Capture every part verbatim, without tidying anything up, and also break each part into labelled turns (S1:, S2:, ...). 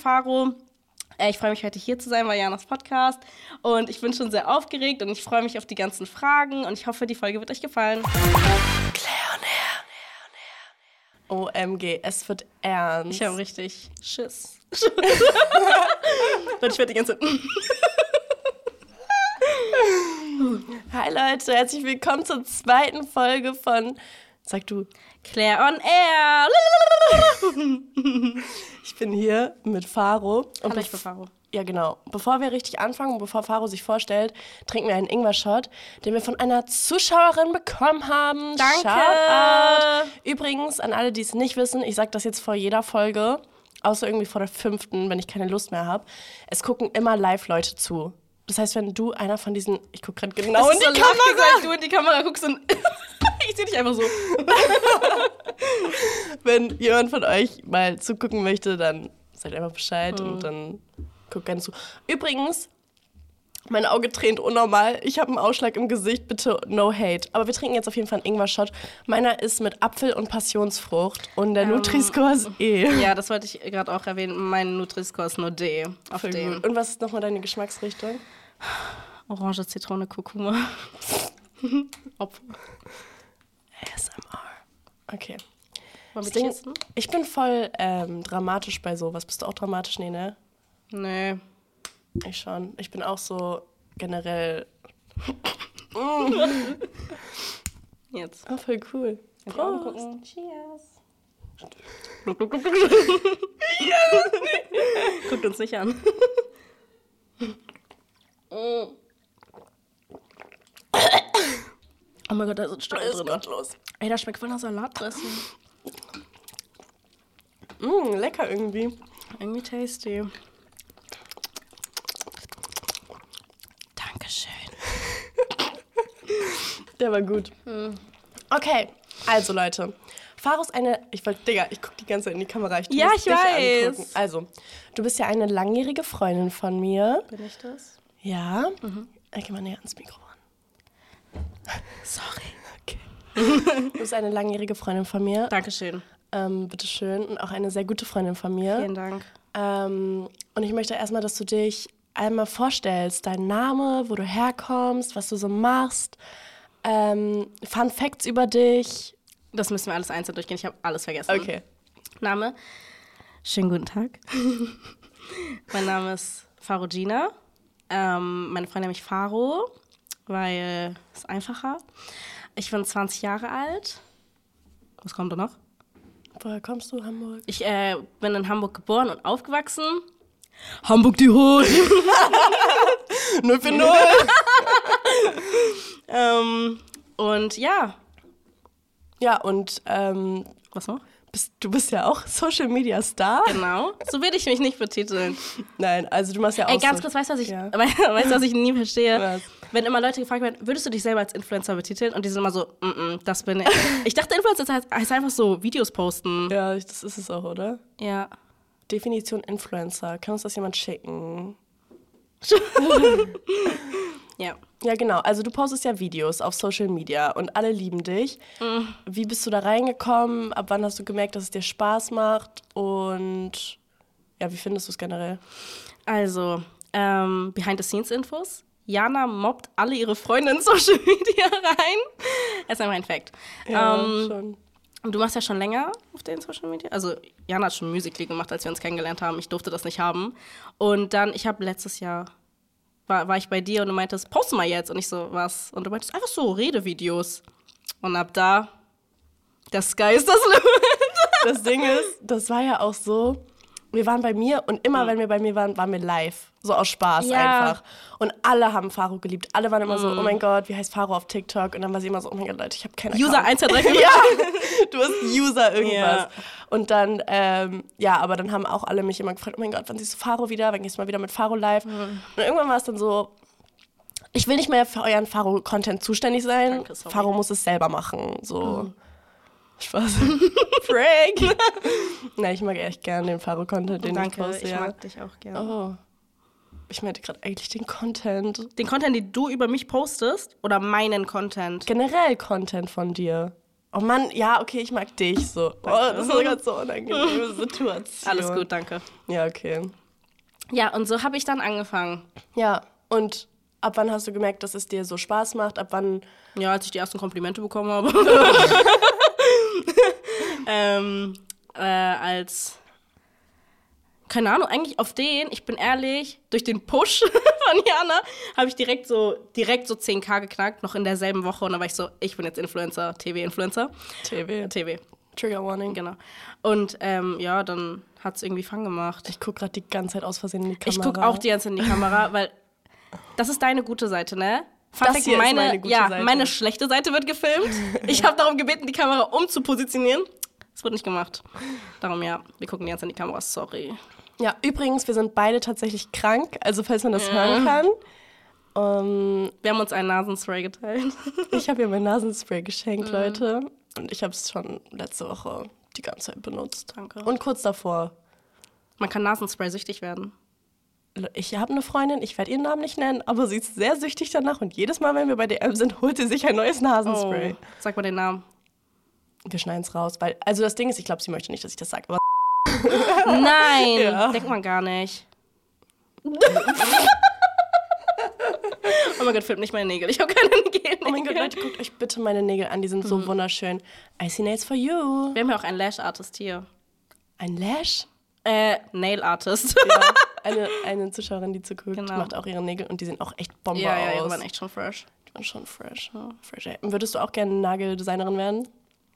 S1: Faro. Äh, ich freue mich, heute hier zu sein bei Janas Podcast. Und ich bin schon sehr aufgeregt und ich freue mich auf die ganzen Fragen. Und ich hoffe, die Folge wird euch gefallen.
S2: Claire on Air. O M G, es wird ernst.
S1: Ich habe richtig Schiss. Und ich werde die ganze Zeit...
S2: Hi Leute, herzlich willkommen zur zweiten Folge von, sag du,
S1: Claire on Air.
S2: Ich bin hier mit Faro.
S1: Hallo, ich bin Faro.
S2: Ja, genau. Bevor wir richtig anfangen und bevor Faro sich vorstellt, trinken wir einen Ingwer-Shot, den wir von einer Zuschauerin bekommen haben.
S1: Danke.
S2: Shoutout. Übrigens, an alle, die es nicht wissen, ich sage das jetzt vor jeder Folge, außer irgendwie vor der fünften, wenn ich keine Lust mehr habe. Es gucken immer Live-Leute zu. Das heißt, wenn du einer von diesen... Ich gucke gerade genau in die
S1: so
S2: Kamera.
S1: Gesagt, du in die Kamera guckst und... ich sehe dich einfach so.
S2: Wenn jemand von euch mal zugucken möchte, dann sagt einfach Bescheid mhm. und dann guckt gerne zu. Übrigens, mein Auge tränt unnormal. Ich habe einen Ausschlag im Gesicht, bitte no hate. Aber wir trinken jetzt auf jeden Fall einen Ingwer-Shot. Meiner ist mit Apfel und Passionsfrucht und der ähm, Nutri-Score ist E.
S1: Ja, das wollte ich gerade auch erwähnen. Mein Nutri-Score ist nur D. Auf
S2: Voll
S1: den.
S2: Gut. Und was ist nochmal deine Geschmacksrichtung?
S1: Orange, Zitrone, Kurkuma. Apfel.
S2: A S M R. Okay.
S1: Wollen wir
S2: Ding,
S1: testen?
S2: ich bin voll ähm, dramatisch bei sowas. Bist du auch dramatisch? Nee, ne?
S1: Nee.
S2: Ich schon. Ich bin auch so generell...
S1: Jetzt.
S2: Oh, voll cool.
S1: Prost. Cheers. Guckt uns nicht an. Oh mein Gott, da ist ein Stück drin.
S2: Los.
S1: Ey, das schmeckt voll nach Salatdressing.
S2: Mm, lecker irgendwie.
S1: Irgendwie tasty. Dankeschön.
S2: Der war gut. Hm. Okay, also Leute. Faro ist eine... Ich wollte... Digga, ich guck die ganze Zeit in die Kamera. Ich
S1: ja, ich weiß.
S2: Angucken. Also, du bist ja eine langjährige Freundin von mir.
S1: Bin ich das?
S2: Ja. Mhm. Ich geh mal näher ans Mikrofon.
S1: Sorry.
S2: Okay. Du bist eine langjährige Freundin von mir.
S1: Dankeschön.
S2: Ähm, bitteschön. Und auch eine sehr gute Freundin von mir.
S1: Vielen Dank.
S2: Ähm, und ich möchte erstmal, dass du dich einmal vorstellst. Dein Name, wo du herkommst, was du so machst. Ähm, Fun Facts über dich.
S1: Das müssen wir alles einzeln durchgehen. Ich habe alles vergessen.
S2: Okay.
S1: Name. Schönen guten Tag. Mein Name ist Faro Gina. Ähm, meine Freunde nennt mich Faro, weil es ist einfacher. Ich bin zwanzig Jahre alt. Was kommt da noch?
S2: Woher kommst du, Hamburg?
S1: Ich äh, bin in Hamburg geboren und aufgewachsen. Hamburg die Hut!
S2: null für null!
S1: ähm, und ja.
S2: Ja, und ähm,
S1: was noch?
S2: Bist, du bist ja auch Social Media Star.
S1: Genau. So will ich mich nicht betiteln.
S2: Nein, also du machst ja auch
S1: Ey, ganz
S2: so.
S1: kurz, weißt du, was ich,
S2: ja.
S1: weißt, was ich nie verstehe?
S2: Was?
S1: Wenn immer Leute gefragt werden, würdest du dich selber als Influencer betiteln? Und die sind immer so, mm -mm, das bin ich. Ich dachte, Influencer heißt, heißt einfach so Videos posten.
S2: Ja, das ist es auch, oder?
S1: Ja.
S2: Definition Influencer. Kann uns das jemand schicken?
S1: Ja.
S2: Ja, genau. Also du postest ja Videos auf Social Media und alle lieben dich. Mhm. Wie bist du da reingekommen? Ab wann hast du gemerkt, dass es dir Spaß macht? Und ja, wie findest du es generell?
S1: Also, ähm, Behind-the-Scenes-Infos. Jana mobbt alle ihre Freunde in Social Media rein. Das ist einfach ein Fact.
S2: Ja,
S1: ähm,
S2: schon.
S1: Du machst ja schon länger auf den Social Media. Also Jana hat schon Musical.ly gemacht, als wir uns kennengelernt haben. Ich durfte das nicht haben. Und dann, ich habe letztes Jahr, war, war ich bei dir und du meintest, poste mal jetzt. Und ich so, was? Und du meintest, einfach so Redevideos. Und ab da, der Sky ist das Limit.
S2: Das Ding ist, das war ja auch so, wir waren bei mir und immer, mhm. wenn wir bei mir waren, waren wir live. So aus Spaß
S1: ja.
S2: einfach. Und alle haben Faro geliebt. Alle waren immer mm. so, oh mein Gott, wie heißt Faro auf TikTok? Und dann war sie immer so, oh mein Gott, Leute, ich habe keine Ahnung.
S1: User eins, zwei, drei, vier.
S2: Ja, du hast User irgendwas.
S1: Ja.
S2: Und dann, ähm, ja, aber dann haben auch alle mich immer gefragt, oh mein Gott, wann siehst du Faro wieder? Wann gehst du mal wieder mit Faro live? Mm. Und irgendwann war es dann so, ich will nicht mehr für euren Faro-Content zuständig sein.
S1: Danke, sorry.
S2: Faro muss es selber machen. So. Mm. Spaß.
S1: Frank!
S2: Nein, ich mag echt gerne den Faro-Content, den
S1: Danke,
S2: ich poste.
S1: ich
S2: ja.
S1: mag dich auch gerne.
S2: Oh. Ich meinte gerade eigentlich den Content.
S1: Den Content, den du über mich postest? Oder meinen Content?
S2: Generell Content von dir. Oh Mann, ja, okay, ich mag dich so. Oh, das ist eine ganz so unangenehme Situation.
S1: Alles gut, danke.
S2: Ja, okay.
S1: Ja, und so habe ich dann angefangen.
S2: Ja, und ab wann hast du gemerkt, dass es dir so Spaß macht? Ab wann?
S1: Ja, als ich die ersten Komplimente bekommen habe. ähm, äh, als, keine Ahnung, eigentlich auf den, ich bin ehrlich, durch den Push von Jana habe ich direkt so, direkt so zehn K geknackt, noch in derselben Woche. Und dann war ich so, ich bin jetzt Influencer, T V-Influencer.
S2: T V.
S1: T V.
S2: Trigger Warning.
S1: Genau. Und ähm, ja, dann hat es irgendwie Fang gemacht.
S2: Ich gucke gerade die ganze Zeit aus Versehen in die Kamera.
S1: Ich gucke auch die ganze Zeit in die Kamera, weil das ist deine gute Seite, ne? Fun
S2: Das
S1: Fact,
S2: hier
S1: meine,
S2: ist meine gute
S1: ja,
S2: Seite.
S1: meine schlechte Seite wird gefilmt. Ich habe darum gebeten, die Kamera umzupositionieren. Das wird nicht gemacht. Darum ja, wir gucken die ganze Zeit in die Kamera, sorry.
S2: Ja, übrigens, wir sind beide tatsächlich krank, also falls man das
S1: Ja.
S2: hören kann. Um,
S1: Wir haben uns ein Nasenspray geteilt.
S2: ich habe ihr mein Nasenspray geschenkt,
S1: Mhm.
S2: Leute. Und ich habe es schon letzte Woche die ganze Zeit benutzt.
S1: Danke.
S2: Und kurz davor.
S1: Man kann Nasenspray süchtig werden.
S2: Ich habe eine Freundin, ich werde ihren Namen nicht nennen, aber sie ist sehr süchtig danach. Und jedes Mal, wenn wir bei D M sind, holt sie sich ein neues Nasenspray.
S1: Oh, sag mal den Namen.
S2: Wir schneiden es raus, weil, also das Ding ist, ich glaube, sie möchte nicht, dass ich das sage. Aber
S1: Nein,
S2: Ja.
S1: denkt man gar nicht. Oh mein Gott, filmt nicht meine Nägel. Ich habe keine Nägel.
S2: oh mein Gott, Leute, guckt euch bitte meine Nägel an, die sind so wunderschön. Icy Nails for you.
S1: Wir haben ja auch einen Lash-Artist hier.
S2: Ein Lash?
S1: Äh, Nail-Artist.
S2: Ja, eine, eine Zuschauerin, die zuguckt,
S1: Genau.
S2: macht auch ihre Nägel und die sehen auch echt Bombe
S1: Ja, ja,
S2: aus.
S1: die waren echt schon fresh.
S2: Die waren schon fresh. fresh ey. Würdest du auch gerne Nageldesignerin werden?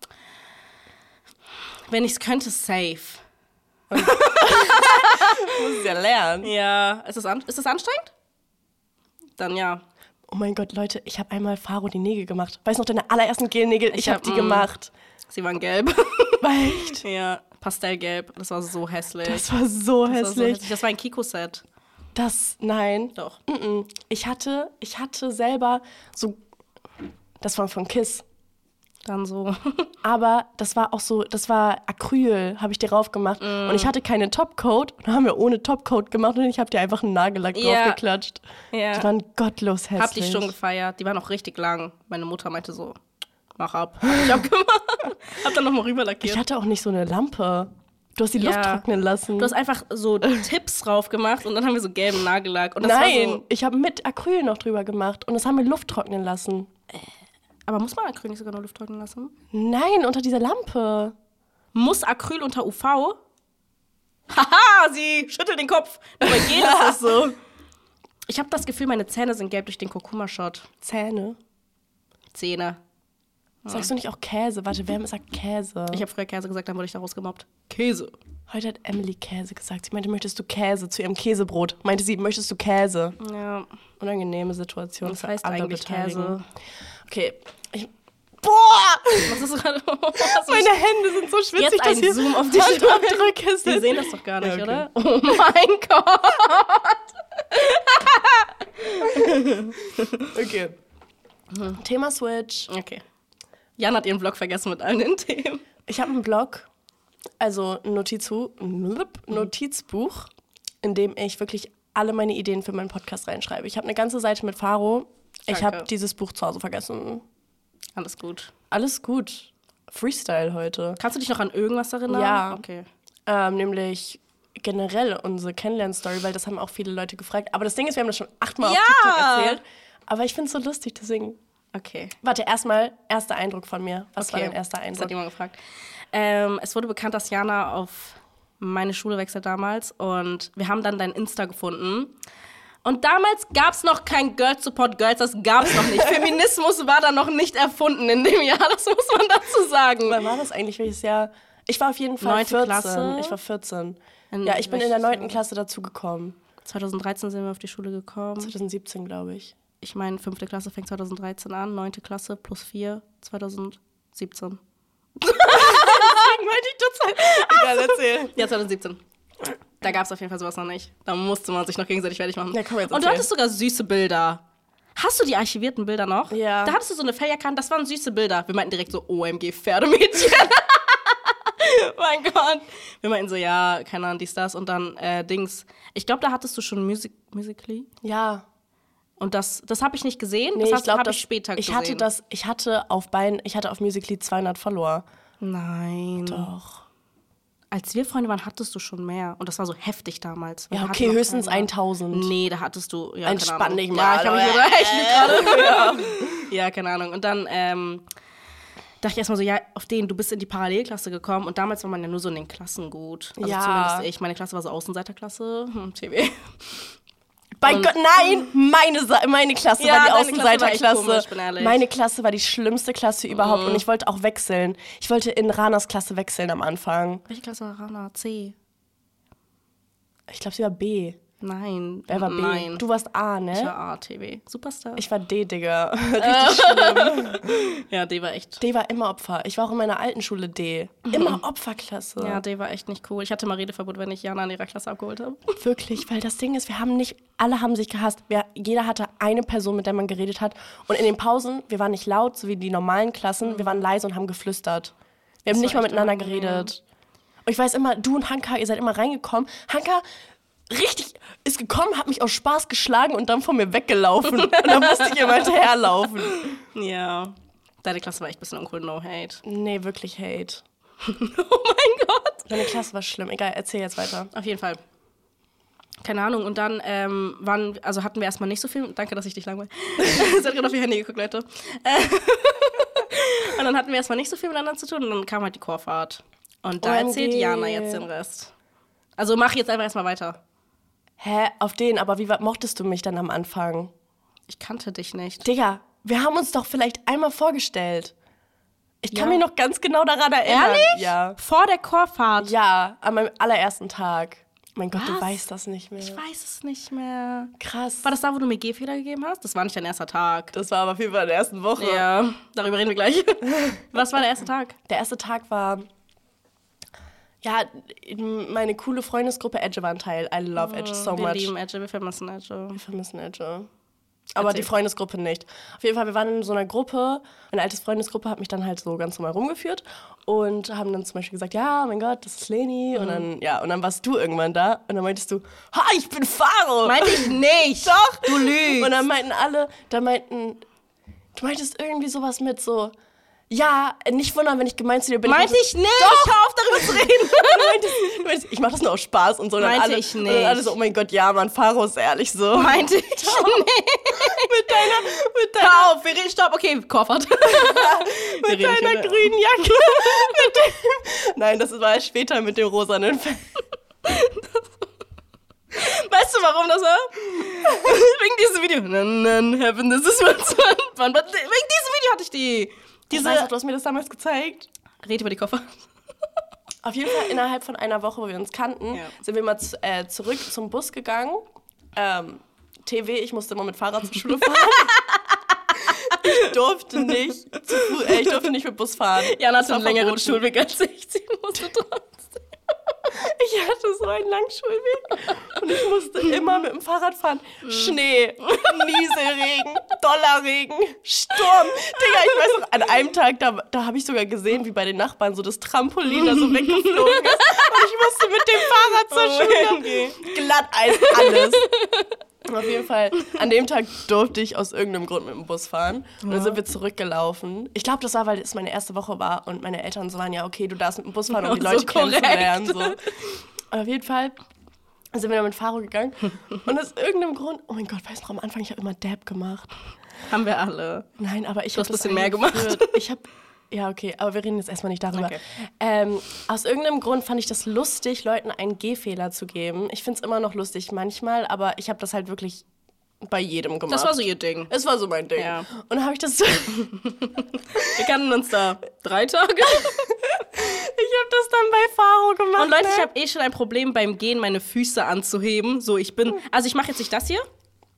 S1: Wenn ich es könnte, safe.
S2: Du musst es ja lernen.
S1: Ja, ist das, an ist das anstrengend? Dann ja.
S2: Oh mein Gott, Leute, ich habe einmal Faro die Nägel gemacht. Weißt du noch, deine allerersten Gelnägel? Ich,
S1: Ich
S2: habe
S1: hab,
S2: die
S1: mm,
S2: gemacht.
S1: Sie waren gelb.
S2: Echt?
S1: Ja, Pastellgelb. Das war so hässlich.
S2: Das war so
S1: Das war
S2: hässlich.
S1: so hässlich. Das war ein Kiko-Set.
S2: Das, nein.
S1: Doch.
S2: Mm-mm. Ich hatte, ich hatte selber so, das war von Kiss.
S1: Dann so.
S2: Aber das war auch so, das war Acryl, habe ich dir drauf gemacht.
S1: Mm.
S2: Und ich hatte keine Topcoat. Und dann haben wir ohne Topcoat gemacht und ich habe dir einfach einen Nagellack
S1: Ja.
S2: draufgeklatscht. Die
S1: Ja.
S2: waren gottlos hässlich.
S1: Hab die schon gefeiert. Die waren auch richtig lang. Meine Mutter meinte so, mach ab. Hab ich abgemacht. Hab dann nochmal rüber lackiert.
S2: Ich hatte auch nicht so eine Lampe. Du hast die
S1: Ja.
S2: Luft trocknen lassen.
S1: Du hast einfach so Tipps drauf gemacht und dann haben wir so gelben Nagellack. Und das
S2: Nein,
S1: War so,
S2: ich habe mit Acryl noch drüber gemacht und das haben wir Luft trocknen lassen.
S1: aber muss man Acryl nicht sogar noch Luft trocknen lassen?
S2: Nein, unter dieser Lampe.
S1: Muss Acryl unter U V? Haha, sie schüttelt den Kopf. Nur bei jedem ist das so. Ich habe das Gefühl, meine Zähne sind gelb durch den Kurkuma-Shot.
S2: Zähne.
S1: Zähne.
S2: Sagst du nicht auch Käse? Warte, wer sagt Käse?
S1: Ich habe früher Käse gesagt, dann wurde ich daraus gemobbt. Käse.
S2: Heute hat Emily Käse gesagt. Sie meinte, möchtest du Käse zu ihrem Käsebrot? Meinte sie, möchtest du Käse?
S1: Ja.
S2: Unangenehme Situation
S1: Was
S2: für
S1: heißt
S2: alle
S1: eigentlich
S2: Beteiligten.
S1: Käse?
S2: Okay. Ich, boah!
S1: Was ist gerade? Was
S2: Meine Hände sind so schwitzig,
S1: Jetzt ein
S2: dass hier
S1: Zoom auf die
S2: Handabdrücke
S1: Sie
S2: sind.
S1: sehen das doch gar nicht,
S2: Ja, okay.
S1: oder? Oh mein Gott.
S2: Okay. Thema Switch.
S1: Okay. Jan hat ihren Vlog vergessen mit allen den Themen.
S2: Ich habe einen Blog, also ein Notizu, Notizbuch, in dem ich wirklich alle meine Ideen für meinen Podcast reinschreibe. Ich habe eine ganze Seite mit Faro. Ich
S1: Danke.
S2: habe dieses Buch zu Hause vergessen.
S1: Alles gut.
S2: Alles gut. Freestyle heute.
S1: Kannst du dich noch an irgendwas erinnern?
S2: Ja.
S1: Okay.
S2: Ähm, nämlich generell unsere Kennenlern-Story, weil das haben auch viele Leute gefragt. Aber das Ding ist, wir haben das schon achtmal
S1: Ja.
S2: auf TikTok erzählt. Aber ich finde es so lustig, deswegen.
S1: Okay.
S2: Warte, erstmal, erster Eindruck von mir. Was
S1: okay.
S2: war dein erster
S1: Das
S2: Eindruck?
S1: hat jemand gefragt. Ähm, es wurde bekannt, dass Jana auf meine Schule wechselt damals. Und wir haben dann dein Insta gefunden. Und damals gab es noch kein Girls Support Girls, das gab es noch nicht. Feminismus war da noch nicht erfunden in dem Jahr, das muss man dazu sagen.
S2: Wann war das eigentlich? Welches Jahr? Ich war auf jeden Fall
S1: Neunte
S2: vierzehn.
S1: Klasse.
S2: Ich war vierzehn.
S1: In
S2: ja, ich bin in der
S1: welches
S2: neunten
S1: Jahr?
S2: Klasse dazugekommen.
S1: zwanzig dreizehn sind wir auf die Schule gekommen.
S2: zwanzig siebzehn, glaube ich.
S1: Ich meine, fünfte Klasse fängt zwanzig dreizehn an, neunte Klasse plus vier, zwanzig siebzehn.
S2: Meinte ich total. Egal, erzähl.
S1: Ja, zwanzig siebzehn. Da gab es auf jeden Fall sowas noch nicht. Da musste man sich noch gegenseitig fertig machen.
S2: Ja, komm, jetzt
S1: Und du
S2: erzähl.
S1: hattest sogar süße Bilder. Hast du die archivierten Bilder noch?
S2: Ja.
S1: Da hattest du so eine Feierkarte, das waren süße Bilder. Wir meinten direkt so, O M G, Pferdemädchen. Mein Gott. Wir meinten so, ja, keine Ahnung, dies, das. Und dann äh, Dings. Ich glaube, da hattest du schon Music Musically.
S2: Ja.
S1: Und das, das habe ich nicht gesehen,
S2: Nee,
S1: das
S2: ich glaube,
S1: habe ich später
S2: ich
S1: gesehen.
S2: hatte das, ich hatte auf Bein, ich hatte auf Musical.ly zweihundert Follower.
S1: Nein.
S2: Doch.
S1: Als wir Freunde waren, hattest du schon mehr. Und das war so heftig damals.
S2: Ja,
S1: Wir
S2: okay,
S1: hatten noch
S2: höchstens
S1: keiner.
S2: tausend.
S1: Nee, da hattest du... Ja,
S2: Entspann
S1: keine Ahnung.
S2: dich
S1: Ja,
S2: mal.
S1: ich habe mich gedacht, ich lüge gerade. Ja. ja, keine Ahnung. Und dann ähm, dachte ich erstmal so, ja, auf den, du bist in die Parallelklasse gekommen. Und damals war man ja nur so in den Klassen gut. Also
S2: Ja.
S1: zumindest ich. Meine Klasse war so Außenseiterklasse. Hm, T V.
S2: Bei
S1: Und-
S2: Gott, nein! Meine, Sa- meine Klasse
S1: Ja,
S2: war die
S1: deine Klasse war echt
S2: Außenseiterklasse.
S1: komisch, bin ehrlich.
S2: Meine Klasse war die schlimmste Klasse überhaupt und ich wollte auch wechseln. Ich wollte in Ranas Klasse wechseln am Anfang.
S1: Welche Klasse war Rana? C?
S2: Ich glaube, sie war B.
S1: Nein.
S2: Wer war B?
S1: Nein.
S2: Du warst A, ne?
S1: Ich war A, T V. Superstar.
S2: Ich war D, Digga. Richtig schlimm.
S1: ja, D war echt...
S2: D war immer Opfer. Ich war auch in meiner alten Schule D. Immer Opferklasse.
S1: Ja, D war echt nicht cool. Ich hatte mal Redeverbot, wenn ich Jana in ihrer Klasse abgeholt habe.
S2: Wirklich, weil das Ding ist, wir haben nicht, alle haben sich gehasst. Wir, jeder hatte eine Person, mit der man geredet hat. Und in den Pausen, wir waren nicht laut, so wie die normalen Klassen, wir waren leise und haben geflüstert. Wir haben
S1: Das
S2: nicht
S1: war
S2: mal
S1: echt
S2: miteinander
S1: unangenehm.
S2: geredet. Und ich weiß immer, du und Hanka, ihr seid immer reingekommen. Hanka richtig ist gekommen, hat mich aus Spaß geschlagen und dann von mir weggelaufen. Und dann musste ich immer hinterherlaufen.
S1: Ja. Deine Klasse war echt ein bisschen uncool, no hate.
S2: Nee, wirklich Hate.
S1: oh mein Gott.
S2: Deine Klasse war schlimm. Egal, erzähl jetzt weiter.
S1: Auf jeden Fall. Keine Ahnung. Und dann ähm, waren, also hatten wir erstmal nicht so viel. Danke, dass ich dich langweile. Sie hat gerade auf ihr Handy geguckt, Leute. Äh, und dann hatten wir erstmal nicht so viel miteinander zu tun. Und dann kam halt die Chorfahrt. Und da
S2: O M G.
S1: erzählt Jana jetzt den Rest. Also mach jetzt einfach erstmal weiter.
S2: Hä? Auf den, aber wie wa- mochtest du mich dann am Anfang?
S1: Ich kannte dich nicht.
S2: Digga, wir haben uns doch vielleicht einmal vorgestellt. Ich kann
S1: Ja.
S2: mich noch ganz genau daran erinnern.
S1: Ehrlich?
S2: Ja.
S1: Vor der Chorfahrt?
S2: Ja, an meinem allerersten Tag. Mein Gott, du
S1: Was?
S2: weißt das nicht mehr.
S1: Ich weiß es nicht mehr.
S2: Krass.
S1: War das da, wo du mir G-Fehler gegeben hast? Das war nicht dein erster Tag.
S2: Das war aber auf jeden Fall in der ersten Woche.
S1: Ja, darüber reden wir gleich. Was war der erste Tag?
S2: Der erste Tag war, ja, meine coole Freundesgruppe Edge war ein Teil. I love Edge so
S1: wir
S2: much.
S1: lieben Edge, wir vermissen Edge.
S2: Wir vermissen Edge. Aber
S1: Erzähl.
S2: die Freundesgruppe nicht. Auf jeden Fall, wir waren in so einer Gruppe. Meine alte Freundesgruppe hat mich dann halt so ganz normal rumgeführt und haben dann zum Beispiel gesagt, ja, mein Gott, das ist Leni.
S1: Mhm.
S2: Und dann, ja, und dann warst du irgendwann da und dann meintest du, ha, ich bin Faro.
S1: Meinte ich nicht.
S2: Doch.
S1: Du lügst.
S2: Und dann meinten alle, da meinten, du meintest irgendwie sowas mit so, ja, nicht wundern, wenn ich gemein zu dir bin.
S1: Meinte ich nicht.
S2: Doch.
S1: Hör auf, darüber zu reden.
S2: Du meintest, du meintest, ich mach das nur aus Spaß und so. Und dann
S1: Meinte
S2: alle,
S1: ich
S2: Und dann alle
S1: nicht.
S2: so, oh mein Gott, ja, Mann, Faro ist ehrlich so.
S1: Meinte ich nicht.
S2: mit deiner, mit deiner,
S1: Hör auf, wir reden, stopp, okay, Chorfahrt.
S2: mit deiner grünen Jacke. mit dem, nein, das war erst später mit dem rosanen Fell.
S1: Weißt du, warum das war? Wegen diesem Video. Nan, nan, heaven, this is what's fun. Wegen diesem Video hatte ich die.
S2: Diese,
S1: Diese.
S2: ich weiß auch, du hast mir das damals gezeigt.
S1: Red über die Koffer.
S2: Auf jeden Fall innerhalb von einer Woche, wo wir uns kannten,
S1: Ja.
S2: sind wir mal z- äh, zurück zum Bus gegangen. Ähm, T W, ich musste immer mit Fahrrad zur Schule fahren. ich durfte nicht zu Fu- äh, ich durfte nicht mit Bus fahren.
S1: Jana
S2: Das
S1: hatte einen
S2: war
S1: längeren
S2: verboten.
S1: Schulweg als ich. Sie musste trotzdem.
S2: Ich hatte so einen langen Schulweg und ich musste immer mit dem Fahrrad fahren. Schnee, Nieselregen, Dollarregen, Sturm. Digga, ich weiß noch, an einem Tag, da, da habe ich sogar gesehen, wie bei den Nachbarn so das Trampolin da so weggeflogen ist. Und ich musste mit dem Fahrrad zur Schule.
S1: Okay.
S2: Glatteis, alles. Auf jeden Fall, an dem Tag durfte ich aus irgendeinem Grund mit dem Bus fahren. Und dann sind wir zurückgelaufen. Ich glaube, das war, weil es meine erste Woche war und meine Eltern so waren, ja, okay, du darfst mit dem Bus fahren, um die
S1: So
S2: Leute
S1: korrekt.
S2: kennenzulernen. So. Und auf jeden Fall sind wir dann mit Faro gegangen. Und aus irgendeinem Grund, oh mein Gott, weißt du noch, am Anfang, ich habe immer Dab gemacht.
S1: Haben wir alle.
S2: Nein, aber ich
S1: Du
S2: habe
S1: hast
S2: das
S1: ein bisschen mehr gemacht.
S2: eingeführt. Ich habe Ja, okay, aber wir reden jetzt erstmal nicht darüber.
S1: Okay.
S2: Ähm, aus irgendeinem Grund fand ich das lustig, Leuten einen G-Fehler zu geben. Ich finde es immer noch lustig manchmal, aber ich habe das halt wirklich bei jedem gemacht.
S1: Das war so ihr Ding.
S2: Es war so mein Ding.
S1: Ja.
S2: Und dann habe ich das so, ich
S1: Wir kannten uns da drei Tage.
S2: habe das dann bei Faro gemacht.
S1: Und Leute, ich
S2: ne?
S1: habe eh schon ein Problem beim Gehen, meine Füße anzuheben. So, ich bin, also ich mache jetzt nicht das hier.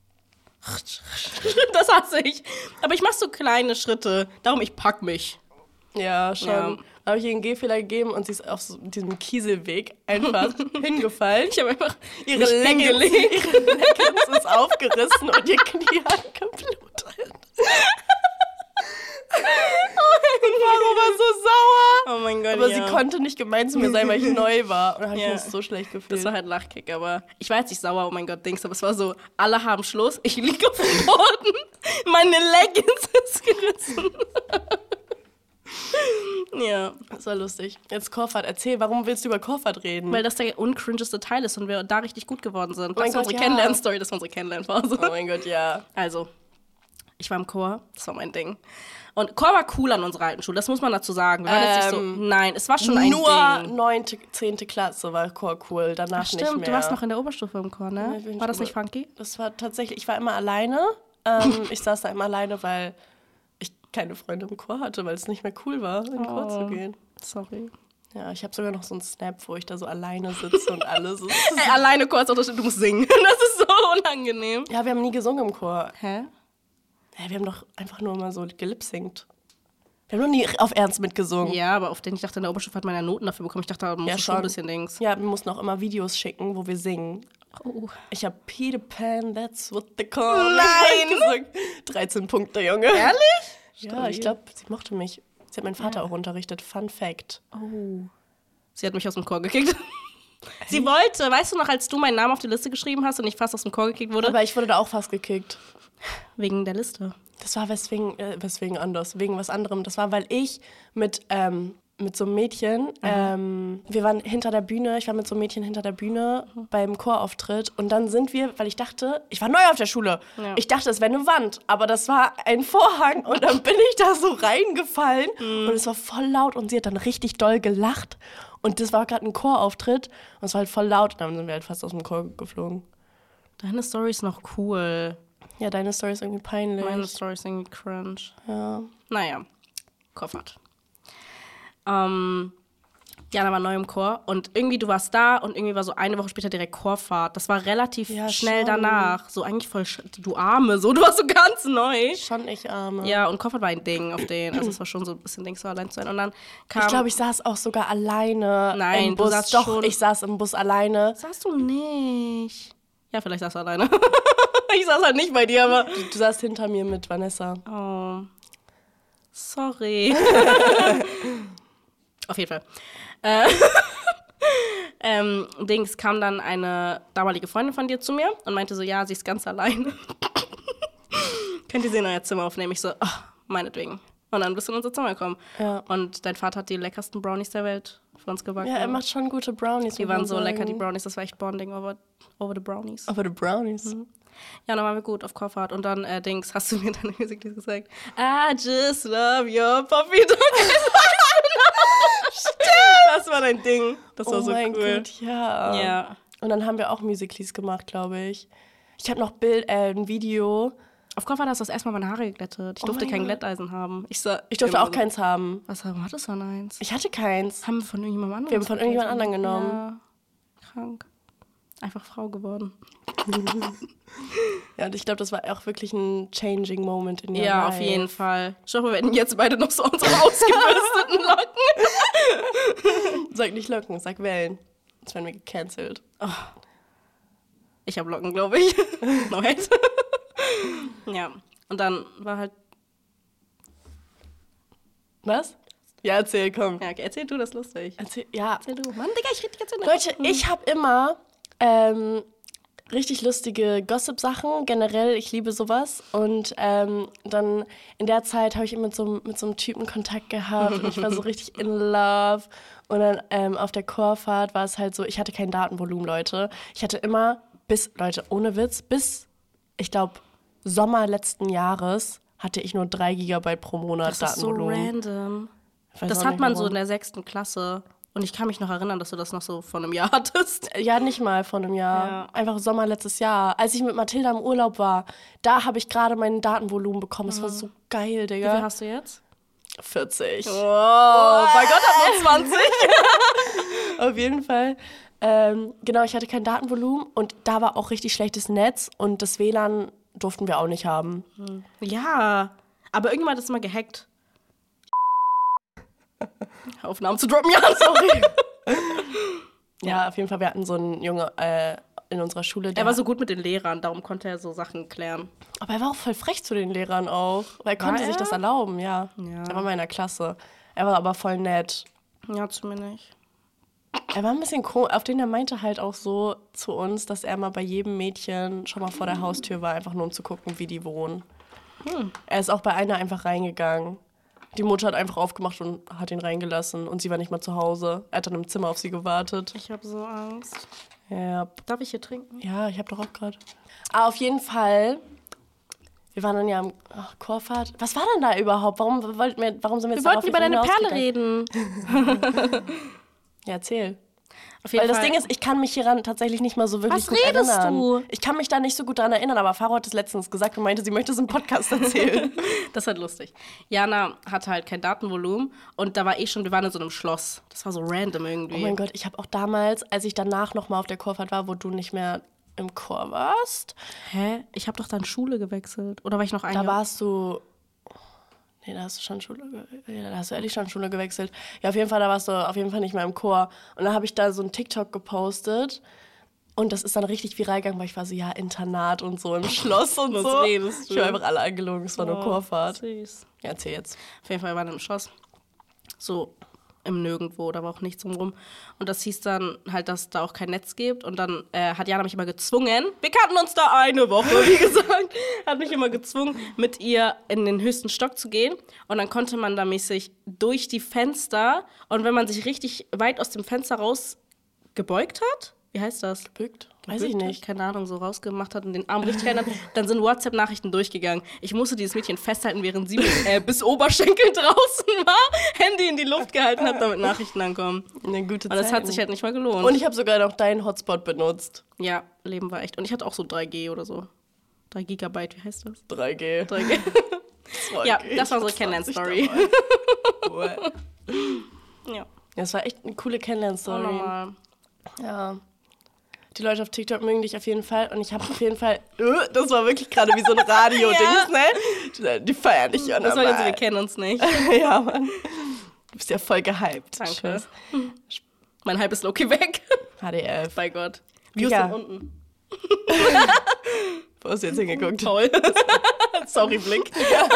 S1: Das hasse ich. Aber ich mache so kleine Schritte. Darum, ich pack mich.
S2: Ja, schon.
S1: Ja.
S2: Habe ich ihr einen Gehfehler gegeben und sie ist auf so diesem Kieselweg einfach hingefallen.
S1: Ich habe einfach
S2: Ihre
S1: mich
S2: Leggings,
S1: hingelegt.
S2: ihre Leggings ist aufgerissen und ihr Knie hat geblutet. Und Maro war so sauer.
S1: Oh mein Gott,
S2: Aber
S1: ja.
S2: sie konnte nicht gemein zu mir sein, weil ich neu war. Und dann habe
S1: Ja.
S2: ich mich so schlecht gefühlt.
S1: Das war halt Lachkick, aber ich war jetzt nicht sauer, oh mein Gott, Dings, aber es war so, alle haben Schluss, ich liege auf dem Boden, meine Leggings ist gerissen. Ja.
S2: Das war lustig. Jetzt Korfahrt, erzähl, warum willst du über Korfahrt reden?
S1: Weil das der uncringeste Teil ist und wir da richtig gut geworden sind. Das
S2: mein
S1: ist
S2: Gott,
S1: unsere
S2: ja.
S1: Kennenlern-Story, das war unsere Kennenlernphase.
S2: Oh mein Gott, ja.
S1: Also, ich war im Chor, das war mein Ding. Und Chor war cool an unserer alten Schule, das muss man dazu sagen. Wir waren jetzt nicht so,
S2: Ähm,
S1: nein, es war schon ein
S2: Nur
S1: Ding.
S2: neunte, zehnte Klasse war Chor cool, danach
S1: Ach,
S2: nicht
S1: stimmt,
S2: mehr.
S1: du warst noch in der Oberstufe im Chor, ne?
S2: Ja, ich bin
S1: War das
S2: schon
S1: nicht funky?
S2: Das war tatsächlich, ich war immer alleine. Ähm, ich saß da immer alleine, weil ich keine Freunde im Chor hatte, weil es nicht mehr cool war, in den Chor
S1: Oh.
S2: zu gehen.
S1: Sorry.
S2: Ja, ich habe sogar noch so einen Snap, wo ich da so alleine sitze und alles.
S1: Ey, alleine Chor ist auch, du musst singen. Das ist so unangenehm.
S2: Ja, wir haben nie gesungen im Chor.
S1: Hä?
S2: Ja, wir haben doch einfach nur mal so gelipsingt. Wir haben noch nie auf Ernst mitgesungen.
S1: Ja, aber auf den, ich dachte, in der Oberstufe hat man ja Noten dafür bekommen. Ich dachte, da musst
S2: Ja,
S1: du schon ein
S2: schon.
S1: bisschen Dings.
S2: Ja, wir mussten auch immer Videos schicken, wo wir singen.
S1: Oh.
S2: Ich habe Peter Pan, that's what they call me.
S1: Nein!
S2: gesagt. dreizehn Punkte, Junge.
S1: Ehrlich?
S2: Ja, ich glaube, sie mochte mich. Sie hat meinen Vater auch unterrichtet. Fun Fact.
S1: Oh. Sie hat mich aus dem Chor gekickt. Sie wollte, weißt du noch, als du meinen Namen auf die Liste geschrieben hast und ich fast aus dem Chor gekickt wurde?
S2: Aber ich wurde da auch fast gekickt.
S1: Wegen der Liste.
S2: Das war weswegen, äh, weswegen anders, wegen was anderem. Das war, weil ich mit, ähm, mit so einem Mädchen, ähm, wir waren hinter der Bühne, ich war mit so einem Mädchen hinter der Bühne beim Chorauftritt und dann sind wir, weil ich dachte, ich war neu auf der Schule,
S1: Ja.
S2: ich dachte, es wäre eine Wand, aber das war ein Vorhang und dann bin ich da so reingefallen und es war voll laut und sie hat dann richtig doll gelacht und das war gerade ein Chorauftritt und es war halt voll laut und dann sind wir halt fast aus dem Chor geflogen.
S1: Deine Story ist noch cool.
S2: Ja, deine Story ist irgendwie peinlich.
S1: Meine Story ist irgendwie cringe.
S2: Ja.
S1: Naja, Chorfahrt. Ähm, Jana war neu im Chor und irgendwie du warst da und irgendwie war so eine Woche später direkt Chorfahrt. Das war relativ
S2: Ja,
S1: schnell
S2: schon.
S1: danach. So eigentlich voll, sch- du Arme, so, du warst so ganz neu.
S2: Schon ich arme.
S1: Ja, und Chorfahrt war ein Ding auf den. Also es war schon so ein bisschen Ding, so allein zu sein. Und dann kam...
S2: Ich glaube, ich saß auch sogar alleine
S1: Nein,
S2: im
S1: du
S2: Bus.
S1: saßt
S2: Doch,
S1: schon-
S2: ich saß im Bus alleine.
S1: Saßt du nicht? Ja, vielleicht saß du alleine. Ich saß halt nicht bei dir, aber...
S2: Du, du saßt hinter mir mit Vanessa.
S1: Oh. Sorry. Auf jeden Fall. Äh, ähm, Dings kam dann eine damalige Freundin von dir zu mir und meinte so, ja, sie ist ganz alleine. Könnt ihr sie in euer Zimmer aufnehmen? Ich so, oh, meinetwegen. Und dann bist du in unser Zimmer gekommen.
S2: Ja.
S1: Und dein Vater hat die leckersten Brownies der Welt für uns gebacken.
S2: Ja, er macht schon gute Brownies.
S1: die
S2: muss
S1: waren
S2: man
S1: so
S2: sagen.
S1: lecker, die Brownies. Das war echt Bonding over, over the Brownies.
S2: Aber die Brownies.
S1: Ja, dann waren wir gut auf Chorfahrt. Und dann, äh, Dings, hast du mir deine Musik gesagt? I just love your puppy dog. Stimmt. Das war dein Ding. Das war
S2: Oh
S1: so
S2: mein
S1: cool.
S2: Gott, ja.
S1: Ja.
S2: Und dann haben wir auch Musicals gemacht, glaube ich. Ich habe noch Bild, äh, ein Video.
S1: Auf Chorfahrt hast du das erste Mal meine Haare geglättet. Ich
S2: Oh
S1: durfte
S2: mein
S1: kein
S2: Gott.
S1: Glätteisen haben. Ich, sah
S2: Ich durfte
S1: immer
S2: auch
S1: so-
S2: keins haben.
S1: Was warum hattest du denn eins?
S2: Ich hatte keins.
S1: Haben wir von irgendjemandem anderen?
S2: Wir haben von irgendjemand anderen genommen.
S1: Ja. Krank. Einfach Frau geworden.
S2: Ja, und ich glaube, das war auch wirklich ein changing moment in your
S1: Ja,
S2: life.
S1: auf jeden Fall. Ich hoffe, wir werden jetzt beide noch so unsere ausgebürsteten Locken.
S2: Sag nicht Locken, sag Wellen. Sonst werden wir gecancelt.
S1: Ich habe Locken, glaube ich. No hate. Ja. Und dann war halt.
S2: Was? Ja, erzähl, komm.
S1: Ja, okay, erzähl du, das ist lustig.
S2: Erzähl, ja.
S1: Erzähl du. Mann, Digga, ich rede die ganze Zeit.
S2: Leute, ich habe immer ähm, richtig lustige Gossip-Sachen. Generell, ich liebe sowas. Und ähm, dann in der Zeit habe ich immer mit so, mit so einem Typen Kontakt gehabt. Und ich war so richtig in love. Und dann ähm, auf der Chorfahrt war es halt so, ich hatte kein Datenvolumen, Leute. Ich hatte immer bis, Leute, ohne Witz, bis, ich glaube, Sommer letzten Jahres hatte ich nur drei Gigabyte pro Monat
S1: Das ist so
S2: Datenvolumen.
S1: random.
S2: Ich weiß
S1: Das
S2: auch
S1: hat
S2: nicht,
S1: man so
S2: warum.
S1: in der sechsten Klasse. Und ich kann mich noch erinnern, dass du das noch so vor einem Jahr hattest.
S2: Ja, nicht mal vor einem Jahr.
S1: Ja.
S2: Einfach Sommer letztes Jahr. Als ich mit Mathilda im Urlaub war, da habe ich gerade mein Datenvolumen bekommen. Es war so geil,
S1: Wie viel
S2: Digga.
S1: hast du jetzt?
S2: vierzig.
S1: Oh, bei Gott hat nur zwanzig.
S2: Auf jeden Fall. Ähm, genau, ich hatte kein Datenvolumen und da war auch richtig schlechtes Netz und das W L A N durften wir auch nicht haben.
S1: Ja, aber irgendjemand hat es mal gehackt. Aufnahmen zu droppen, ja, sorry.
S2: Ja, auf jeden Fall, wir hatten so einen Junge äh, in unserer Schule. Der
S1: Er war so gut mit den Lehrern, darum konnte er so Sachen klären.
S2: Aber er war auch voll frech zu den Lehrern auch. Weil er konnte
S1: er?
S2: sich das erlauben, ja.
S1: Ja.
S2: Er war in meiner Klasse. Er war aber voll nett.
S1: Ja, zu mir nicht.
S2: Er war ein bisschen komisch, auf den er meinte halt auch so zu uns, dass er mal bei jedem Mädchen schon mal vor der Haustür war, einfach nur um zu gucken, wie die wohnen. Hm. Er ist auch bei einer einfach reingegangen. Die Mutter hat einfach aufgemacht und hat ihn reingelassen und sie war nicht mal zu Hause. Er hat dann im Zimmer auf sie gewartet.
S1: Ich habe so Angst.
S2: Ja.
S1: Darf ich hier trinken?
S2: Ja, ich habe doch auch gerade. Ah, auf jeden Fall. Wir waren dann ja am ach, Chorfahrt. Was war denn da überhaupt? Warum, wollten wir, warum sind wir jetzt
S1: Wir wollten über deine Perle
S2: hinausgegangen?
S1: reden.
S2: Ja, erzähl.
S1: Auf jeden
S2: Weil das
S1: Fall.
S2: Ding ist, ich kann mich hieran tatsächlich nicht mal so wirklich
S1: Was
S2: gut
S1: redest
S2: erinnern.
S1: du?
S2: Ich kann mich da nicht so gut dran erinnern, aber Faro hat es letztens gesagt und meinte, sie möchte es im Podcast erzählen.
S1: Das ist halt lustig. Jana hatte halt kein Datenvolumen und da war ich schon, wir waren in so einem Schloss. Das war so random irgendwie.
S2: Oh mein Gott, ich habe auch damals, als ich danach nochmal auf der Chorfahrt war, wo du nicht mehr im Chor warst.
S1: Hä? Ich habe doch dann Schule gewechselt. Oder war ich noch ein
S2: Da
S1: Jahr?
S2: warst du... Nee, da hast du schon Schule, ge- ja, da hast du ehrlich schon Schule gewechselt. Ja, auf jeden Fall, da warst du auf jeden Fall nicht mehr im Chor. Und da habe ich da so ein TikTok gepostet und das ist dann richtig viral gegangen, weil ich war so, ja, Internat und so im Schloss und
S1: Was
S2: so.
S1: redest du?
S2: Ich war einfach alle angelogen, es war nur
S1: Oh,
S2: Chorfahrt.
S1: Süß.
S2: Ja, erzähl jetzt.
S1: Auf jeden Fall waren wir im Schloss. So im Nirgendwo, da war auch nichts drumherum. Und das hieß dann halt, dass da auch kein Netz gibt. Und dann äh, hat Jana mich immer gezwungen, wir kannten uns da eine Woche, wie gesagt, hat mich immer gezwungen, mit ihr in den höchsten Stock zu gehen. Und dann konnte man da mäßig durch die Fenster, und wenn man sich richtig weit aus dem Fenster rausgebeugt hat, wie heißt das?
S2: Gebückt? Weiß ich
S1: gebückt
S2: nicht.
S1: Hat, keine Ahnung, so rausgemacht hat und den Arm richtig rein hat, dann sind WhatsApp-Nachrichten durchgegangen. Ich musste dieses Mädchen festhalten, während sie äh, bis Oberschenkel draußen war, Handy in die Luft gehalten hat, damit Nachrichten ankommen.
S2: Eine gute
S1: Und
S2: Zeit.
S1: das hat sich halt nicht mal gelohnt.
S2: Und ich habe sogar noch deinen Hotspot benutzt.
S1: ja, Leben war echt. Und ich hatte auch so drei G oder so. drei Gigabyte, wie heißt das?
S2: drei G.
S1: drei G.
S2: zwei G.
S1: Ja, das war so
S2: Ich
S1: Kennenlern-Story.
S2: dabei. Cool.
S1: Ja,
S2: Das war echt eine coole
S1: so
S2: Kennenlern-Story.
S1: normal.
S2: Ja. Die Leute auf TikTok mögen dich auf jeden Fall. Und ich habe auf jeden Fall... Äh, das war wirklich gerade wie so ein Radio-Dings, ne? Die feiern dich ja
S1: Das war
S2: normal.
S1: jetzt, wir kennen uns nicht.
S2: Ja, Mann. Du bist ja voll gehypt.
S1: Danke.
S2: Tschüss.
S1: Mein Hype ist Loki weg.
S2: H D F.
S1: Bei Gott. Views
S2: Ja.
S1: sind unten.
S2: Wo hast du jetzt hingeguckt?
S1: Toll. Sorry, Blick.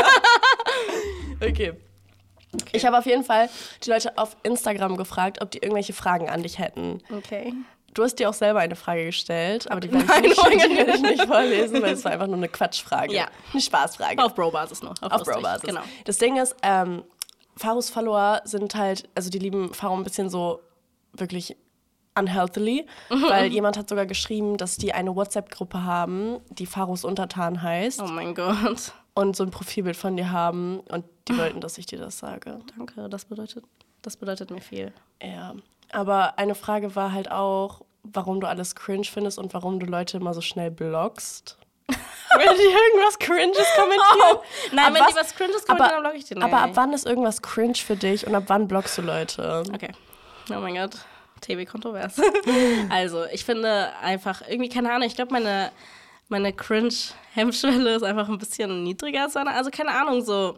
S2: Okay. Ich habe auf jeden Fall die Leute auf Instagram gefragt, ob die irgendwelche Fragen an dich hätten.
S1: Okay.
S2: Du hast dir auch selber eine Frage gestellt, aber die werde ich,
S1: Nein,
S2: nicht,
S1: oh
S2: die
S1: mein
S2: werde ich nicht vorlesen, weil es war einfach nur eine Quatschfrage.
S1: Ja.
S2: Eine Spaßfrage.
S1: Auf Bro-Basis noch.
S2: Auf
S1: lustig.
S2: Bro-Basis.
S1: Genau.
S2: Das Ding ist, ähm, Faros Follower sind halt, also die lieben Faro ein bisschen so wirklich unhealthily,
S1: Mhm.
S2: weil jemand hat sogar geschrieben, dass die eine WhatsApp-Gruppe haben, die Faros Untertan heißt
S1: Oh mein Gott.
S2: und so ein Profilbild von dir haben und die wollten, dass ich dir das sage.
S1: Danke, das bedeutet, das bedeutet mir viel.
S2: Ja, aber eine Frage war halt auch, warum du alles cringe findest und warum du Leute immer so schnell blockst. Wenn die irgendwas Cringes kommentieren.
S1: Oh, nein,
S2: Ab
S1: wenn die was Cringes kommentieren,
S2: aber,
S1: dann block ich die nicht.
S2: aber ab wann ist irgendwas cringe für dich und ab wann blockst du Leute?
S1: Okay. Oh mein Gott. T V-kontrovers. Also, ich finde einfach, irgendwie, keine Ahnung, ich glaube, meine, meine Cringe-Hemmschwelle ist einfach ein bisschen niedriger als meine. Also, keine Ahnung, so.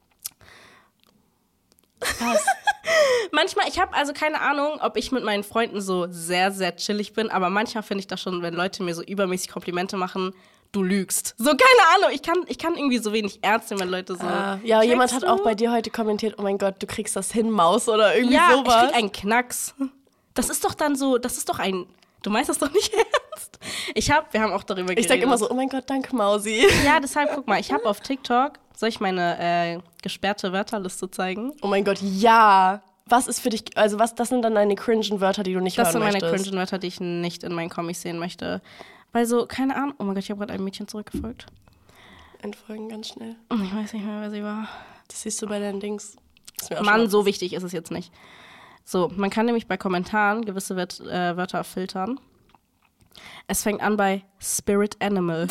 S2: Was?
S1: Manchmal, ich habe also keine Ahnung, ob ich mit meinen Freunden so sehr, sehr chillig bin, aber manchmal finde ich das schon, wenn Leute mir so übermäßig Komplimente machen, du lügst. So, keine Ahnung, ich kann, ich kann irgendwie so wenig ernst nehmen, wenn Leute so...
S2: Ah, ja,
S1: checkst
S2: jemand hat
S1: du?
S2: auch bei dir heute kommentiert, oh mein Gott, du kriegst das hin, Maus, oder irgendwie
S1: Ja,
S2: sowas.
S1: ich krieg einen Knacks. Das ist doch dann so, das ist doch ein... Du meinst das doch nicht ernst? Ich hab, wir haben auch darüber geredet.
S2: ich sag immer so, oh mein Gott, danke, Mausi.
S1: Ja, deshalb, guck mal, ich habe auf TikTok, soll ich meine äh, gesperrte Wörterliste zeigen?
S2: Oh mein Gott, ja. Was ist für dich, also was, das sind dann deine cringen Wörter, die du nicht
S1: Das
S2: hören
S1: sind meine
S2: möchtest?
S1: cringen Wörter, die ich nicht in meinen Comics sehen möchte. Weil so, keine Ahnung, oh mein Gott, ich habe gerade einem Mädchen zurückgefolgt.
S2: Entfolgen ganz schnell.
S1: Ich weiß nicht mehr, wer sie war.
S2: Das siehst du bei deinen Dings. Ist mir auch
S1: Mann,
S2: schon
S1: so wichtig ist es jetzt nicht. So, man kann nämlich bei Kommentaren gewisse Wört, äh, Wörter filtern. Es fängt an bei Spirit Animal.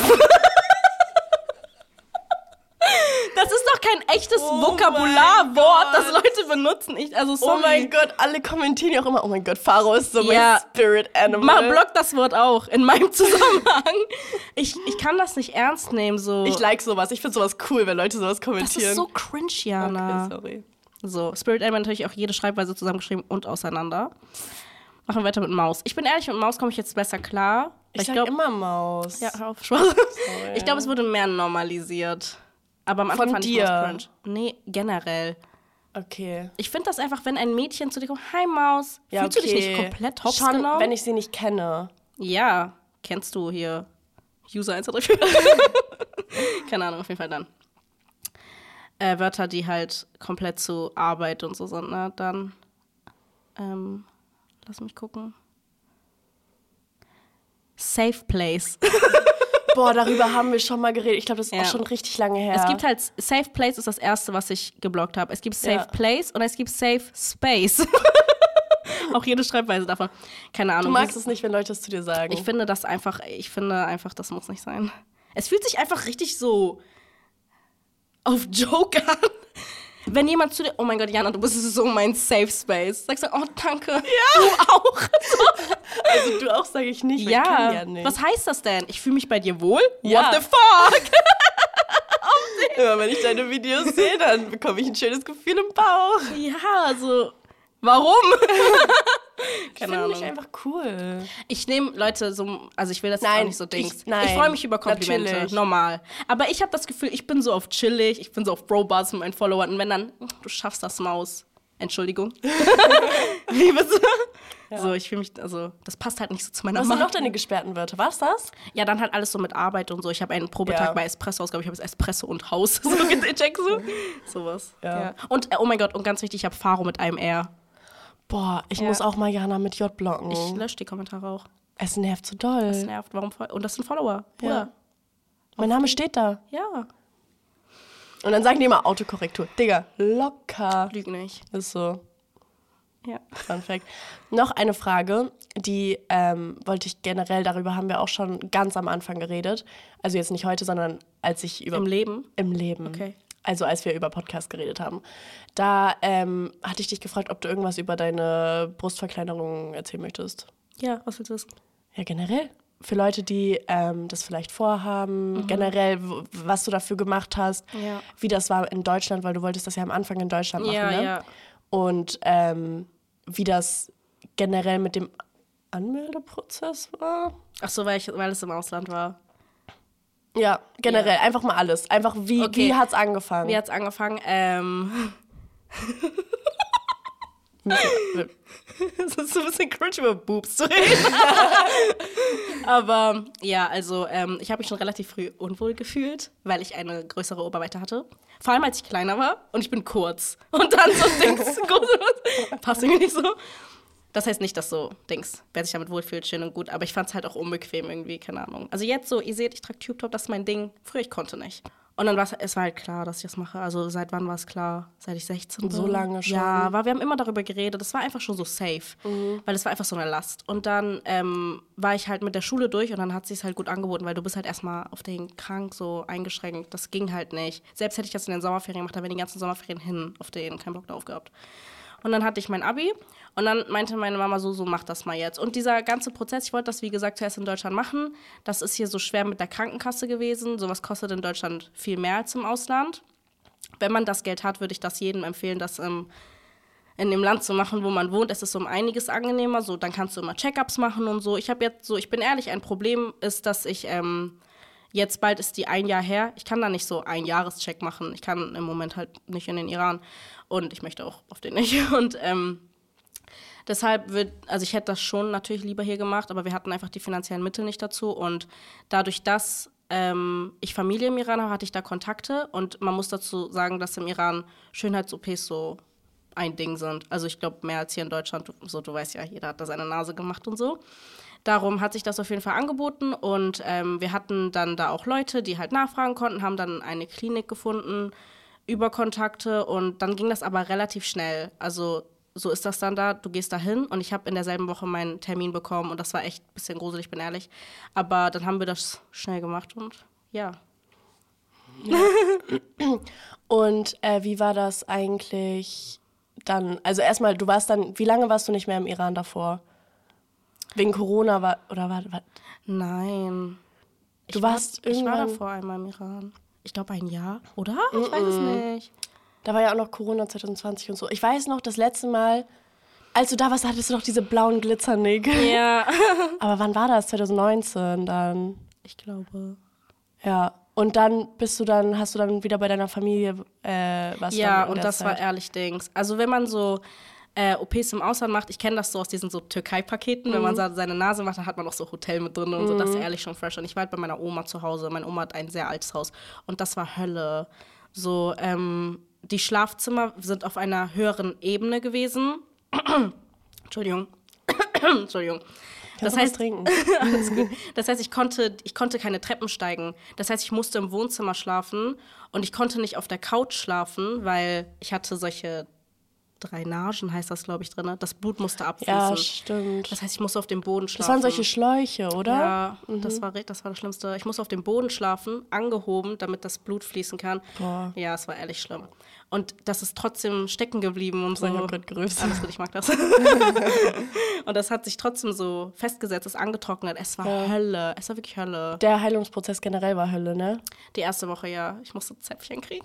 S1: Das ist doch kein echtes
S2: Oh
S1: Vokabularwort,
S2: mein
S1: das
S2: Gott.
S1: Leute benutzen. Ich, also sorry.
S2: Oh mein Gott, alle kommentieren ja auch immer, oh mein Gott, Faro ist so
S1: Ja.
S2: mein Spirit Animal.
S1: Mach, block das Wort auch in meinem Zusammenhang. Ich, ich kann das nicht ernst nehmen. So.
S2: Ich like sowas, ich finde sowas cool, wenn Leute sowas
S1: das
S2: kommentieren.
S1: ist so cringe, Jana.
S2: Okay, sorry.
S1: So, Spirit Animal natürlich auch jede Schreibweise zusammengeschrieben und auseinander. Machen wir weiter mit Maus. Ich bin ehrlich, mit Maus komme ich jetzt besser klar.
S2: Ich,
S1: Ich
S2: sag
S1: glaub-
S2: immer Maus.
S1: Ja, hör auf, Spaß. Ich glaube, es wurde mehr normalisiert. Aber am Anfang
S2: Von
S1: fand ich
S2: dir?
S1: Maus cringe. Nee, generell.
S2: Okay.
S1: Ich finde das einfach, wenn ein Mädchen zu dir kommt, hi Maus,
S2: Ja,
S1: fühlst
S2: okay.
S1: du dich nicht komplett hops
S2: Schon,
S1: genommen?
S2: wenn ich sie nicht kenne.
S1: Ja, kennst du hier User eins, zwei, drei, vier? Keine Ahnung, auf jeden Fall dann. Äh, Wörter, die halt komplett zu Arbeit und so sind, ne? Dann, ähm, lass mich gucken. Safe Place.
S2: Boah, darüber haben wir schon mal geredet. Ich glaube, das ist
S1: Ja.
S2: auch schon richtig lange her.
S1: Es gibt halt, Safe Place ist das erste, was ich geblockt habe. Es gibt Safe
S2: Ja.
S1: Place und es gibt Safe Space. Auch jede Schreibweise davon. Keine Ahnung.
S2: Du magst es nicht, wenn Leute es zu dir sagen.
S1: Ich finde das einfach, ich finde einfach, das muss nicht sein. Es fühlt sich einfach richtig so auf Joke an. Wenn jemand zu dir, oh mein Gott, Jana, du bist so mein Safe Space. Sagst du, oh, danke. Ja. Du auch.
S2: Also du auch, sage ich nicht. weil ich kann ja nicht.
S1: Was heißt das denn? Ich fühle mich bei dir wohl?
S2: Ja.
S1: What the fuck?
S2: Immer wenn ich deine Videos sehe, dann bekomme ich ein schönes Gefühl im Bauch.
S1: Ja, also, warum?
S2: Ich
S1: Keine
S2: finde mich
S1: Ahnung.
S2: einfach cool.
S1: Ich nehme Leute so, also ich will das
S2: Nein,
S1: auch nicht so Dings.
S2: ich- nein,
S1: ich freue mich über Komplimente,
S2: natürlich.
S1: normal. Aber ich habe das Gefühl, ich bin so auf chillig, ich bin so auf Bro-Buzz mit meinen Followern. Und wenn dann, du schaffst das, Maus. Entschuldigung. Wie bist du?
S2: Ja.
S1: So, ich fühle mich, also, das passt halt nicht so zu meiner
S2: Was sind noch
S1: Marke.
S2: deine gesperrten Wörter? War's das?
S1: Ja, dann halt alles so mit Arbeit und so. Ich habe einen Probetag
S2: Ja.
S1: bei Espresso ausgegaben. Ich habe jetzt Espresso und Haus. So, checkst du? Sowas.
S2: Ja.
S1: Ja. Und, äh, oh mein Gott, und ganz wichtig, ich habe Faro mit einem R.
S2: Boah, ich
S1: Ja.
S2: muss auch mal Jana mit J blocken.
S1: Ich lösche die Kommentare auch.
S2: Es nervt so doll.
S1: Das nervt. Warum? voll- Und das sind Follower. Bruder.
S2: Ja. Mein Name steht da.
S1: Ja.
S2: Und dann sagen die immer Autokorrektur. Digga, locker.
S1: Lüg nicht.
S2: Ist so.
S1: Ja.
S2: Fun Fact. Noch eine Frage, die ähm, wollte ich generell, darüber haben wir auch schon ganz am Anfang geredet. Also jetzt nicht heute, sondern als ich über...
S1: Im Leben?
S2: Im Leben.
S1: Okay.
S2: Also als wir über Podcast geredet haben. Da ähm, hatte ich dich gefragt, ob du irgendwas über deine Brustverkleinerung erzählen möchtest.
S1: Ja, was willst du wissen?
S2: Ja, generell. Für Leute, die ähm, das vielleicht vorhaben, generell, w- was du dafür gemacht hast,
S1: Ja.
S2: wie das war in Deutschland, weil du wolltest das ja am Anfang in Deutschland machen,
S1: Ja,
S2: ne?
S1: ja.
S2: Und ähm, wie das generell mit dem Anmeldeprozess war.
S1: Ach so, weil, ich, weil es im Ausland war.
S2: Ja, generell, einfach mal alles. Einfach, wie,
S1: Okay.
S2: wie hat's angefangen?
S1: Wie hat's angefangen? Ähm, es ist so ein bisschen cringe, über Boobs zu reden. Aber ja, also ähm, ich habe mich schon relativ früh unwohl gefühlt, weil ich eine größere Oberweite hatte. Vor allem, als ich kleiner war und ich bin kurz. Und dann so Dings, groß, passt irgendwie nicht so. Das heißt nicht, dass so Dings, wer sich damit wohlfühlt, schön und gut. Aber ich fand es halt auch unbequem irgendwie, keine Ahnung. Also jetzt so, ihr seht, ich trage Tube Top, das ist mein Ding. Früher, ich konnte nicht. Und dann war es, es war halt klar, dass ich das mache. Also seit wann war es klar? Seit ich sechzehn bin.
S2: So lange schon?
S1: Ja, aber wir haben immer darüber geredet. Das war einfach schon so safe. Weil es war einfach so eine Last. Und dann ähm, war ich halt mit der Schule durch und dann hat es sich halt gut angeboten, weil du bist halt erstmal auf den krank so eingeschränkt. Das ging halt nicht. Selbst hätte ich das in den Sommerferien gemacht, da wären die ganzen Sommerferien hin auf den, keinen Bock drauf gehabt. Und dann hatte ich mein Abi und dann meinte meine Mama so, so mach das mal jetzt. Und dieser ganze Prozess, ich wollte das wie gesagt zuerst in Deutschland machen. Das ist hier so schwer mit der Krankenkasse gewesen. Sowas kostet in Deutschland viel mehr als im Ausland. Wenn man das Geld hat, würde ich das jedem empfehlen, das ähm, in dem Land zu machen, wo man wohnt. Es ist um einiges angenehmer. So, dann kannst du immer Check-ups machen und so. Ich habe jetzt so, ich bin ehrlich, ein Problem ist, dass ich ähm, jetzt bald ist die ein Jahr her. Ich kann da nicht so einen Jahrescheck machen. Ich kann im Moment halt nicht in den Iran. Und ich möchte auch auf den nicht. Und ähm, deshalb wird, also ich hätte das schon natürlich lieber hier gemacht, aber wir hatten einfach die finanziellen Mittel nicht dazu. Und dadurch, dass ähm, ich Familie im Iran habe, hatte ich da Kontakte. Und man muss dazu sagen, dass im Iran Schönheits-O Ps so ein Ding sind. Also ich glaube, mehr als hier in Deutschland. Du, so, du weißt ja, jeder hat da seine Nase gemacht und so. Darum hat sich das auf jeden Fall angeboten. Und ähm, wir hatten dann da auch Leute, die halt nachfragen konnten, haben dann eine Klinik gefunden, über Kontakte und dann ging das aber relativ schnell. Also so ist das dann da, du gehst da hin und ich habe in derselben Woche meinen Termin bekommen und das war echt ein bisschen gruselig, bin ehrlich. Aber dann haben wir das schnell gemacht und ja.
S2: Und äh, wie war das eigentlich dann? Also erstmal, du warst dann, wie lange warst du nicht mehr im Iran davor? Wegen Corona war, oder war, war
S1: Nein.
S2: Du
S1: Ich
S2: warst
S1: war, Ich war
S2: irgendwann-
S1: davor einmal im Iran. Ich glaube ein Jahr, oder? Ich weiß es nicht.
S2: Da war ja auch noch Corona zwanzig zwanzig und so. Ich weiß noch, das letzte Mal, als du da warst, hattest du noch diese blauen Glitzernägel.
S1: Ja.
S2: Aber wann war das? zwanzig neunzehn dann?
S1: Ich glaube.
S2: Ja. Und dann bist du dann, hast du dann wieder bei deiner Familie äh, was
S1: Ja,
S2: dann in
S1: und
S2: der
S1: das
S2: Zeit?
S1: war ehrlich Dings. Also wenn man so äh, O Ps im Ausland macht, ich kenne das so aus diesen so Türkei-Paketen, wenn man so seine Nase macht, dann hat man auch so Hotel mit drin und so, das ist ehrlich schon fresh. Und ich war halt bei meiner Oma zu Hause, meine Oma hat ein sehr altes Haus und das war Hölle. So, ähm, die Schlafzimmer sind auf einer höheren Ebene gewesen. Entschuldigung. Entschuldigung. Das heißt,
S2: trinken.
S1: alles gut. Das heißt, ich konnte, ich konnte keine Treppen steigen. Das heißt, ich musste im Wohnzimmer schlafen und ich konnte nicht auf der Couch schlafen, weil ich hatte solche Drainagen, heißt das, glaube ich, drin. Das Blut musste abfließen.
S2: Ja, stimmt.
S1: Das heißt, ich musste auf dem Boden schlafen.
S2: Das waren solche Schläuche, oder?
S1: Ja, mhm. das, war, das war das Schlimmste. Ich musste auf dem Boden schlafen, angehoben, damit das Blut fließen kann.
S2: Boah.
S1: Ja, es war ehrlich schlimm. Und das ist trotzdem stecken geblieben und so.
S2: Ich hab grad gerülpst.
S1: Alles gut, ich mag das. Und das hat sich trotzdem so festgesetzt, ist angetrocknet. Es war
S2: Ja.
S1: Hölle. Es war wirklich Hölle.
S2: Der Heilungsprozess generell war Hölle, ne?
S1: Die erste Woche, ja. Ich musste Zäpfchen kriegen.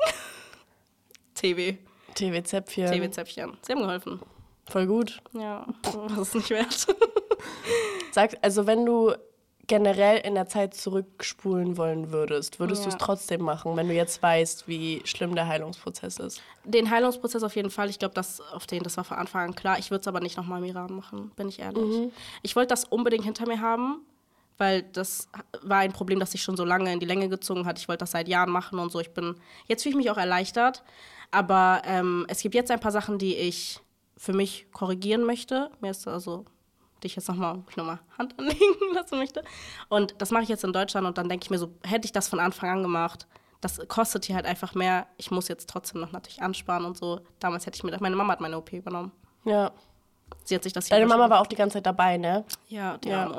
S1: T W.
S2: T W-Zäpfchen.
S1: T W-Zäpfchen. Sie haben geholfen.
S2: Voll gut.
S1: Ja, das ist nicht wert.
S2: Sag, also wenn du generell in der Zeit zurückspulen wollen würdest, würdest
S1: Ja.
S2: du es trotzdem machen, wenn du jetzt weißt, wie schlimm der Heilungsprozess ist?
S1: Den Heilungsprozess auf jeden Fall. Ich glaube, das auf den, das war von Anfang an klar. Ich würde es aber nicht nochmal im Iran machen, bin ich ehrlich.
S2: Mhm.
S1: Ich wollte das unbedingt hinter mir haben, weil das war ein Problem, das sich schon so lange in die Länge gezogen hat. Ich wollte das seit Jahren machen und so. Ich bin, jetzt fühle ich mich auch erleichtert. Aber ähm, es gibt jetzt ein paar Sachen, die ich für mich korrigieren möchte. Mir ist also, die ich jetzt nochmal noch mal Hand anlegen lassen möchte. Und das mache ich jetzt in Deutschland und dann denke ich mir so, hätte ich das von Anfang an gemacht, das kostet hier halt einfach mehr. Ich muss jetzt trotzdem noch natürlich ansparen und so. Damals hätte ich mir, meine Mama hat meine O P übernommen.
S2: Ja.
S1: Sie hat sich das hier
S2: Deine Mama war auch die ganze Zeit dabei, ne?
S1: Ja, die
S2: Ja.
S1: Arme.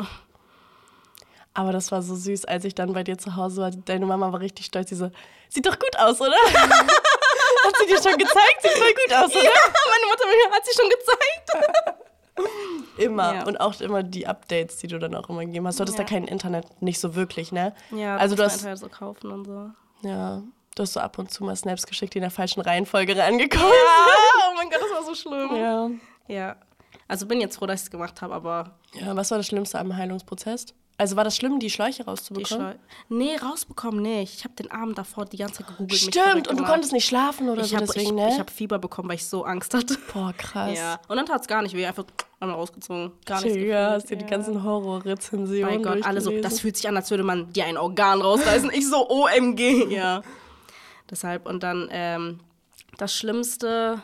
S2: Aber das war so süß, als ich dann bei dir zu Hause war. Deine Mama war richtig stolz. Sie so, sieht doch gut aus, oder? Hat sie dir schon gezeigt? Sieht voll gut aus, oder?
S1: Ja, meine Mutter hat sie schon gezeigt.
S2: Immer.
S1: Ja.
S2: Und auch immer die Updates, die du dann auch immer gegeben hast. Du hattest
S1: Ja.
S2: da kein Internet, nicht so wirklich, ne?
S1: Ja,
S2: also du
S1: muss
S2: hast,
S1: man halt so kaufen und so.
S2: ja, du hast so ab und zu mal Snaps geschickt, die in der falschen Reihenfolge reingekommen
S1: Oh mein Gott, das war so schlimm.
S2: sind. Ja.
S1: Ja. Also bin jetzt froh, dass ich es gemacht habe, aber
S2: Ja, was war das Schlimmste am Heilungsprozess? Also war das schlimm, die Schläuche
S1: die
S2: rauszubekommen?
S1: Schleu... Nee, rausbekommen nicht. Ich habe den Abend davor die ganze Zeit gegoogelt. mich
S2: Stimmt,
S1: verrückt
S2: und du
S1: gemacht.
S2: konntest nicht schlafen oder
S1: Ich
S2: so
S1: habe
S2: deswegen,
S1: ich,
S2: ne?
S1: ich hab Fieber bekommen, weil ich so Angst hatte.
S2: Boah, krass.
S1: Ja. Und dann tat es gar nicht weh, einfach einmal rausgezogen. Gar nichts
S2: Ja,
S1: gefühlt.
S2: hast dir die
S1: Ja.
S2: ganzen Horrorrezensionen
S1: Mein Gott, alle so,
S2: durchgelesen?
S1: das fühlt sich an, als würde man dir ein Organ rausreißen. Ich so, O M G. Ja. Deshalb, und dann ähm, das Schlimmste,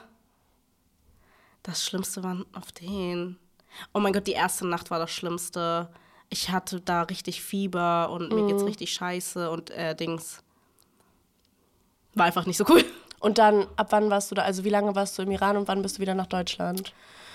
S1: das Schlimmste waren auf den. Oh mein Gott, die erste Nacht war das Schlimmste. Ich hatte da richtig Fieber und mir geht's richtig scheiße und äh, Dings. War einfach nicht so cool.
S2: Und dann, ab wann warst du da? Also wie lange warst du im Iran und wann bist du wieder nach Deutschland?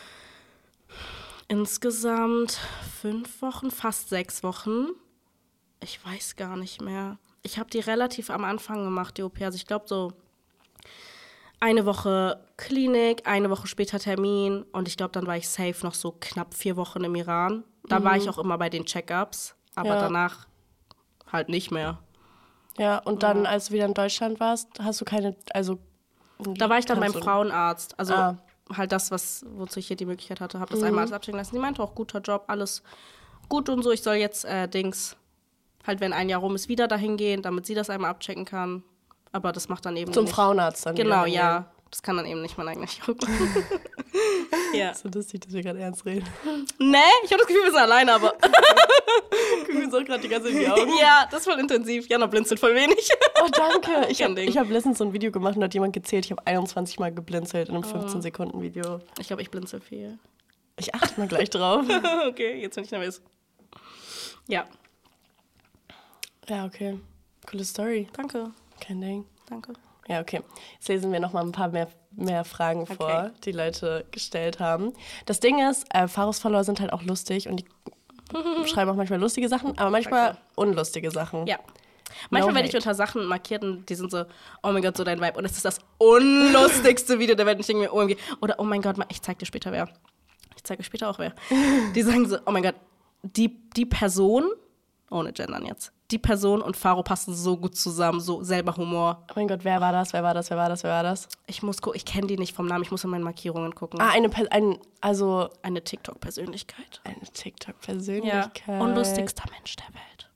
S1: Insgesamt fünf Wochen, fast sechs Wochen. Ich weiß gar nicht mehr. Ich habe die relativ am Anfang gemacht, die O P. Also ich glaube so eine Woche Klinik, eine Woche später Termin. Und ich glaube, dann war ich safe noch so knapp vier Wochen im Iran. Da war ich auch immer bei den Check-ups. Aber
S2: Ja.
S1: danach halt nicht mehr.
S2: Ja, und dann, als du wieder in Deutschland warst, hast du keine, also...
S1: Da war ich dann beim
S2: kannst du-
S1: Frauenarzt. Also
S2: Ah.
S1: halt das, was, wozu ich hier die Möglichkeit hatte. Habe das einmal alles abchecken lassen. Die meinte auch, guter Job, alles gut und so. Ich soll jetzt äh, Dings, halt wenn ein Jahr rum ist, wieder dahin gehen, damit sie das einmal abchecken kann. Aber das macht dann eben
S2: Zum
S1: nicht.
S2: Frauenarzt dann
S1: Genau,
S2: wieder
S1: ja. Das kann dann eben nicht mein eigener Chirurg machen. Ja.
S2: So lustig, dass wir gerade ernst reden.
S1: Nee, ich habe das Gefühl, wir sind alleine, aber
S2: Gucken wir uns auch gerade die ganze Zeit in die Augen.
S1: ja, das ist voll intensiv. Jana blinzelt voll wenig.
S2: Oh, danke. Ich
S1: Kein
S2: habe
S1: Ding.
S2: hab letztens so ein Video gemacht und da hat jemand gezählt. Ich habe einundzwanzig Mal geblinzelt in einem fünfzehn-Sekunden-Video.
S1: Ich glaube, ich blinzel viel.
S2: Ich achte mal gleich drauf.
S1: Okay, jetzt bin ich nervös. Ja,
S2: Ja, okay. Coole Story.
S1: danke,
S2: Kein Ding.
S1: danke.
S2: Ja, okay. Jetzt lesen wir noch mal ein paar mehr, mehr Fragen
S1: Okay.
S2: vor, die Leute gestellt haben. Das Ding ist, äh, Pharos-Follower sind halt auch lustig und die schreiben auch manchmal lustige Sachen, aber manchmal
S1: Okay.
S2: unlustige Sachen.
S1: Ja. Manchmal
S2: No
S1: werde ich
S2: hate.
S1: unter Sachen markiert und die sind so, oh mein Gott, so dein Vibe. Und es ist das unlustigste Video der Welt. Und ich denke mir, O M G. Oder, oh mein Gott, ich zeig dir später wer. Ich zeige dir später auch wer. Die sagen so, oh mein Gott, die, die Person, ohne Gendern jetzt, die Person und Faro passen so gut zusammen, so selber Humor.
S2: Oh mein Gott, wer war das? Wer war das? Wer war das? Wer war das?
S1: Ich muss gucken, ich kenne die nicht vom Namen, ich muss in meinen Markierungen gucken.
S2: Ah, eine, Per- ein, also
S1: Eine TikTok-Persönlichkeit.
S2: eine
S1: Ja.
S2: TikTok-Persönlichkeit.
S1: Unlustigster Mensch der Welt.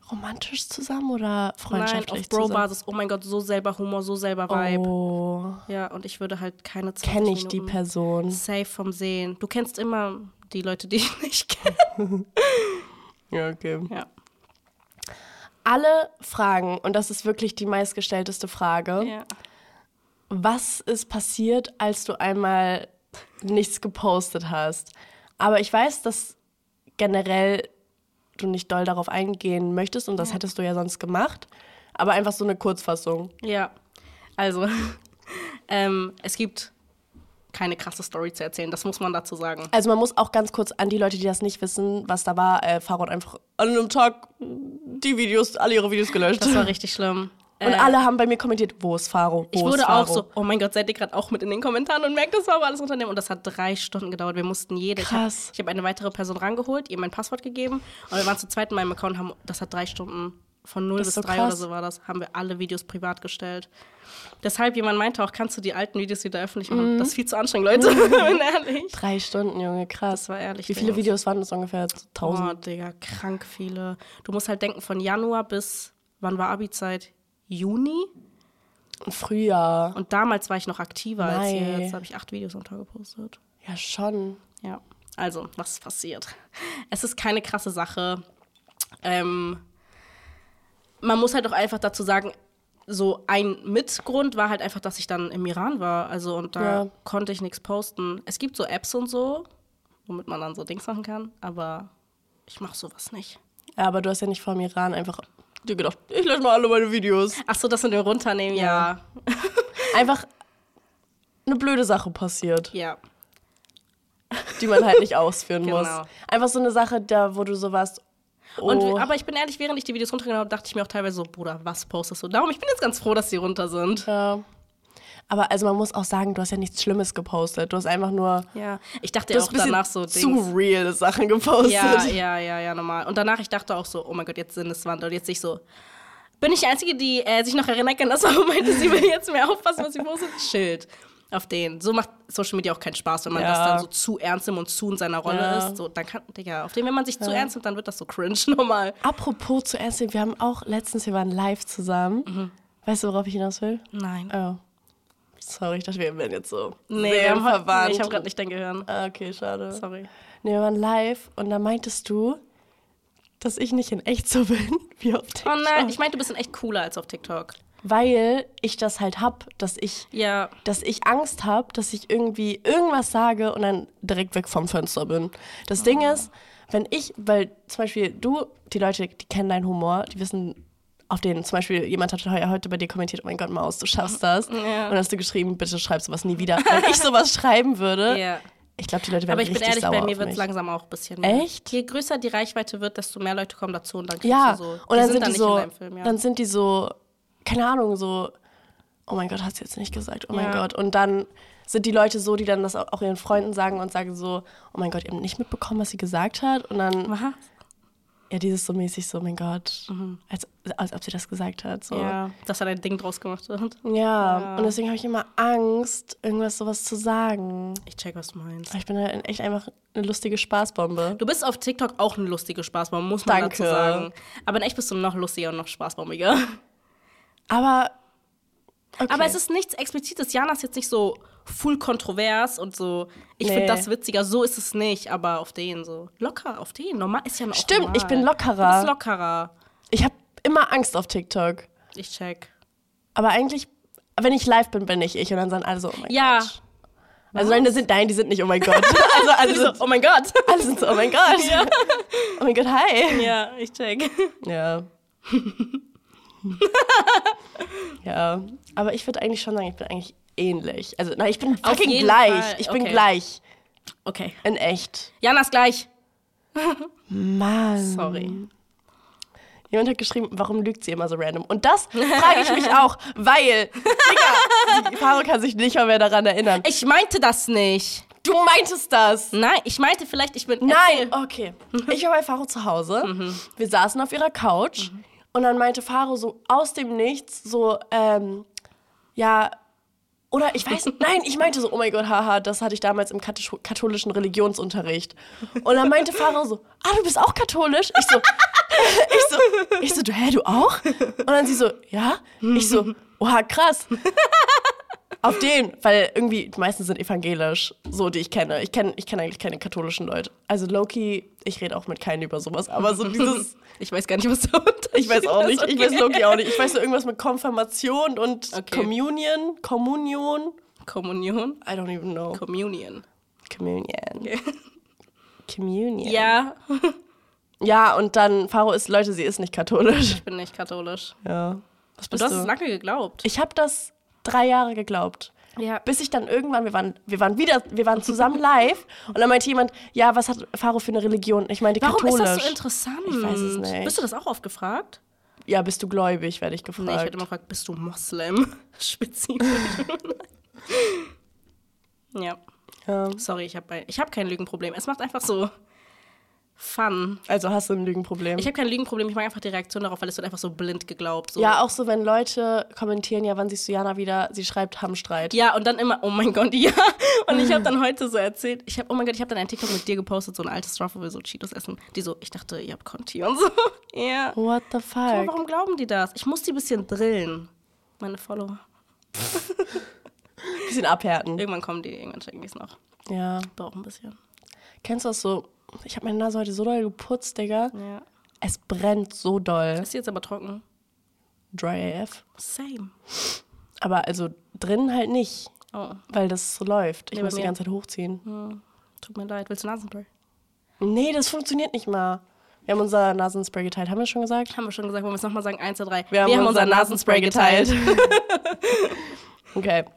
S2: romantisch zusammen oder
S1: Nein,
S2: freundschaftlich
S1: auf Bro-Basis. Oh mein Gott, so selber Humor, so selber Vibe.
S2: Oh.
S1: Ja, und ich würde halt keine zwanzig
S2: Kenne ich die
S1: Minuten
S2: Person.
S1: safe vom Sehen. Du kennst immer die Leute, die ich nicht kenne.
S2: Ja, okay.
S1: Ja.
S2: Alle Fragen, und das ist wirklich die meistgestellteste Frage,
S1: ja.
S2: was ist passiert, als du einmal nichts gepostet hast? Aber ich weiß, dass generell du nicht doll darauf eingehen möchtest und das hättest du ja sonst gemacht. Aber einfach so eine Kurzfassung.
S1: Ja, also ähm, es gibt keine krasse Story zu erzählen, das muss man dazu sagen.
S2: Also man muss auch ganz kurz an die Leute, die das nicht wissen, was da war, äh, Faro hat einfach an einem Tag die Videos, alle ihre Videos gelöscht.
S1: Das war richtig schlimm.
S2: Und äh, alle haben bei mir kommentiert, wo ist Faro, wo
S1: Ich
S2: ist
S1: wurde
S2: Faro?
S1: auch so, oh mein Gott, seid ihr gerade auch mit in den Kommentaren und merkt, das war aber alles Unternehmen. Und das hat drei Stunden gedauert. Wir mussten jede.
S2: Krass.
S1: Ich habe hab eine weitere Person rangeholt, ihr mein Passwort gegeben. Und wir waren zu zweit in meinem Account, haben, das hat drei Stunden, von null bis
S2: so
S1: drei
S2: krass.
S1: oder so war das, haben wir alle Videos privat gestellt. Deshalb, jemand meinte auch, kannst du die alten Videos wieder öffentlich machen? Mhm. Das ist viel zu anstrengend, Leute. Bin ehrlich.
S2: Drei Stunden, Junge, krass.
S1: Das war ehrlich.
S2: Wie viele
S1: Dings.
S2: Videos waren das ungefähr? Tausend?
S1: Oh, Digga, krank viele. Du musst halt denken, von Januar bis, wann war Abi-Zeit? Juni?
S2: Frühjahr.
S1: Und damals war ich noch aktiver als
S2: Nein.
S1: jetzt. Da habe ich acht Videos am Tag gepostet.
S2: Ja, schon.
S1: Ja, also, was ist passiert? Es ist keine krasse Sache. Ähm, man muss halt auch einfach dazu sagen, so ein Mitgrund war halt einfach, dass ich dann im Iran war. Also, und da
S2: Ja.
S1: konnte ich nichts posten. Es gibt so Apps und so, womit man dann so Dings machen kann, aber ich mache sowas nicht.
S2: Ja, aber du hast ja nicht vor dem Iran einfach dir gedacht, ich lösche mal alle meine Videos.
S1: Ach so, das mit dem Runternehmen, ja.
S2: Einfach eine blöde Sache passiert,
S1: Ja.
S2: die man halt nicht ausführen
S1: Genau.
S2: muss. Einfach so eine Sache, da wo du so warst, oh.
S1: Und, aber ich bin ehrlich, während ich die Videos runtergenommen habe, dachte ich mir auch teilweise so, Bruder, was postest du? Darum, ich bin jetzt ganz froh, dass die runter sind.
S2: Ja. Aber also man muss auch sagen, du hast ja nichts Schlimmes gepostet. Du hast einfach nur
S1: Ja, ich dachte
S2: du
S1: ja
S2: hast
S1: auch
S2: ein bisschen
S1: danach so
S2: zu
S1: Dings.
S2: real Sachen gepostet.
S1: Ja, ja, ja, ja, normal. Und danach, ich dachte auch so, oh mein Gott, jetzt Sinneswandel. Und jetzt ich so, bin ich die Einzige, die äh, sich noch erinnern kann, dass Frau meinte, sie will jetzt mehr aufpassen, was sie postet? Schild. Auf den. So macht Social Media auch keinen Spaß, wenn man
S2: Ja.
S1: das dann so zu ernst nimmt und zu in seiner Rolle
S2: Ja.
S1: ist. So, dann kann, Digga, auf den, wenn man sich zu ernst nimmt, dann wird das so cringe normal.
S2: Apropos zuerst, wir haben auch letztens, wir waren live zusammen.
S1: Mhm.
S2: Weißt du, worauf ich hinaus will?
S1: Nein.
S2: Oh. Sorry, ich dachte, wir wären jetzt so
S1: Nee,
S2: sehr
S1: wir haben heute-
S2: verwandt.
S1: nee, ich habe gerade nicht dein Gehirn.
S2: Ah, okay, schade.
S1: Sorry.
S2: Nee, wir waren live und da meintest du, dass ich nicht in echt so bin wie auf TikTok.
S1: Oh nein, ich meinte, du bist echt cooler als auf TikTok.
S2: Weil ich das halt hab, dass ich,
S1: Ja.
S2: dass ich Angst habe, dass ich irgendwie irgendwas sage und dann direkt weg vom Fenster bin. Das Ding ist, wenn ich, weil zum Beispiel du, die Leute, die kennen deinen Humor, die wissen, auf den zum Beispiel, jemand hat heu- heute bei dir kommentiert, oh mein Gott, Maus, du schaffst das.
S1: Ja.
S2: Und dann hast du geschrieben, bitte schreib sowas nie wieder. Wenn ich sowas schreiben würde,
S1: Ja.
S2: ich glaube, die Leute werden
S1: Aber ich bin
S2: richtig
S1: ehrlich,
S2: sauer
S1: bei mir
S2: auf
S1: wird es
S2: mich.
S1: langsam auch ein bisschen mehr.
S2: Echt?
S1: Je größer die Reichweite wird, desto mehr Leute kommen dazu und dann kriegst
S2: Ja,
S1: du so.
S2: und dann sind,
S1: sind
S2: die
S1: dann nicht
S2: so,
S1: in deinem Film, ja.
S2: dann sind die so, keine Ahnung, so, oh mein Gott, hat sie jetzt nicht gesagt, oh mein
S1: Ja.
S2: Gott. Und dann sind die Leute so, die dann das auch ihren Freunden sagen und sagen so, oh mein Gott, ihr habt nicht mitbekommen, was sie gesagt hat. Und dann,
S1: Was?
S2: ja, dieses so mäßig so, oh mein Gott, als, als ob sie das gesagt hat. So.
S1: Ja, dass er ein Ding draus gemacht hat.
S2: Ja,
S1: Ja.
S2: und deswegen habe ich immer Angst, irgendwas sowas zu sagen.
S1: Ich check, was du meinst.
S2: Ich bin halt echt einfach eine lustige Spaßbombe.
S1: Du bist auf TikTok auch eine lustige Spaßbombe, muss man
S2: Danke.
S1: dazu sagen. Aber in echt bist du noch lustiger und noch spaßbombiger.
S2: Aber, okay.
S1: Aber es ist nichts Explizites. Jana ist jetzt nicht so full kontrovers und so, ich
S2: Nee.
S1: finde das witziger. So ist es nicht, aber auf den so. Locker, auf den. Normal ist ja noch
S2: Stimmt,
S1: normal.
S2: ich bin lockerer.
S1: Du bist lockerer.
S2: Ich habe immer Angst auf TikTok.
S1: Ich check.
S2: Aber eigentlich, wenn ich live bin, bin ich ich. Und dann sagen alle so, oh mein
S1: Ja.
S2: Gott. Also nein, die sind, nein, die sind nicht, oh mein Gott. Also alle
S1: So,
S2: sind,
S1: oh mein Gott.
S2: alle sind so, oh mein Gott.
S1: Ja.
S2: Oh mein Gott, hi.
S1: Ja, ich check.
S2: Ja. Ja. Aber ich würde eigentlich schon sagen, ich bin eigentlich ähnlich. Also nein, ich bin
S1: Auf
S2: fucking
S1: jeden
S2: gleich.
S1: Fall.
S2: Ich bin
S1: Okay.
S2: gleich.
S1: Okay.
S2: In echt.
S1: Jana ist gleich.
S2: Mann.
S1: Sorry.
S2: Jemand hat geschrieben, warum lügt sie immer so random? Und das frage ich mich auch, weil, Digga, die Faro kann sich nicht mal mehr daran erinnern.
S1: Ich meinte das nicht.
S2: Du meintest das.
S1: Nein, ich meinte vielleicht, ich bin...
S2: Nein,
S1: Erzähl.
S2: okay. Ich war bei Faro zu Hause. Wir saßen auf ihrer Couch. Und dann meinte Faro so aus dem Nichts so, ähm, ja, Oder ich weiß, nein, ich meinte so, oh mein Gott, haha, das hatte ich damals im katholisch- katholischen Religionsunterricht. Und dann meinte Pharao so, ah, du bist auch katholisch? Ich so, ich so, ich so, du, hä, du auch? Und dann sie so, ja? Ich so, oha, krass. Auf den, weil irgendwie die meisten sind evangelisch, so die ich kenne. Ich kenne ich kenn eigentlich keine katholischen Leute. Also Loki, ich rede auch mit keinem über sowas, aber so dieses...
S1: Ich weiß gar nicht, was da Unterschied
S2: Ich weiß auch nicht,
S1: ist.
S2: ich weiß Loki auch nicht. Ich weiß so irgendwas mit Konfirmation und
S1: Okay.
S2: Communion, Kommunion.
S1: Kommunion?
S2: I don't even know.
S1: Communion.
S2: Communion.
S1: Okay.
S2: Communion.
S1: Ja,
S2: Ja, und dann, Pharao ist, Leute, sie ist nicht katholisch.
S1: ich bin nicht katholisch.
S2: Ja. Was
S1: Und
S2: bist
S1: du hast
S2: du?
S1: es lange geglaubt.
S2: Ich habe das drei Jahre geglaubt.
S1: Ja.
S2: Bis ich dann irgendwann, wir waren, wir waren wieder, wir waren zusammen live und dann meinte jemand, ja, was hat Pharao für eine Religion? Ich meinte
S1: Warum
S2: katholisch.
S1: ist das so interessant?
S2: Ich weiß es nicht.
S1: Bist du das auch oft gefragt?
S2: Ja, bist du gläubig, werde ich
S1: Nee, ich
S2: gefragt.
S1: werde immer gefragt, bist du Moslem? Spezifisch. Ja,
S2: ja.
S1: sorry, ich habe ich hab kein Lügenproblem. Es macht einfach so Fun.
S2: Also hast du ein Lügenproblem.
S1: Ich habe kein Lügenproblem, ich mag einfach die Reaktion darauf, weil es wird einfach so blind geglaubt. So.
S2: Ja, auch so, wenn Leute kommentieren, ja, wann siehst du Jana wieder? Sie schreibt, haben Streit.
S1: Ja, und dann immer, oh mein Gott, ja. Und ich habe dann heute so erzählt, ich habe, oh mein Gott, ich habe dann ein TikTok mit dir gepostet, so ein altes drauf, wo wir so Cheetos essen. Die so, ich dachte, ihr habt Conti und so. Ja.
S2: What the
S1: Aber
S2: fuck?
S1: warum glauben die das? Ich muss die ein bisschen drillen, meine Follower.
S2: Bisschen abhärten.
S1: Irgendwann kommen die, irgendwann checken die es noch.
S2: Ja.
S1: Braucht ein bisschen.
S2: Kennst du das so? Ich habe meine Nase heute so doll geputzt, Digga.
S1: Ja.
S2: Es brennt so doll.
S1: Ist die jetzt aber trocken?
S2: Dry A F.
S1: Same.
S2: Aber also drin halt nicht,
S1: Oh,
S2: weil das so läuft. Ich
S1: Nee, bei
S2: muss die
S1: mir.
S2: ganze Zeit hochziehen.
S1: hm. Tut mir leid. Willst du Nasenspray?
S2: Nee, das funktioniert nicht mal. Wir haben unser Nasenspray geteilt, haben wir das schon gesagt?
S1: Haben wir schon gesagt, wollen wir es nochmal sagen? Eins, zwei, drei.
S2: Wir haben, unser Nasenspray geteilt. Okay.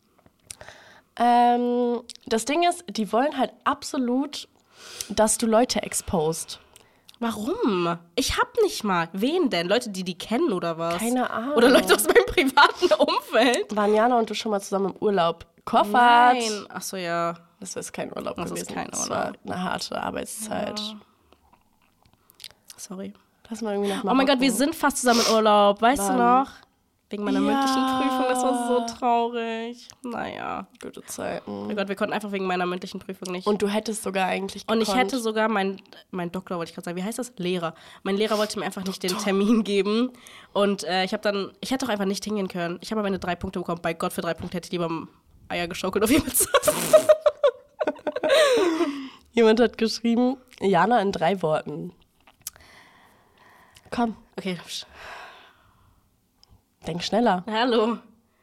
S2: Ähm, das Ding ist, die wollen halt absolut, dass du Leute expost.
S1: Warum? Ich hab nicht mal. Wen denn? Leute, die die kennen oder was?
S2: Keine Ahnung.
S1: Oder Leute aus meinem privaten Umfeld?
S2: Waren Jana und du schon mal zusammen im Urlaub? Koffert.
S1: Nein. Ach so, ja.
S2: Das ist kein Urlaub
S1: Das ist
S2: gewesen.
S1: kein
S2: Das war
S1: Urlaub.
S2: eine harte Arbeitszeit.
S1: Ja. Sorry.
S2: Lass mal irgendwie nach
S1: Oh mein Gott, wir sind fast zusammen in Urlaub. Weißt
S2: Wann?
S1: du noch? Wegen meiner
S2: Ja.
S1: mündlichen Prüfung. Das war so traurig. Naja.
S2: Gute Zeiten.
S1: Oh mein Gott, wir konnten einfach wegen meiner mündlichen Prüfung nicht.
S2: Und du hättest sogar eigentlich
S1: Und
S2: gekonnt.
S1: ich hätte sogar, mein, mein Doktor, wollte ich gerade sagen, wie heißt das? Lehrer. Mein Lehrer wollte mir einfach nicht den Termin geben. Und äh, ich habe dann, ich hätte auch einfach nicht hingehen können. Ich habe aber meine drei Punkte bekommen. Bei Gott, für drei Punkte hätte ich lieber Eier geschaukelt auf jeden Fall.
S2: Jemand hat geschrieben, Jana in drei Worten. Komm,
S1: Okay.
S2: denk schneller.
S1: Hallo.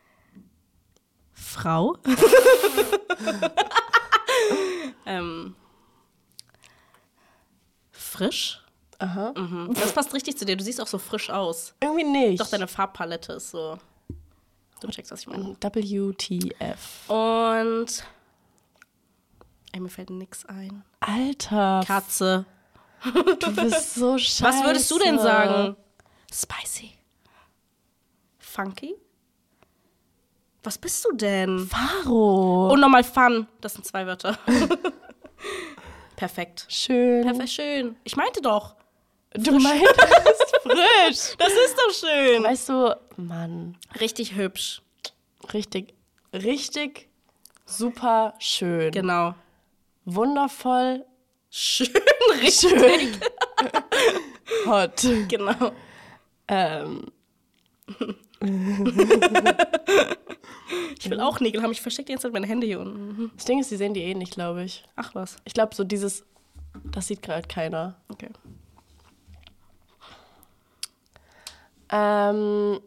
S1: Frau? ähm, frisch?
S2: Aha.
S1: Mhm. Das passt richtig zu dir. Du siehst auch so frisch aus.
S2: Irgendwie nicht.
S1: Doch, deine Farbpalette ist so. Du checkst, was ich meine.
S2: W T F.
S1: Und. Ey, mir fällt nix ein.
S2: Alter,
S1: Katze.
S2: du bist so scheiße.
S1: Was würdest du denn sagen? Spicy. Funky? Was bist du denn?
S2: Pharao.
S1: Und nochmal Fun. Das sind zwei Wörter. Perfekt.
S2: Schön.
S1: Perfekt, schön. Ich meinte doch.
S2: Du meintest frisch.
S1: Das ist doch schön.
S2: Weißt du, Mann,
S1: Richtig hübsch.
S2: richtig, richtig super schön.
S1: Genau.
S2: Wundervoll,
S1: Schön, richtig.
S2: schön. Hot.
S1: Genau.
S2: Ähm,
S1: Ich will auch Nägel haben. Ich verstecke die ganze Zeit meine Hände hier unten.
S2: das Ding ist, die sehen die eh nicht, glaube ich.
S1: Ach was.
S2: Ich glaube, so dieses, das sieht gerade keiner.
S1: Okay.
S2: Ähm,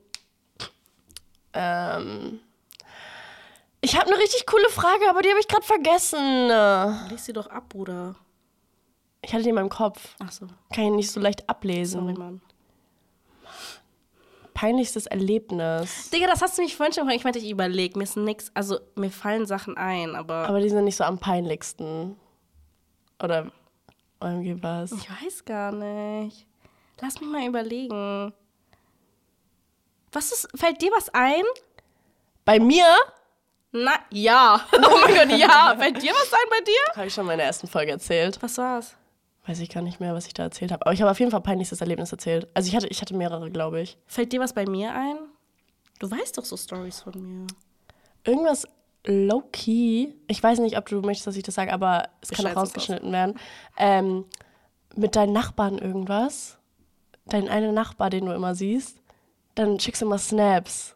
S2: ähm, ich habe eine richtig coole Frage, aber die habe ich gerade vergessen.
S1: Lies sie doch ab, Bruder.
S2: Ich hatte die in meinem Kopf.
S1: Ach so.
S2: Kann ich nicht so leicht ablesen.
S1: Sorry, Mann.
S2: Peinlichstes Erlebnis.
S1: Digga, das hast du mich vorhin schon gefragt. Ich meinte, ich überlege. Mir ist nix, also mir fallen Sachen ein, aber,
S2: Aber die sind nicht so am peinlichsten. Oder irgendwie was.
S1: ich weiß gar nicht. Lass mich mal überlegen. Was ist, fällt dir was ein?
S2: Bei mir
S1: Na, ja. Oh mein Gott, ja. Fällt dir was ein bei dir?
S2: habe ich schon in meiner ersten Folge erzählt.
S1: Was war's?
S2: Weiß ich gar nicht mehr, was ich da erzählt habe. Aber ich habe auf jeden Fall peinlichstes Erlebnis erzählt. Also ich hatte, ich hatte mehrere, glaube ich.
S1: Fällt dir was bei mir ein? Du weißt doch so Stories von mir.
S2: irgendwas low-key, ich weiß nicht, ob du möchtest, dass ich das sage, aber es
S1: Wir
S2: kann auch
S1: schneiden es
S2: rausgeschnitten werden, ähm, mit deinen Nachbarn irgendwas, dein einen Nachbar, den du immer siehst, dann schickst du immer Snaps.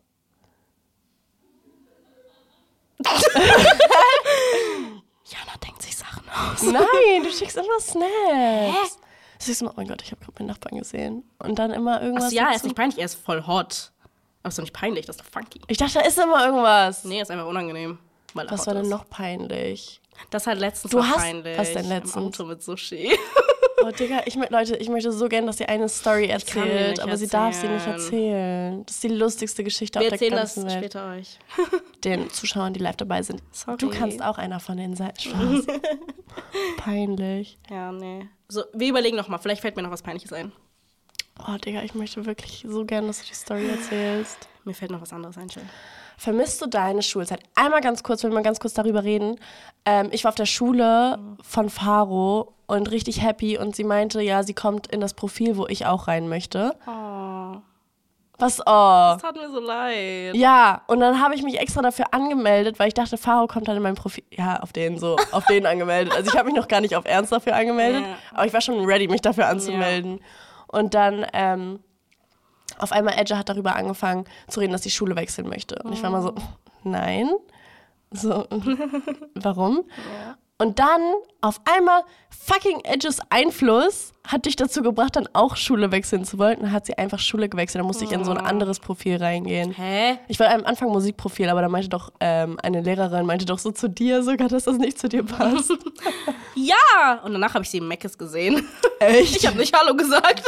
S1: Jana denkt sich Sachen aus.
S2: Nein, du schickst immer Snaps. Du siehst immer, oh mein Gott, ich habe gerade meinen Nachbarn gesehen. Und dann immer irgendwas.
S1: Achso, ja, er ist
S2: dazu.
S1: nicht peinlich, er ist voll hot. Aber ist doch nicht peinlich, das ist doch funky.
S2: Ich dachte, da ist immer irgendwas.
S1: Nee, ist einfach unangenehm. Weil er
S2: Was
S1: hot
S2: war denn
S1: ist.
S2: noch peinlich?
S1: Das hat letztens
S2: Du
S1: war
S2: hast-
S1: peinlich.
S2: was denn
S1: Im
S2: letztens?
S1: Auto mit Sushi.
S2: Oh, Digga, ich, mö- Leute, ich möchte so gerne, dass sie eine Story
S1: kann die
S2: erzählt,
S1: nicht
S2: aber sie darf sie nicht
S1: erzählen.
S2: erzählen. Das ist die lustigste Geschichte
S1: Wir
S2: auf der
S1: erzählen das
S2: ganzen Welt.
S1: später euch.
S2: Den Zuschauern, die live dabei sind.
S1: Sorry.
S2: Du kannst auch einer von denen sein. Spaß. Peinlich.
S1: Ja, nee. So, wir überlegen nochmal, vielleicht fällt mir noch was Peinliches ein.
S2: Oh, Digga, ich möchte wirklich so gerne, dass du die Story erzählst.
S1: Mir fällt noch was anderes ein, schön.
S2: Vermisst du deine Schulzeit? Einmal ganz kurz, wenn wir mal ganz kurz darüber reden. Ähm, ich war auf der Schule von Faro und richtig happy und sie meinte, ja, sie kommt in das Profil, wo ich auch rein möchte.
S1: Oh,
S2: Was, oh.
S1: das tat mir so leid.
S2: Ja, und dann habe ich mich extra dafür angemeldet, weil ich dachte, Faro kommt dann in mein Profil. Ja, auf den so, auf den angemeldet. Also ich habe mich noch gar nicht auf Ernst dafür angemeldet,
S1: Ja.
S2: aber ich war schon ready, mich dafür anzumelden. Und dann, ähm, auf einmal Edge hat darüber angefangen zu reden, dass die Schule wechseln möchte. Und ich war mal so, nein. So, warum?
S1: Ja.
S2: Und dann auf einmal fucking Edges Einfluss hat dich dazu gebracht, dann auch Schule wechseln zu wollen. Dann hat sie einfach Schule gewechselt. Dann musste ich in so ein anderes Profil reingehen.
S1: Hä?
S2: Ich war am Anfang Musikprofil, aber da meinte doch ähm, eine Lehrerin, meinte doch so zu dir sogar, dass das nicht zu dir passt.
S1: Ja! Und danach habe ich sie im Meckes gesehen.
S2: Echt?
S1: Ich habe nicht Hallo gesagt.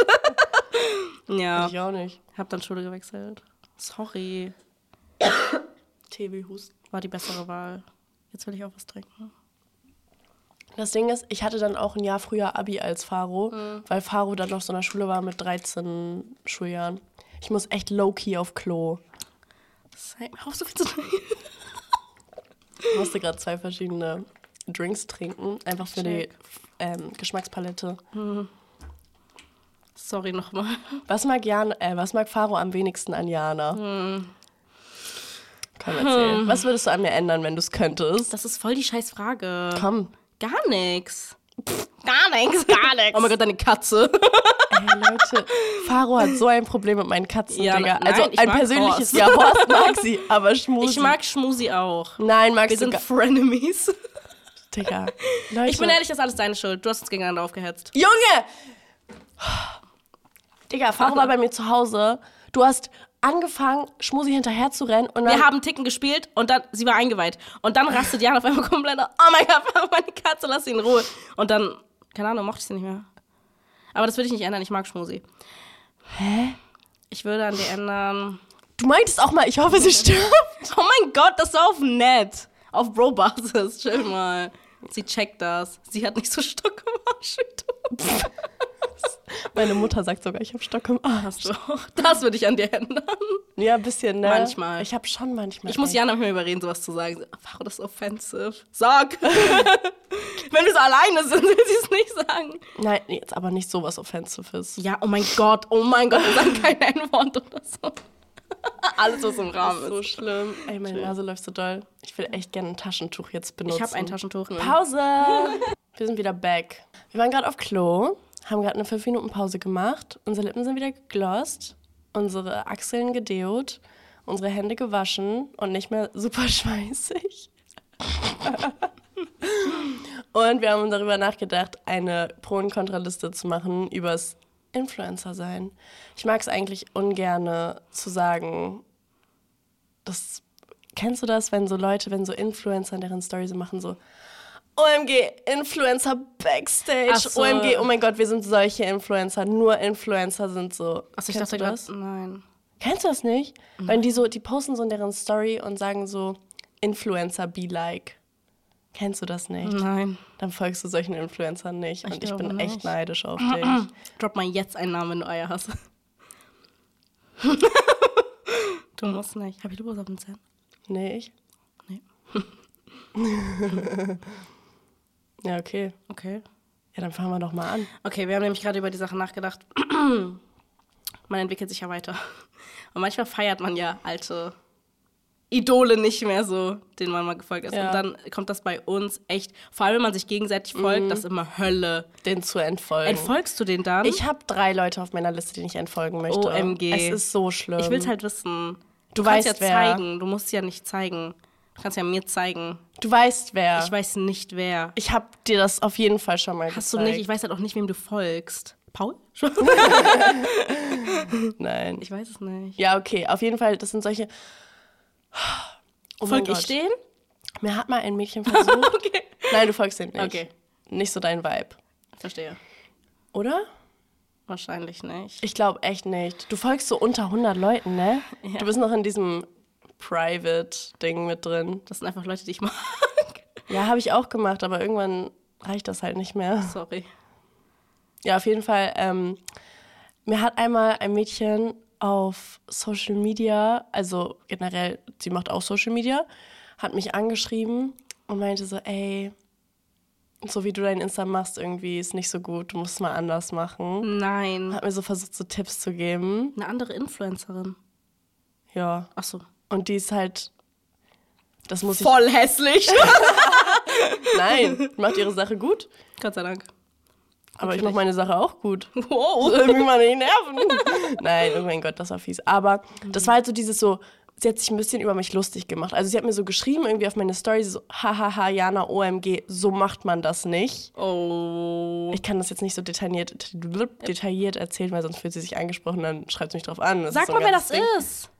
S1: Ja,
S2: Ich auch nicht.
S1: hab dann Schule gewechselt. Sorry.
S2: Tee wie Husten.
S1: War die bessere Wahl. Jetzt will ich auch was trinken.
S2: Das Ding ist, ich hatte dann auch ein Jahr früher Abi als Faro,
S1: Mhm.
S2: weil Faro dann auf so einer Schule war mit dreizehn Schuljahren. Ich muss echt low-key auf Klo.
S1: Sei mir auf, so viel zu trinken.
S2: Ich musste gerade zwei verschiedene Drinks trinken, einfach für
S1: Check.
S2: die ähm, Geschmackspalette.
S1: Sorry nochmal.
S2: Was mag, Jan, äh, was mag Faro am wenigsten an Jana?
S1: Hm.
S2: Komm, erzähl. Was würdest du an mir ändern, wenn du es könntest?
S1: Das ist voll die scheiß Frage.
S2: Komm.
S1: Gar nix. Gar nix, gar nix. Oh mein Gott, deine Katze.
S2: Ey, Leute, Faro hat so ein Problem mit meinen Katzen,
S1: Ja,
S2: Digga.
S1: nein,
S2: Also
S1: ich
S2: ein
S1: mag
S2: persönliches,
S1: Horst.
S2: ja, Horst mag sie, aber Schmusi.
S1: Ich mag Schmusi auch.
S2: Nein, magst
S1: Wir
S2: du
S1: sind
S2: gar...
S1: Frenemies.
S2: Digga. Leute.
S1: Ich bin ehrlich, das ist alles deine Schuld. Du hast uns gegeneinander aufgehetzt.
S2: Junge! Digga, Faro war bei mir zu Hause. Du hast angefangen, Schmusi hinterher zu rennen und dann...
S1: Wir haben Ticken gespielt und dann, sie war eingeweiht. Und dann rastet Jan auf einmal komplett, oh mein Gott, meine Katze, lass sie in Ruhe. Und dann, keine Ahnung, mochte ich sie nicht mehr. Aber das würde ich nicht ändern, ich mag Schmusi.
S2: Hä?
S1: Ich würde an dir ändern...
S2: Du meintest auch mal, ich hoffe, sie stirbt.
S1: Oh mein Gott, das war auf nett. Auf Bro-Basis, chill mal. Sie checkt das. Sie hat nicht so Stock im Arsch wie du.
S2: Meine Mutter sagt sogar, ich habe Stock im Arsch.
S1: Hast du auch. Das würde ich an dir ändern.
S2: Ja, ein bisschen, ne?
S1: Manchmal.
S2: Ich habe schon manchmal.
S1: Ich muss
S2: echt.
S1: Jana manchmal überreden, sowas zu sagen. Warum das ist offensive? Sag! Wenn wir so alleine sind, will sie es nicht sagen.
S2: Nein, jetzt aber nicht sowas Offensives.
S1: Ja, oh mein Gott, oh mein Gott, wir sagen kein N-Wort oder so. Alles, was im Rahmen
S2: So
S1: ist.
S2: schlimm. Ey, meine Nase läuft so doll. Ich will echt gerne ein Taschentuch jetzt benutzen.
S1: Ich habe ein Taschentuch. Ne?
S2: Pause! Wir sind wieder back. Wir waren gerade auf Klo, haben gerade eine fünf Minuten Pause gemacht. Unsere Lippen sind wieder geglost, unsere Achseln gedeot, unsere Hände gewaschen und nicht mehr super schweißig. Und wir haben darüber nachgedacht, eine Pro- und Kontraliste zu machen übers Influencer sein. Ich mag es eigentlich ungerne zu sagen, das, kennst du das, wenn so Leute, wenn so Influencer in deren Story so machen, so O M G, Influencer Backstage,
S1: Ach so.
S2: O M G, oh mein Gott, wir sind solche Influencer, nur Influencer sind so.
S1: Achso, ich
S2: Kennst
S1: dachte
S2: du
S1: gerade,
S2: das?
S1: nein.
S2: Kennst du das nicht? Wenn die so, die posten so in deren Story und sagen so, Influencer be like. Kennst du das nicht?
S1: Nein.
S2: Dann folgst du solchen Influencern nicht.
S1: Ich
S2: Und ich
S1: glaube
S2: bin
S1: nicht.
S2: echt neidisch auf dich.
S1: Drop mal jetzt einen Namen, wenn du Eier hast. Du musst nicht. Hab ich Lupus auf dem Zahn?
S2: Nee, ich?
S1: Nee.
S2: Ja, okay.
S1: Okay.
S2: Ja, dann fangen wir doch mal an.
S1: Okay, wir haben nämlich gerade über die Sache nachgedacht. Man entwickelt sich ja weiter. Und manchmal feiert man ja alte Idole nicht mehr so, denen man mal gefolgt ist.
S2: Ja.
S1: Und dann kommt das bei uns echt, vor allem wenn man sich gegenseitig folgt,
S2: Mhm.
S1: das ist immer Hölle.
S2: Den zu entfolgen.
S1: Entfolgst du den dann?
S2: Ich habe drei Leute auf meiner Liste, denen ich entfolgen möchte.
S1: O M G.
S2: Es ist so schlimm.
S1: Ich will's halt wissen.
S2: Du
S1: kannst
S2: weißt,
S1: ja
S2: wer.
S1: zeigen, du musst ja nicht zeigen. Du kannst ja mir zeigen.
S2: Du weißt, wer.
S1: Ich weiß nicht, wer.
S2: Ich habe dir das auf jeden Fall schon mal
S1: Hast
S2: gezeigt.
S1: du nicht? Ich weiß halt auch nicht, wem du folgst. Paul?
S2: Nein.
S1: Ich weiß es nicht.
S2: Ja, okay. Auf jeden Fall, das sind solche... Oh mein
S1: Folg ich
S2: Gott.
S1: den?
S2: Mir hat mal ein Mädchen versucht...
S1: Okay.
S2: Nein, du folgst dem nicht.
S1: Okay.
S2: Nicht so dein Vibe.
S1: Verstehe.
S2: Oder?
S1: Wahrscheinlich nicht.
S2: Ich glaube echt nicht. Du folgst so unter hundert Leuten, ne?
S1: Ja.
S2: Du bist noch in diesem Private-Ding mit drin.
S1: Das sind einfach Leute, die ich mag.
S2: Ja, habe ich auch gemacht, aber irgendwann reicht das halt nicht mehr.
S1: Sorry.
S2: Ja, auf jeden Fall. Ähm, mir hat einmal ein Mädchen auf Social Media, also generell, sie macht auch Social Media, hat mich angeschrieben und meinte so, ey, so wie du dein Insta machst irgendwie, ist nicht so gut, du musst es mal anders machen.
S1: Nein.
S2: Hat mir so versucht, so Tipps zu geben.
S1: Eine andere Influencerin.
S2: Ja.
S1: Ach so.
S2: Und die ist halt, das muss
S1: Voll hässlich.
S2: ich, nein, macht ihre Sache gut,
S1: Gott sei Dank.
S2: aber ich
S1: für
S2: mache
S1: dich.
S2: meine Sache auch gut.
S1: Wow.
S2: Irgendwie mal nicht nerven. Nein, oh mein Gott, das war fies. Aber das war halt so dieses so, sie hat sich ein bisschen über mich lustig gemacht. Also sie hat mir so geschrieben, irgendwie auf meine Story, so, hahaha, Jana, O M G, so macht man das nicht.
S1: Oh.
S2: Ich kann das jetzt nicht so detailliert, detailliert erzählen, weil sonst fühlt sie sich angesprochen, dann schreibt sie mich drauf an. Das
S1: Sag
S2: ist so ein
S1: mal, wer das
S2: ganzes Ding.
S1: ist.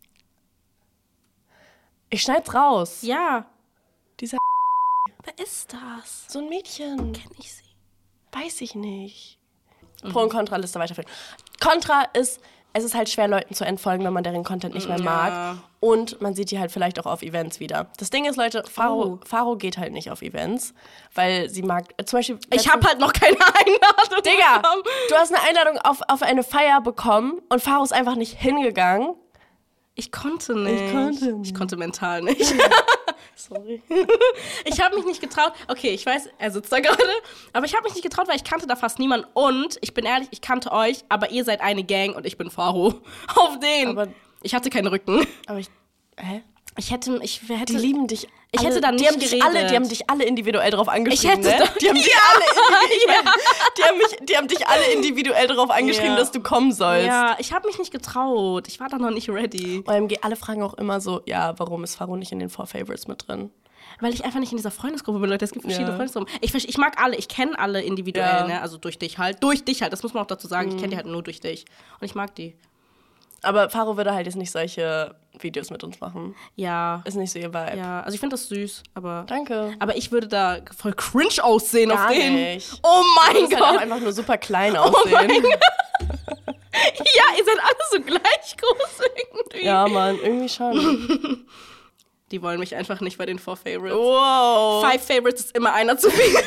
S2: Ich schneid's raus.
S1: Ja.
S2: Dieser
S1: Wer ist das?
S2: so ein Mädchen.
S1: Kenn ich sie?
S2: Weiß ich nicht. Pro- und Kontraliste weiterführen. Kontra ist, es ist halt schwer, Leuten zu entfolgen, wenn man deren Content nicht mehr
S1: Ja.
S2: mag. Und man sieht die halt vielleicht auch auf Events wieder. Das Ding ist, Leute, Faro,
S1: Oh.
S2: Faro geht halt nicht auf Events, weil sie mag, äh, zum Beispiel...
S1: Ich habe halt noch keine Einladung
S2: Digga,
S1: bekommen.
S2: du hast eine Einladung auf, auf eine Feier bekommen und Faro ist einfach nicht hingegangen.
S1: Ich konnte nicht.
S2: Ich konnte nicht.
S1: Ich konnte mental nicht. Sorry. Ich habe mich nicht getraut. Okay, ich weiß, er sitzt da gerade. Aber ich habe mich nicht getraut, weil ich kannte da fast niemanden. Und ich bin ehrlich, ich kannte euch, aber ihr seid eine Gang und ich bin Faro. Auf den.
S2: Aber-
S1: ich hatte keinen Rücken.
S2: Aber ich... Hä?
S1: Ich hätte, ich hätte...
S2: Die lieben dich.
S1: Ich
S2: alle,
S1: hätte dann
S2: die
S1: nicht
S2: haben dich
S1: geredet.
S2: alle, Die haben dich alle individuell drauf angeschrieben,
S1: hätte
S2: ne?
S1: doch-
S2: Die haben dich
S1: Ja,
S2: alle individuell, die, haben mich, die haben dich alle individuell darauf angeschrieben,
S1: Ja.
S2: dass du kommen sollst.
S1: Ja, ich habe mich nicht getraut. Ich war da noch nicht ready.
S2: O M G, alle fragen auch immer so, ja, warum ist Faro nicht in den Four Favorites mit drin?
S1: Weil ich einfach nicht in dieser Freundesgruppe bin, Leute. Es gibt verschiedene
S2: Ja.
S1: Freundesgruppen. Ich, verste- ich mag alle, ich kenne alle individuell,
S2: Ja.
S1: ne? Also durch dich halt. Durch dich halt, das muss man auch dazu sagen. Ich kenne die halt nur durch dich. Und ich mag die.
S2: Aber Faro würde halt jetzt nicht solche Videos mit uns machen.
S1: Ja.
S2: Ist nicht so ihr Vibe.
S1: Ja, also ich finde das süß, aber.
S2: Danke.
S1: Aber ich würde da voll cringe aussehen
S2: Gar
S1: auf den.
S2: nicht.
S1: Oh
S2: Du
S1: mein
S2: musst halt auch
S1: Gott.
S2: einfach nur super klein
S1: Oh mein
S2: aussehen.
S1: Gott. Ja, ihr seid alle so gleich groß irgendwie.
S2: Ja, Mann, irgendwie schon.
S1: Die wollen mich einfach nicht bei den Four Favorites.
S2: Wow.
S1: Five Favorites ist immer einer zu viel.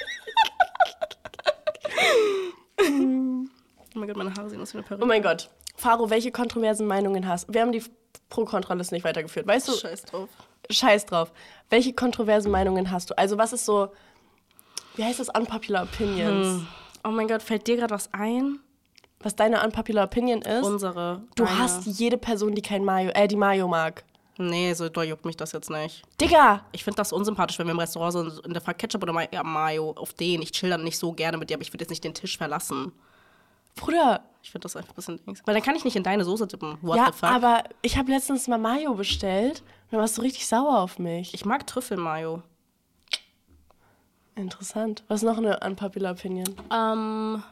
S1: Oh mein Gott, meine Haare sehen aus wie eine Perücke.
S2: Oh mein Gott. Faro, welche kontroversen Meinungen hast du? Wir haben die Pro-Kontra-Liste nicht weitergeführt. Weißt du,
S1: Scheiß drauf.
S2: scheiß drauf. Welche kontroversen Meinungen hast du? Also was ist so, wie heißt das, Unpopular Opinions?
S1: Hm. Oh mein Gott, fällt dir gerade was ein?
S2: Was deine Unpopular Opinion ist?
S1: Unsere.
S2: du
S1: deine.
S2: hast jede Person, die kein Mayo, äh, die Mayo mag.
S1: Nee, so doll juckt mich das jetzt nicht.
S2: Digga!
S1: Ich finde das unsympathisch, wenn wir im Restaurant sind und der fragt Ketchup oder Ma- ja, Mayo auf den. Ich chill dann nicht so gerne mit dir, aber ich würde jetzt nicht den Tisch verlassen.
S2: Bruder,
S1: Ich finde das einfach ein bisschen Dings. Weil dann kann ich nicht in deine Soße tippen. What
S2: ja,
S1: the fuck?
S2: aber ich habe letztens mal Mayo bestellt und dann warst du richtig sauer auf mich.
S1: Ich mag Trüffelmayo.
S2: Interessant. Was ist noch eine Unpopular Opinion?
S1: Ähm.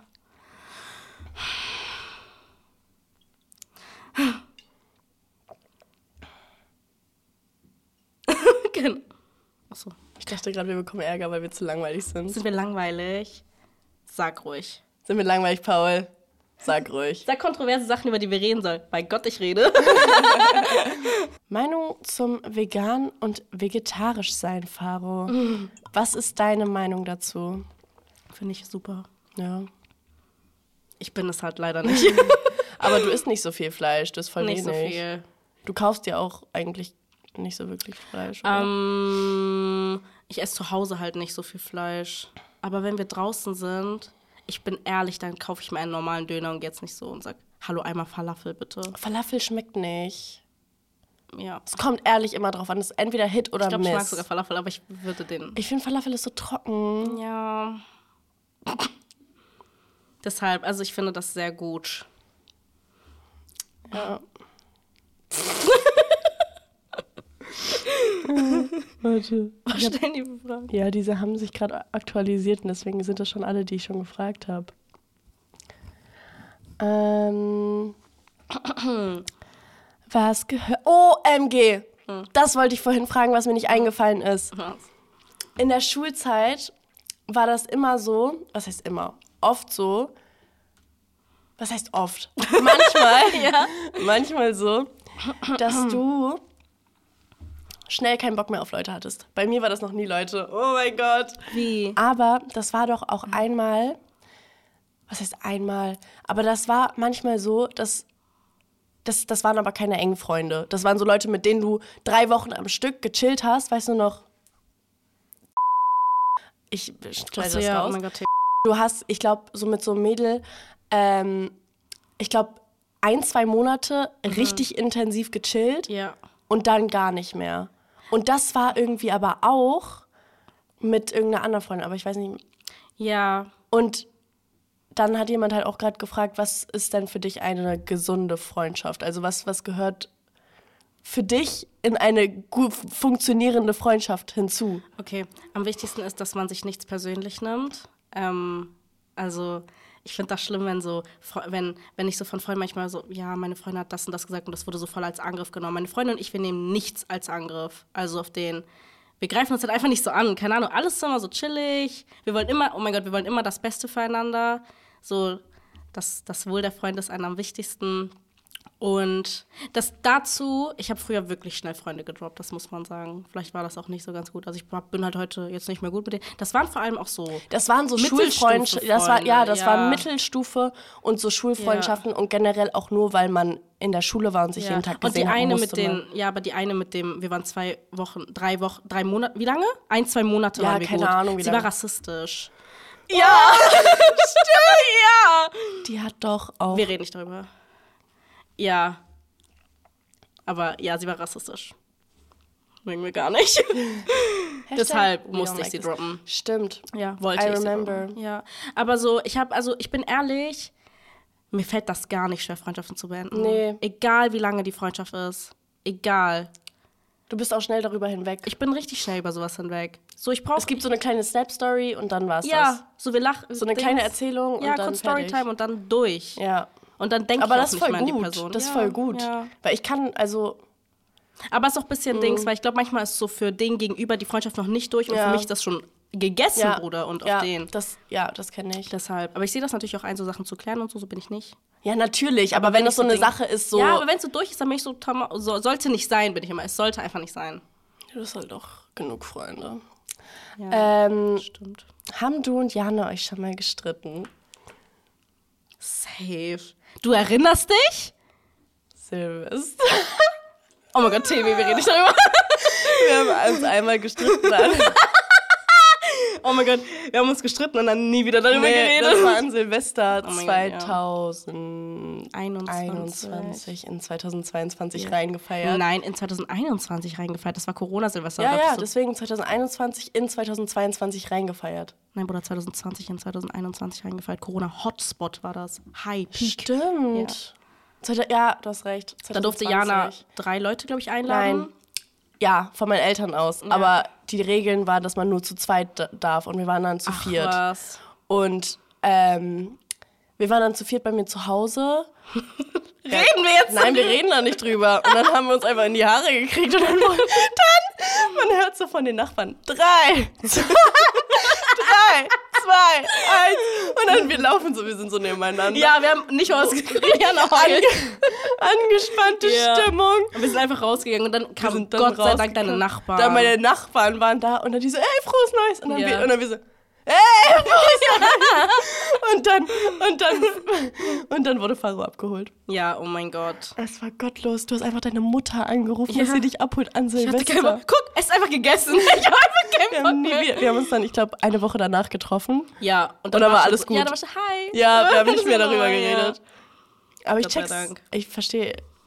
S1: Genau. Achso.
S2: Ich dachte gerade, wir bekommen Ärger, weil wir zu langweilig sind.
S1: Sind wir langweilig? Sag ruhig.
S2: Sind wir langweilig, Paul? Sag ruhig.
S1: Sag kontroverse Sachen, über die wir reden sollen. Bei Gott, ich rede.
S2: Meinung zum vegan und vegetarisch sein, Faro. Was ist deine Meinung dazu?
S1: Finde ich super.
S2: Ja.
S1: Ich bin es halt leider nicht.
S2: Aber du isst nicht so viel Fleisch, du isst voll
S1: nicht so
S2: wenig.
S1: viel.
S2: Du kaufst ja auch eigentlich nicht so wirklich Fleisch, oder?
S1: Ähm, ich esse zu Hause halt nicht so viel Fleisch. Aber wenn wir draußen sind, ich bin ehrlich, dann kaufe ich mir einen normalen Döner und gehe jetzt nicht so und sag, hallo, einmal Falafel bitte.
S2: Falafel schmeckt nicht.
S1: ja.
S2: Es kommt ehrlich immer drauf an. Es ist entweder Hit oder
S1: Ich glaube, ich mag
S2: Miss.
S1: sogar Falafel, aber ich würde den...
S2: Ich finde Falafel ist so trocken.
S1: Ja. Deshalb, also ich finde das sehr gut.
S2: Ja. Warte.
S1: Was stellen die für Fragen?
S2: Ja, diese haben sich gerade aktualisiert und deswegen sind das schon alle, die ich schon gefragt habe. Ähm, was gehört... O M G! Hm. Das wollte ich vorhin fragen, was mir nicht eingefallen ist.
S1: Was?
S2: In der Schulzeit war das immer so, was heißt immer? Oft so, was heißt oft? Manchmal,
S1: Ja.
S2: manchmal so, dass du schnell keinen Bock mehr auf Leute hattest. Bei mir war das noch nie Leute. Oh mein Gott.
S1: Wie?
S2: Aber das war doch auch einmal, was heißt einmal? Aber das war manchmal so, dass das, das waren aber keine engen Freunde. Das waren so Leute, mit denen du drei Wochen am Stück gechillt hast, weißt du noch? Ich schneide
S1: Achso,
S2: das
S1: ja,
S2: raus.
S1: oh mein Gott.
S2: Du hast, ich glaube, so mit so einem Mädel, ähm, ich glaube, ein, zwei Monate mhm. richtig intensiv gechillt
S1: Ja.
S2: und dann gar nicht mehr. Und das war irgendwie aber auch mit irgendeiner anderen Freundin, aber ich weiß nicht.
S1: Ja.
S2: Und dann hat jemand halt auch gerade gefragt, was ist denn für dich eine gesunde Freundschaft? Also was, was gehört für dich in eine gut funktionierende Freundschaft hinzu?
S1: Okay, am wichtigsten ist, dass man sich nichts persönlich nimmt. Ähm, also ich finde das schlimm, wenn so, wenn, wenn ich so von Freunden manchmal so, ja, meine Freundin hat das und das gesagt und das wurde so voll als Angriff genommen. Meine Freundin und ich, wir nehmen nichts als Angriff. Also auf den, wir greifen uns halt einfach nicht so an. Keine Ahnung, alles ist immer so chillig. Wir wollen immer, oh mein Gott, wir wollen immer das Beste füreinander. So, das, das Wohl der Freunde ist einem am wichtigsten. Und das dazu, ich habe früher wirklich schnell Freunde gedroppt, das muss man sagen. Vielleicht war das auch nicht so ganz gut. Also ich bin halt heute jetzt nicht mehr gut mit denen. Das waren vor allem auch so
S2: Das waren so Schulfreundschaften. Das war, ja, das ja. war Mittelstufe und so Schulfreundschaften ja. und generell auch nur, weil man in der Schule war und sich
S1: ja.
S2: jeden Tag
S1: und
S2: gesehen
S1: die eine
S2: hat.
S1: mit den, ja, aber die eine mit dem, wir waren zwei Wochen, drei Wochen, drei Monate, wie lange? Ein, zwei Monate
S2: ja,
S1: waren wir
S2: keine
S1: gut.
S2: Ahnung, wie
S1: Sie
S2: lange.
S1: war rassistisch.
S2: Ja,
S1: stimmt, ja.
S2: Die hat doch auch...
S1: Wir reden nicht darüber. Ja. Aber ja, sie war rassistisch. Mögen wir gar nicht. Deshalb musste ich sie droppen.
S2: Stimmt.
S1: Ja, wollte
S2: I
S1: ich
S2: remember.
S1: sie droppen. Ja. Aber so, ich habe, also ich bin ehrlich, mir fällt das gar nicht schwer, Freundschaften zu beenden.
S2: Nee.
S1: Egal, wie lange die Freundschaft ist. Egal.
S2: Du bist auch schnell darüber hinweg.
S1: Ich bin richtig schnell über sowas hinweg. So, ich brauche...
S2: Es gibt so eine kleine Snap-Story und dann war's
S1: ja,
S2: das.
S1: so wir lachen.
S2: So eine
S1: Dings.
S2: kleine Erzählung
S1: ja,
S2: und dann
S1: kurz
S2: fertig.
S1: Storytime und dann durch.
S2: Ja.
S1: Und dann denke ich
S2: Aber
S1: auch
S2: das ist
S1: nicht
S2: voll
S1: mehr an die
S2: gut.
S1: Person.
S2: Das ist
S1: ja,
S2: voll gut.
S1: Ja.
S2: Weil ich kann, also...
S1: Aber es ist auch ein bisschen
S2: Mhm.
S1: Dings, weil ich glaube, manchmal ist so für den Gegenüber die Freundschaft noch nicht durch und
S2: Ja.
S1: für mich ist das schon gegessen,
S2: ja.
S1: Bruder, und auf
S2: ja,
S1: den.
S2: Das, ja, das kenne ich.
S1: Deshalb. Aber ich sehe das natürlich auch ein, so Sachen zu klären und so, so bin ich nicht.
S2: Ja, natürlich, aber,
S1: Aber
S2: wenn
S1: wenn
S2: das
S1: ich
S2: so
S1: so
S2: eine
S1: denk-
S2: Sache ist, so...
S1: Ja, aber wenn es so durch ist, dann bin ich so, tam- so, sollte nicht sein, bin ich immer. Es sollte einfach nicht sein.
S2: Du hast halt auch genug Freunde.
S1: Ja,
S2: Ähm,
S1: stimmt.
S2: haben du und Jana euch schon mal gestritten?
S1: Safe. Du erinnerst dich?
S2: Silvester.
S1: Oh mein Gott, T V, wir reden nicht darüber.
S2: Wir haben uns einmal gestritten.
S1: Oh mein Gott, wir haben uns gestritten und dann nie wieder darüber
S2: Nee,
S1: geredet.
S2: das war an Silvester
S1: Oh mein Gott, ja.
S2: zweitausendeinundzwanzig
S1: einundzwanzig.
S2: in zweitausendzweiundzwanzig
S1: Ja.
S2: reingefeiert.
S1: Nein, in zweitausendeinundzwanzig reingefeiert. Das war Corona-Silvester.
S2: Ja,
S1: Da
S2: ja,
S1: bist du-
S2: deswegen zweitausendeinundzwanzig in zweitausendzweiundzwanzig reingefeiert.
S1: Nein, Bruder, zweitausendzwanzig in zweitausendeinundzwanzig reingefeiert. Corona-Hotspot war das. High Peak.
S2: Stimmt. Ja, ja du hast recht.
S1: Da durfte
S2: zweitausendzwanzig.
S1: Jana drei Leute, glaube ich, einladen.
S2: Nein. Ja, von meinen Eltern aus.
S1: Ja.
S2: Aber die Regeln waren, dass man nur zu zweit da- darf. Und wir waren dann zu
S1: Ach,
S2: viert.
S1: was.
S2: Und ähm, wir waren dann zu viert bei mir zu Hause.
S1: Reden wir jetzt?
S2: Nein, wir reden da nicht drüber. Und dann haben wir uns einfach in die Haare gekriegt. Und dann, dann man hört so von den Nachbarn, drei, zwei, drei, zwei, eins. Und dann wir laufen so, wir sind so nebeneinander.
S1: Ja, wir haben nicht ausgekriegt. Ja, noch
S2: Ange angespannte
S1: Ja.
S2: Stimmung.
S1: Wir sind einfach rausgegangen und dann
S2: Wir
S1: kam
S2: sind dann
S1: Gott sei Dank deine
S2: rausgekommen.
S1: Nachbarn.
S2: Da meine Nachbarn waren da und dann die so, ey, frohes Neues. Und dann,
S1: Ja.
S2: wir, und dann wir so, ey, frohes Neues. Und dann, und dann, und dann wurde Faro abgeholt.
S1: Ja, oh mein Gott.
S2: Es war gottlos. Du hast einfach deine Mutter angerufen,
S1: Ja.
S2: dass sie dich abholt an
S1: Ich hatte
S2: Silvester.
S1: keinen Bock. Guck, es ist einfach gegessen. Ich habe einfach keinen
S2: Wir
S1: Bock
S2: haben, nie,
S1: mehr.
S2: wir, wir haben uns dann, ich glaube, eine Woche danach getroffen.
S1: Ja, und
S2: Und dann war
S1: schon
S2: alles
S1: so,
S2: gut.
S1: Ja, da war schon, hi.
S2: Ja, wir haben nicht mehr darüber
S1: Ja.
S2: geredet. Aber ich
S1: Gott sei
S2: check's.
S1: Dank.
S2: Ich verstehe.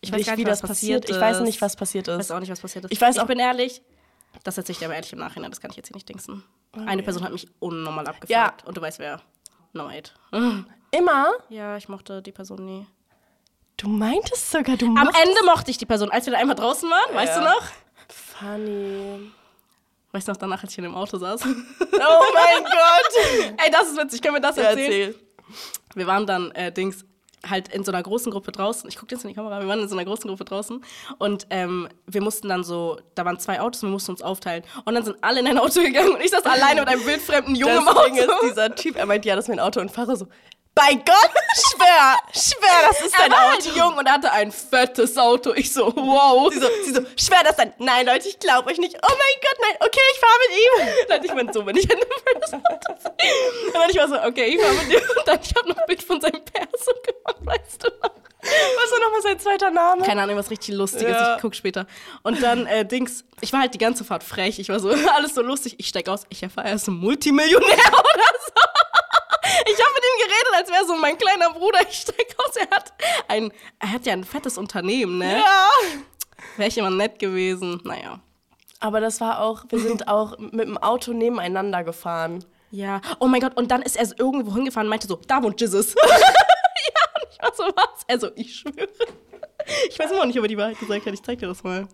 S1: Ich weiß
S2: ich,
S1: gar nicht,
S2: wie
S1: was
S2: das
S1: passiert
S2: passiert. Ich weiß
S1: ist.
S2: nicht, was passiert
S1: Ich
S2: ist.
S1: weiß auch nicht, was passiert ist.
S2: Ich weiß
S1: ich
S2: auch-
S1: bin ehrlich, das erzähle ich dir aber ehrlich im Nachhinein, das kann ich jetzt hier nicht dingsen. Eine Person hat mich unnormal abgefuckt.
S2: Ja.
S1: Und du weißt wer. No hate.
S2: Immer?
S1: Ja, ich mochte die Person nie.
S2: Du meintest sogar, du
S1: Am
S2: mochtest-
S1: Ende mochte ich die Person, als wir da einmal draußen waren, weißt
S2: Ja.
S1: du noch?
S2: Funny.
S1: Weißt du noch, danach, als ich in dem Auto saß?
S2: Oh mein Gott.
S1: Ey, das ist witzig, können wir das
S2: Ja,
S1: erzählen?
S2: erzähl.
S1: Wir waren dann, äh, Dings, halt in so einer großen Gruppe draußen. Ich gucke jetzt in die Kamera. Wir waren in so einer großen Gruppe draußen. Und ähm, wir mussten dann so, da waren zwei Autos und wir mussten uns aufteilen. Und dann sind alle in ein Auto gegangen und ich saß alleine mit einem wildfremden Jungen im
S2: Das
S1: Auto.
S2: Ding ist, dieser Typ, er meint, ja, das ist mein Auto und fahre so, bei Gott, schwer, schwer, das ist
S1: Er
S2: dein
S1: war
S2: Auto.
S1: halt jung und er hatte ein fettes Auto. Ich so, wow.
S2: Sie so, sie so, schwer das dann. Nein, Leute, ich glaube euch nicht. Oh mein Gott, nein, okay, ich fahre mit ihm.
S1: Dann ich meinte so, wenn ich ein first Auto sehe. Und dann ich war so, okay, ich fahr mit dir. Und dann ich habe noch ein Bild von seinem Perso gemacht, weißt du noch?
S2: Was war nochmal sein zweiter Name?
S1: Keine Ahnung, was richtig Lustiges.
S2: Ja.
S1: Ich guck später. Und dann, äh, Dings, ich war halt die ganze Fahrt frech. Ich war so, alles so lustig. Ich steig aus. Ich erfahre, er ist ein Multimillionär oder so. Ich habe mit ihm geredet, als wäre so mein kleiner Bruder. Ich steig aus. Er hat ein, er hat ja ein fettes Unternehmen, ne?
S2: Ja.
S1: Wäre ich immer nett gewesen. Naja.
S2: Aber das war auch, wir sind auch mit dem Auto nebeneinander gefahren.
S1: Ja. Oh mein Gott. Und dann ist er so irgendwo hingefahren und meinte so, da wohnt Jesus. Ja, und ich war so, was? Er so, ich schwöre. Ich weiß immer noch nicht, ob er die Wahrheit gesagt hat. Ich zeig dir das mal.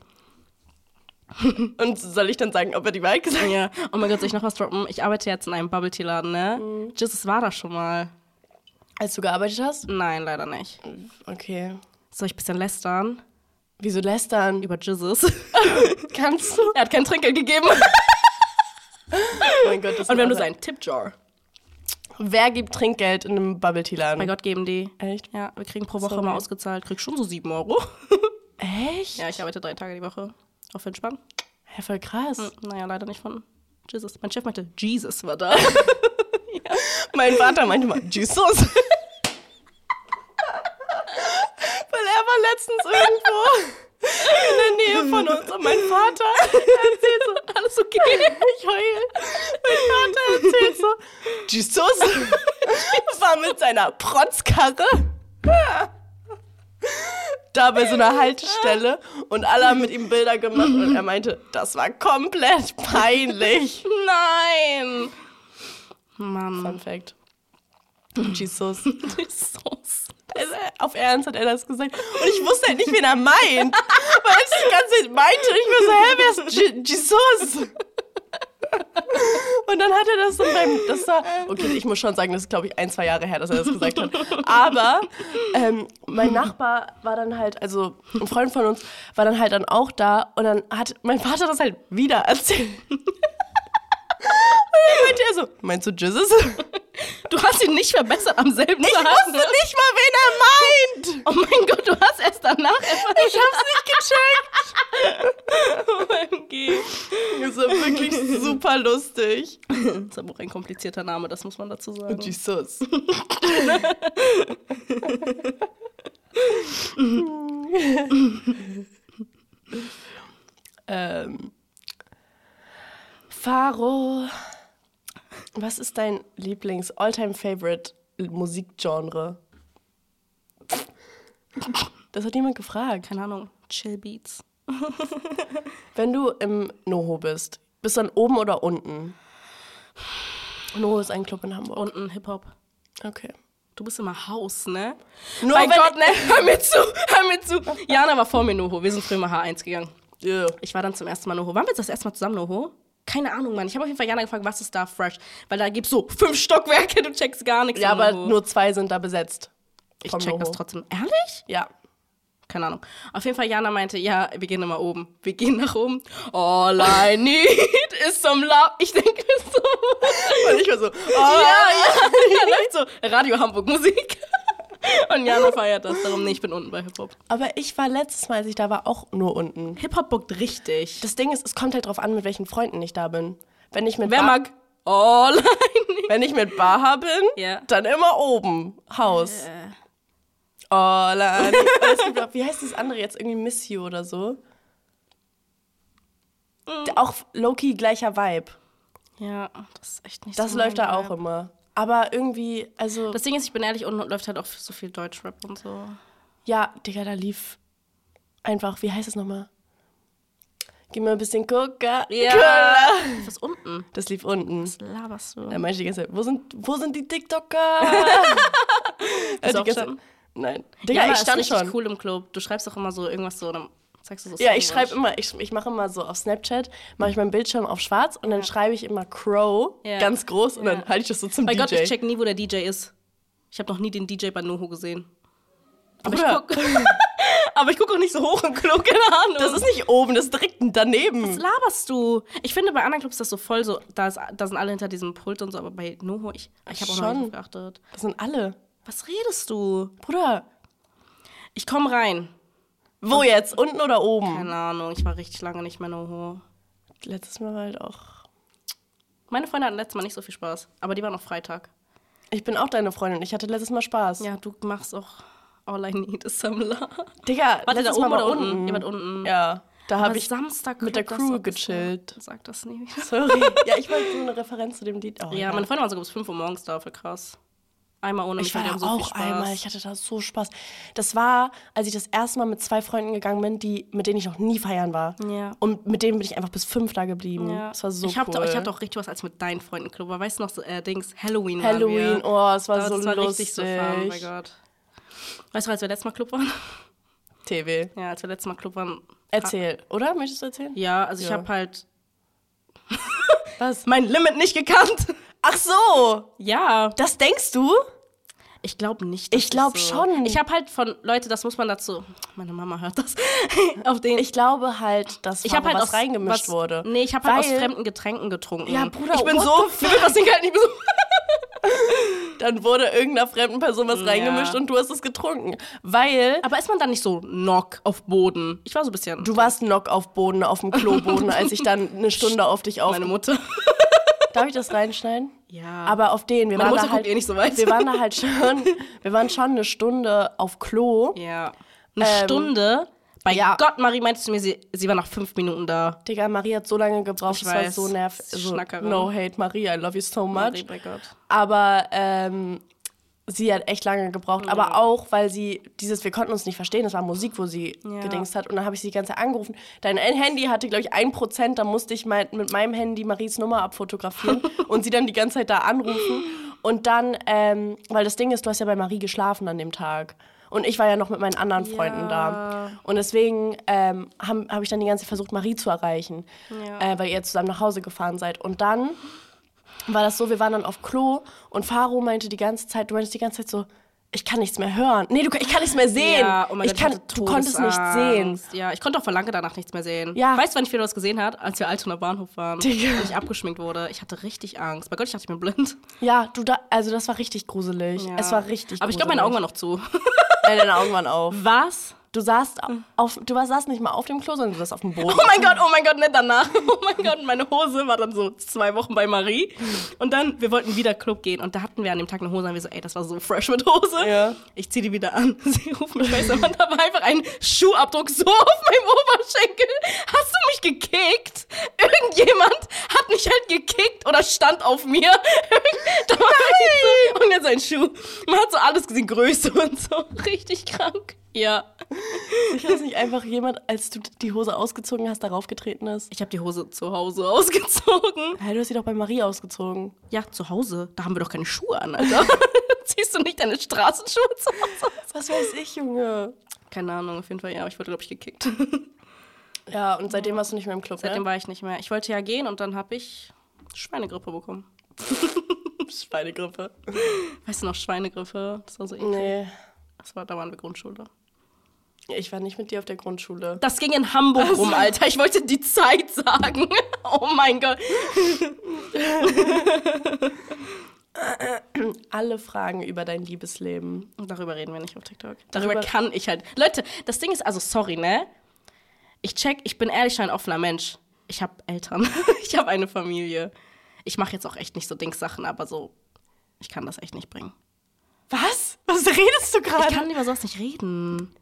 S2: Und soll ich dann sagen, ob er die Wahrheit gesagt hat?
S1: Ja. Oh mein Gott, soll ich noch was droppen? Ich arbeite jetzt in einem Bubble-Tea-Laden, ne?
S2: Mhm.
S1: Jesus war da schon mal.
S2: Als du gearbeitet hast?
S1: Nein, leider nicht.
S2: Okay.
S1: Soll ich ein bisschen lästern?
S2: Wieso lästern?
S1: Über Jesus.
S2: Kannst du?
S1: Er hat kein Trinkgeld gegeben.
S2: Oh mein Gott, das
S1: Und wir haben nur
S2: war-
S1: seinen Tippjar.
S2: Wer gibt Trinkgeld in einem Bubble-Tea-Laden?
S1: Bei Gott geben die.
S2: Echt?
S1: Ja, wir kriegen pro Woche
S2: Sorry.
S1: immer ausgezahlt. Krieg schon so sieben Euro.
S2: Echt?
S1: Ja, ich arbeite drei Tage die Woche. Auf entspannt.
S2: Ja, voll krass.
S1: Hm, naja, leider nicht von Jesus. Mein Chef meinte, Jesus war da.
S2: Mein Vater meinte mal, Jesus. Weil er war letztens irgendwo in der Nähe von uns und mein Vater erzählt so,
S1: Alles okay.
S2: ich heul. Mein Vater erzählt so, Jesus war mit seiner Protzkarre da bei so einer Haltestelle und alle haben mit ihm Bilder gemacht und er meinte, das war komplett peinlich.
S1: Nein. Mann.
S2: Fun Fact. Jesus.
S1: Jesus.
S2: Also, auf Ernst hat er das gesagt. Und ich wusste halt nicht, wen er meint. Weil ich die ganze Zeit meinte und ich war so, hä, wer ist Je- Jesus? Und dann hat er das so beim, das war, okay, ich muss schon sagen, das ist, glaube ich, ein, zwei Jahre her, dass er das gesagt hat. Aber ähm, mein Nachbar war dann halt, also ein Freund von uns, war dann halt dann auch da und dann hat mein Vater das halt wieder erzählt. Und dann meinte er so, meinst du Jesus?
S1: Du hast ihn nicht verbessert am selben
S2: Ich
S1: Tag.
S2: wusste
S1: ne?
S2: nicht mal, wen er meint.
S1: Oh mein Gott, du hast erst danach erfahren.
S2: Ich hab's nicht gecheckt.
S1: Oh mein Gott.
S2: Das war wirklich super lustig.
S1: Das ist aber auch ein komplizierter Name, das muss man dazu sagen.
S2: Jesus. ähm. Faro, was ist dein Lieblings-All-Time-Favorite-Musikgenre? Das hat niemand gefragt.
S1: Keine Ahnung, Chill Beats.
S2: Wenn du im NoHo bist, bist du dann oben oder unten? NoHo ist ein Club in Hamburg.
S1: Unten Hip-Hop.
S2: Okay.
S1: Du bist immer Haus, ne?
S2: Nur
S1: Mein
S2: wenn-
S1: Gott, ne? Hör mir zu, hör mir zu. Jana war vor mir NoHo. Wir sind früher mal H eins gegangen.
S2: Yeah.
S1: Ich war dann zum ersten Mal NoHo. Waren wir jetzt das erste Mal zusammen NoHo? Keine Ahnung, Mann. Ich habe auf jeden Fall Jana gefragt, was ist da fresh? Weil da gibt's so fünf Stockwerke, du checkst gar nichts.
S2: Ja,
S1: im
S2: aber
S1: NoHo.
S2: nur zwei sind da besetzt.
S1: Ich
S2: vom
S1: check das
S2: NoHo.
S1: trotzdem. Ehrlich?
S2: Ja.
S1: Keine Ahnung. Auf jeden Fall, Jana meinte, ja, wir gehen immer oben. Wir gehen nach oben. All I need is some love. Ich denke so.
S2: Und ich war so, oh,
S1: Ja, ja. Da läuft so Radio Hamburg Musik. Und Jana feiert das. Darum, nee, ich bin unten bei Hip-Hop.
S2: Aber ich war letztes Mal, als ich da war, auch nur unten.
S1: Hip-Hop bockt richtig.
S2: Das Ding ist, es kommt halt drauf an, mit welchen Freunden ich da bin. Wenn ich mit
S1: Wer
S2: Ba-
S1: mag All I need?
S2: Wenn ich mit Baha bin,
S1: Ja.
S2: dann immer oben. Haus.
S1: Äh.
S2: Oh, la, es gibt auch, wie heißt das andere jetzt? Irgendwie Miss You oder so? Der- Auch Low-Key gleicher Vibe.
S1: Ja, das ist echt nicht
S2: Das
S1: so
S2: läuft
S1: mein
S2: da auch
S1: Vibe.
S2: immer. Aber irgendwie, also,
S1: Das Ding ist, ich bin ehrlich, unten läuft halt auch so viel Deutschrap und so.
S2: ja, Digga, da lief einfach, wie heißt es nochmal? Gib mir ein bisschen Coca.
S1: Ja.
S2: Cola.
S1: Was unten?
S2: Das lief unten.
S1: Was laberst du?
S2: Da meinte ich die ganze Zeit, wo sind, wo sind die TikToker?
S1: Bist du
S2: die ganze
S1: aufgestanden?
S2: Nein. Digga,
S1: Jana
S2: ich stand
S1: ist richtig
S2: schon.
S1: cool im Club. Du schreibst doch immer so irgendwas so, dann zeigst du so
S2: Ja, ich
S1: Songwunsch.
S2: schreibe immer, ich, ich mache immer so auf Snapchat, mache ich meinen Bildschirm auf schwarz und dann schreibe ich immer Crow,
S1: Ja.
S2: ganz groß, und
S1: Ja.
S2: dann halte ich das so zum
S1: Mein
S2: D J.
S1: Gott, ich check nie, wo der D J ist. Ich habe noch nie den D J bei Noho gesehen. Aber ich
S2: Bruder.
S1: guck, aber ich guck auch nicht so hoch im Club, keine Ahnung.
S2: Das ist nicht oben, das ist direkt daneben.
S1: Was laberst du? Ich finde, bei anderen Clubs ist das so voll so, da, ist, da sind alle hinter diesem Pult und so, aber bei Noho, ich, ich habe auch noch
S2: Schon.
S1: nicht drauf geachtet.
S2: Das sind alle.
S1: Was redest du?
S2: Bruder,
S1: Ich komm rein.
S2: wo jetzt? Unten oder oben?
S1: Keine Ahnung, ich war richtig lange nicht mehr Noho.
S2: Letztes Mal war halt auch...
S1: Meine Freunde hatten letztes Mal nicht so viel Spaß, aber die waren noch Freitag.
S2: Ich bin auch deine Freundin, ich hatte letztes Mal Spaß.
S1: Ja, du machst auch All I Need is some love.
S2: Digga,
S1: Warte, da
S2: letztes
S1: oben
S2: Mal war
S1: oder unten?
S2: unten.
S1: Ihr wart unten.
S2: Ja, da
S1: Aber
S2: habe ich
S1: Samstag
S2: mit der
S1: Club,
S2: Crew
S1: das-
S2: gechillt.
S1: Sag das nie wieder.
S2: Sorry. Ja, ich wollte so eine Referenz zu dem Lied. Oh,
S1: Ja,
S2: egal.
S1: meine Freunde waren sogar bis fünf Uhr morgens da, voll krass. Einmal ohne mich,
S2: Ich war
S1: die
S2: da
S1: haben so viel
S2: auch
S1: Spaß.
S2: einmal, ich hatte da so Spaß. Das war, als ich das erste Mal mit zwei Freunden gegangen bin, die, mit denen ich noch nie feiern war.
S1: Ja.
S2: Und mit denen bin ich einfach bis fünf da geblieben.
S1: Ja.
S2: Das war so
S1: ich hab,
S2: cool.
S1: Ich hatte auch richtig was als mit deinen Freunden Club. Weißt du noch, so, äh, Dings, Halloween waren
S2: Halloween,
S1: wir.
S2: oh, es war
S1: das
S2: so
S1: war
S2: lustig.
S1: richtig so fun, oh mein Gott. Weißt du, als wir letztes Mal Club waren?
S2: T V.
S1: Ja, als wir letztes Mal Club waren.
S2: Erzähl, oder? Möchtest du erzählen?
S1: Ja, also ich
S2: Ja.
S1: habe halt
S2: Was?
S1: mein Limit nicht gekannt.
S2: Ach so,
S1: Ja.
S2: das denkst du?
S1: Ich glaube nicht. dass
S2: Ich glaub
S1: so.
S2: schon.
S1: Ich habe halt von, Leute, das muss man dazu, meine Mama hört das, auf den,
S2: Ich glaube halt, dass
S1: ich habe halt
S2: was
S1: aus,
S2: reingemischt
S1: was,
S2: wurde.
S1: Nee, ich habe halt aus
S2: Weil-
S1: fremden Getränken getrunken.
S2: Ja, Bruder,
S1: ich bin
S2: what
S1: so,
S2: the
S1: mir wird was den Kalten nicht mehr so.
S2: Dann wurde irgendeiner fremden Person was
S1: Ja.
S2: reingemischt und du hast es getrunken. Weil
S1: Aber ist man dann nicht so knock auf Boden? Ich war so ein bisschen.
S2: du warst knock auf Boden, auf dem Kloboden, als ich dann eine Stunde auf dich auf...
S1: meine Mutter.
S2: Darf ich das reinschneiden?
S1: Ja.
S2: Aber auf den, wir
S1: Meine
S2: waren
S1: Mutter
S2: da halt,
S1: guckt eh nicht so weit.
S2: wir waren da halt schon, wir waren schon eine Stunde auf Klo.
S1: Ja. Eine
S2: Ähm,
S1: Stunde. Bei
S2: ja.
S1: Gott, Marie meinte zu mir, sie, sie war nach fünf Minuten da.
S2: Digga, Marie hat so lange gebraucht,
S1: Ich
S2: das war
S1: weiß,
S2: so nervig. So,
S1: Schnackerin.
S2: no hate, Marie, I love you so much.
S1: Marie, bei Gott.
S2: Aber ähm, sie hat echt lange gebraucht.
S1: Ja.
S2: Aber auch, weil sie dieses, wir konnten uns nicht verstehen, das war Musik, wo sie
S1: Ja.
S2: gedingst hat. Und dann habe ich sie die ganze Zeit angerufen. Dein Handy hatte, glaube ich, ein Prozent. Da musste ich mein, mit meinem Handy Maries Nummer abfotografieren und sie dann die ganze Zeit da anrufen. Und dann, ähm, weil das Ding ist, du hast ja bei Marie geschlafen an dem Tag. Und ich war ja noch mit meinen anderen Freunden da.
S1: Ja.
S2: Und deswegen ähm, habe hab ich dann die ganze Zeit versucht, Marie zu erreichen,
S1: Ja.
S2: äh, weil ihr zusammen nach Hause gefahren seid. Und dann war das so, wir waren dann auf Klo und Faro meinte die ganze Zeit, du meintest die ganze Zeit so, ich kann nichts mehr hören. Nee, du, ich kann nichts mehr sehen.
S1: Ja, oh mein
S2: ich
S1: Gott,
S2: kann,
S1: ich hatte
S2: du konntest nicht sehen.
S1: Todesangst. Ja, ich konnte auch vor lange danach nichts mehr sehen.
S2: Ja.
S1: Weißt du, wann ich wieder was gesehen habe? Als wir Altonaer Bahnhof waren.
S2: Digga.
S1: Und ich abgeschminkt wurde. Ich hatte richtig Angst. Bei Gott, ich dachte, ich bin blind.
S2: Ja, du da, also das war richtig gruselig.
S1: Ja.
S2: Es war richtig
S1: Aber ich
S2: gruselig.
S1: glaube, meine Augen waren noch zu.
S2: Nein, deine Augen waren auf.
S1: Was?
S2: Du saßt auf, du saßt nicht mal auf dem Klo, sondern du saßt auf dem Boden.
S1: Oh mein Gott, oh mein Gott, nicht danach. Oh mein Gott, meine Hose war dann so zwei Wochen bei Marie. Und dann, wir wollten wieder Club gehen. Und da hatten wir an dem Tag eine Hose. Und wir so, ey, das war so fresh mit Hose.
S2: Ja.
S1: Ich zieh die wieder an. Sie ruft mich bei und da war einfach ein Schuhabdruck so auf meinem Oberschenkel. Hast du mich gekickt? Irgendjemand hat mich halt gekickt oder stand auf mir. Da war so, und jetzt ein Schuh. Man hat so alles gesehen, Größe und so. Richtig krank. Ja.
S2: Ich weiß nicht, einfach jemand, als du die Hose ausgezogen hast, darauf getreten ist.
S1: Ich habe die Hose zu Hause ausgezogen.
S2: Hey, du hast sie doch bei Marie ausgezogen.
S1: Ja, zu Hause. Da haben wir doch keine Schuhe an, Alter. Ziehst du nicht deine Straßenschuhe zu Hause?
S2: Was weiß ich, Junge.
S1: Keine Ahnung, auf jeden Fall, ja. Ich wurde, glaube ich, gekickt.
S2: Ja, und seitdem warst du nicht mehr im Club,
S1: Seitdem
S2: ne?
S1: war ich nicht mehr. Ich wollte ja gehen und dann habe ich Schweinegrippe bekommen.
S2: Schweinegrippe.
S1: Weißt du noch, Schweinegrippe? Das war so eklig.
S2: Nee,
S1: Das war, da waren wir Grundschule.
S2: ich war nicht mit dir auf der Grundschule.
S1: Das ging in Hamburg rum, Alter. Ich wollte die Zeit sagen. Oh mein Gott.
S2: Alle Fragen über dein Liebesleben.
S1: Darüber reden wir nicht auf TikTok. Darüber,
S2: Darüber-
S1: kann ich halt. Leute, das Ding ist, also sorry, ne? Ich check, ich bin ehrlich ein offener Mensch. Ich habe Eltern. Ich habe eine Familie. Ich mache jetzt auch echt nicht so Dings-Sachen, aber so, ich kann das echt nicht bringen.
S2: Was? Was redest du
S1: Ich
S2: gerade?
S1: kann über sowas nicht reden.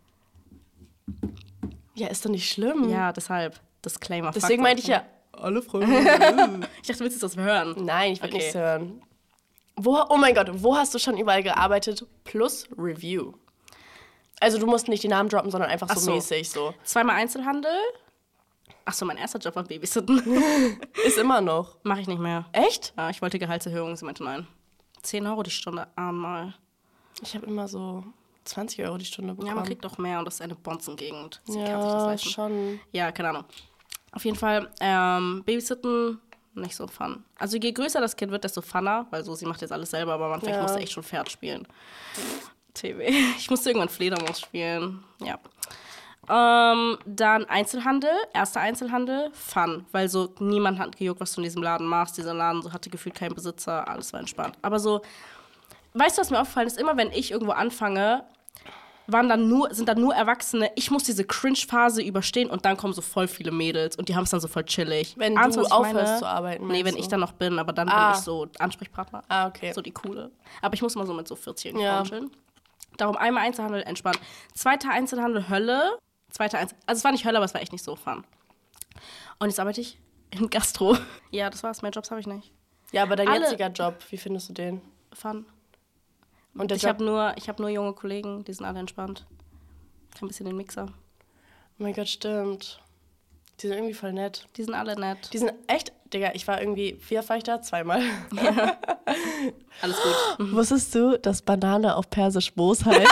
S2: Ja, ist doch nicht schlimm.
S1: Ja, deshalb. Disclaimer.
S2: Deswegen
S1: fuck
S2: meinte ich
S1: off.
S2: ja, alle Fragen.
S1: Ich dachte, du willst jetzt das hören.
S2: Nein, ich will
S1: Okay.
S2: nichts hören. Wo, oh mein Gott, wo hast du schon überall gearbeitet? Plus Review. Also du musst nicht die Namen droppen, sondern einfach so,
S1: so.
S2: mäßig so.
S1: Zweimal Einzelhandel. Achso, mein erster Job war Babysitten.
S2: Ist immer noch.
S1: Mache ich nicht mehr.
S2: Echt?
S1: Ja, ich wollte Gehaltserhöhung, sie meinte nein. zehn Euro die Stunde einmal.
S2: Ich habe immer so zwanzig Euro die Stunde bekommen.
S1: Ja, man kriegt doch mehr und das ist eine Bonzengegend. Sie kann sich das
S2: Ja,
S1: leisten.
S2: schon.
S1: Ja, keine Ahnung. Auf jeden Fall, ähm, Babysitten, nicht so fun. Also je größer das Kind wird, desto funner, weil so, sie macht jetzt alles selber, aber am Anfang
S2: Ja.
S1: musste echt schon Pferd spielen. T V. Ich musste irgendwann Fledermaus spielen. Ja. Ähm, dann Einzelhandel, erster Einzelhandel, fun, weil so niemand hat gejuckt, was du in diesem Laden machst. Dieser Laden so hatte gefühlt keinen Besitzer, alles war entspannt. Aber so, weißt du, was mir aufgefallen ist? Immer wenn ich irgendwo anfange, waren dann nur, sind dann nur Erwachsene. Ich muss diese Cringe-Phase überstehen und dann kommen so voll viele Mädels und die haben es dann so voll chillig.
S2: Wenn
S1: Ahnst
S2: du
S1: was ich
S2: aufhörst
S1: meine?
S2: zu arbeiten,
S1: Nee, wenn
S2: meinst
S1: ich
S2: du?
S1: dann noch bin, aber dann
S2: Ah.
S1: bin ich so Ansprechpartner.
S2: Ah, okay.
S1: So die coole. Aber ich muss mal so mit so vierzigjährigen
S2: Ja.
S1: Frauen chillen. Darum einmal Einzelhandel entspannt. Zweiter Einzelhandel Hölle. Zweiter Einzel also es war nicht Hölle, aber es war echt nicht so fun. Und jetzt arbeite ich in Gastro. Ja, das war's. Mehr Jobs habe ich nicht.
S2: Ja, aber dein
S1: Alle-
S2: jetziger Job, wie findest du den?
S1: Fun.
S2: Und der
S1: Ich
S2: Job?
S1: habe nur, ich hab nur junge Kollegen, die sind alle entspannt. Ich habe ein bisschen den Mixer.
S2: Oh mein Gott, stimmt. Die sind irgendwie voll nett.
S1: Die sind alle nett.
S2: Die sind echt, Digga, ich war irgendwie, wie oft war ich da? Zweimal.
S1: Alles gut.
S2: Wusstest du, dass Banane auf Persisch Moos heißt?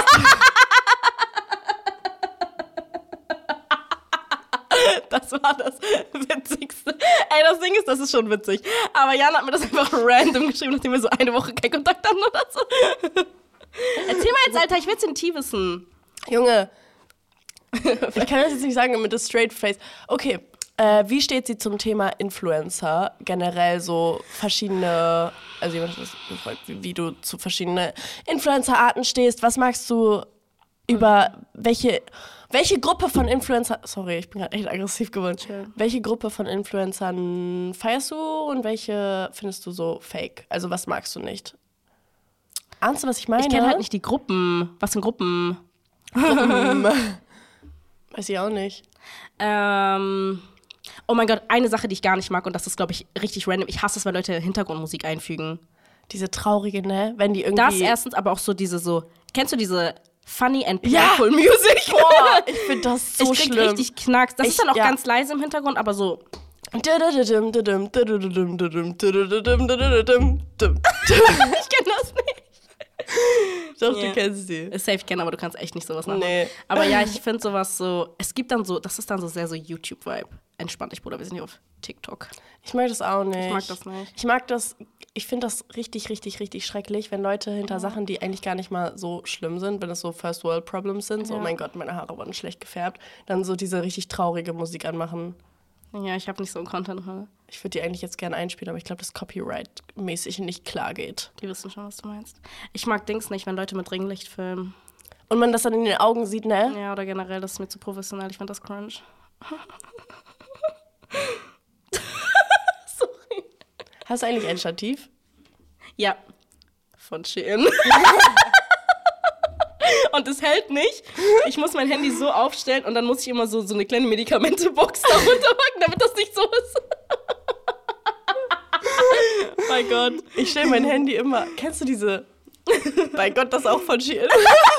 S1: Das war das Witzigste. Ey, das Ding ist, das ist schon witzig. Aber Jan hat mir das einfach random geschrieben, nachdem wir so eine Woche keinen Kontakt hatten oder so. Erzähl mal jetzt, Alter, ich will's in Tee wissen.
S2: Junge, ich kann das jetzt nicht sagen mit der straight face. Okay, äh, wie steht sie zum Thema Influencer? Generell so verschiedene, also jemand hat das gefragt, wie, wie du zu verschiedenen Influencer-Arten stehst. Was magst du über welche, welche Gruppe von Influencern, sorry, ich bin gerade echt aggressiv geworden.
S1: Chill.
S2: Welche Gruppe von Influencern feierst du und welche findest du so fake? Also was magst du nicht? Ahnst du, was ich meine?
S1: Ich kenne halt nicht die Gruppen. Was sind Gruppen?
S2: Weiß ich auch nicht.
S1: Ähm, oh mein Gott, eine Sache, die ich gar nicht mag, und das ist, glaube ich, richtig random. Ich hasse es, wenn Leute Hintergrundmusik einfügen.
S2: Diese traurige, ne? Wenn die irgendwie...
S1: Das erstens, aber auch so diese so, kennst du diese funny and
S2: Ja.
S1: playful Music?
S2: Boah, ich finde das so
S1: ich krieg
S2: schlimm.
S1: richtig Knacks. Das
S2: Ich-
S1: ist dann auch
S2: ja.
S1: ganz leise im Hintergrund, aber so,
S2: Ich kenne
S1: das nicht.
S2: Doch,
S1: Ja.
S2: du kennst die.
S1: Ist safe, ich kenne, aber du kannst echt nicht sowas machen.
S2: Nee.
S1: Aber ja, ich finde sowas so, es gibt dann so, das ist dann so sehr so YouTube-Vibe. Entspannt dich, Bruder, wir sind hier auf TikTok.
S2: Ich mag das auch nicht.
S1: Ich mag das nicht.
S2: Ich mag das, ich finde das richtig, richtig, richtig schrecklich, wenn Leute hinter Sachen, die eigentlich gar nicht mal so schlimm sind, wenn es so First World Problems sind, so,
S1: Ja.
S2: oh mein Gott, meine Haare wurden schlecht gefärbt, dann so diese richtig traurige Musik anmachen.
S1: Ja, ich habe nicht so einen Content. Ne?
S2: Ich würde die eigentlich jetzt gerne einspielen, aber ich glaube, dass Copyright-mäßig nicht klar geht.
S1: Die wissen schon, was du meinst. Ich mag Dings nicht, wenn Leute mit Ringlicht filmen.
S2: Und man das dann in den Augen sieht, ne?
S1: Ja, oder generell, das ist mir zu professionell. Ich finde das cringe. Sorry.
S2: Hast du eigentlich ein Stativ?
S1: Ja, von Shein. Und es hält nicht. Ich muss mein Handy so aufstellen und dann muss ich immer so, so eine kleine Medikamentebox darunter packen, damit das nicht so ist. Mein Gott.
S2: Ich stelle mein Handy immer. Kennst du diese? Bei Gott, das auch von Shein.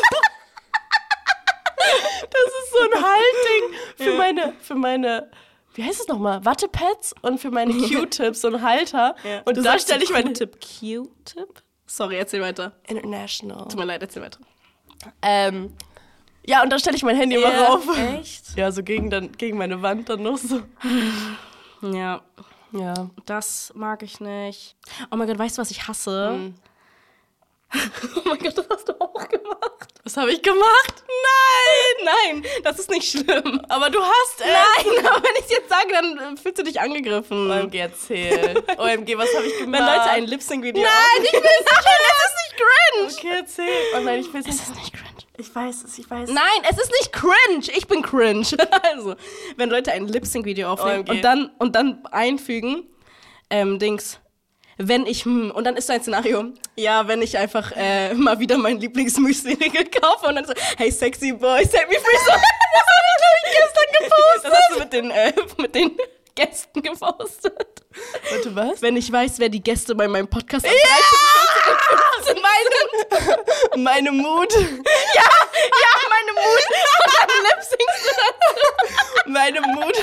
S2: Das ist so ein Haltding für
S1: Ja.
S2: meine, für meine, wie heißt es nochmal? Wattepads und für meine Q-Tips, so ein Halter.
S1: Ja.
S2: Und
S1: Du
S2: da
S1: sagst
S2: stelle ich meine
S1: Q-Tip. Q-Tip? Sorry, erzähl weiter.
S2: International.
S1: Tut mir leid, erzähl weiter.
S2: Ähm, ja, und da stelle ich mein Handy immer rauf.
S1: Echt?
S2: Ja, so gegen, dann, gegen meine Wand dann noch so.
S1: Ja,
S2: Ja.
S1: das mag ich nicht. Oh mein Gott, weißt du, was ich hasse?
S2: Hm.
S1: Oh mein Gott, das hast du auch gemacht.
S2: Was habe ich gemacht?
S1: Nein, nein, das ist nicht schlimm.
S2: Aber du hast es.
S1: Nein, aber wenn ich es jetzt sage, dann äh, fühlst du dich angegriffen.
S2: O M G, erzähl. O M G, was habe ich gemacht?
S1: Wenn Leute ein Lip-Sync-Video
S2: Nein, ich will es nicht.
S1: Es ist nicht cringe.
S2: Okay, erzähl. Oh nein, ich will es
S1: Es
S2: nicht.
S1: ist nicht cringe.
S2: Ich weiß es, ich weiß es.
S1: Nein, es ist nicht cringe. Ich bin cringe. Also, wenn Leute ein Lip-Sync-Video aufnehmen
S2: O M G.
S1: und dann, und dann einfügen, ähm, Dings, wenn ich, hm, und dann ist so ein Szenario, ja, wenn ich einfach äh, mal wieder mein Lieblingsmüsli-Riegel kaufe und dann so, hey, sexy boy, set me free. So, das habe ich, glaube ich, gestern gepostet. Das hast du mit den, äh, mit den Gästen gepostet.
S2: Warte, was?
S1: Wenn ich weiß, wer die Gäste bei meinem Podcast am
S2: Ja!
S1: dreizehnten fünfzehnten sind.
S2: Meine Mut.
S1: Ja, ja, meine Mut. Und dann lip-syncst du das.
S2: Meine Mut.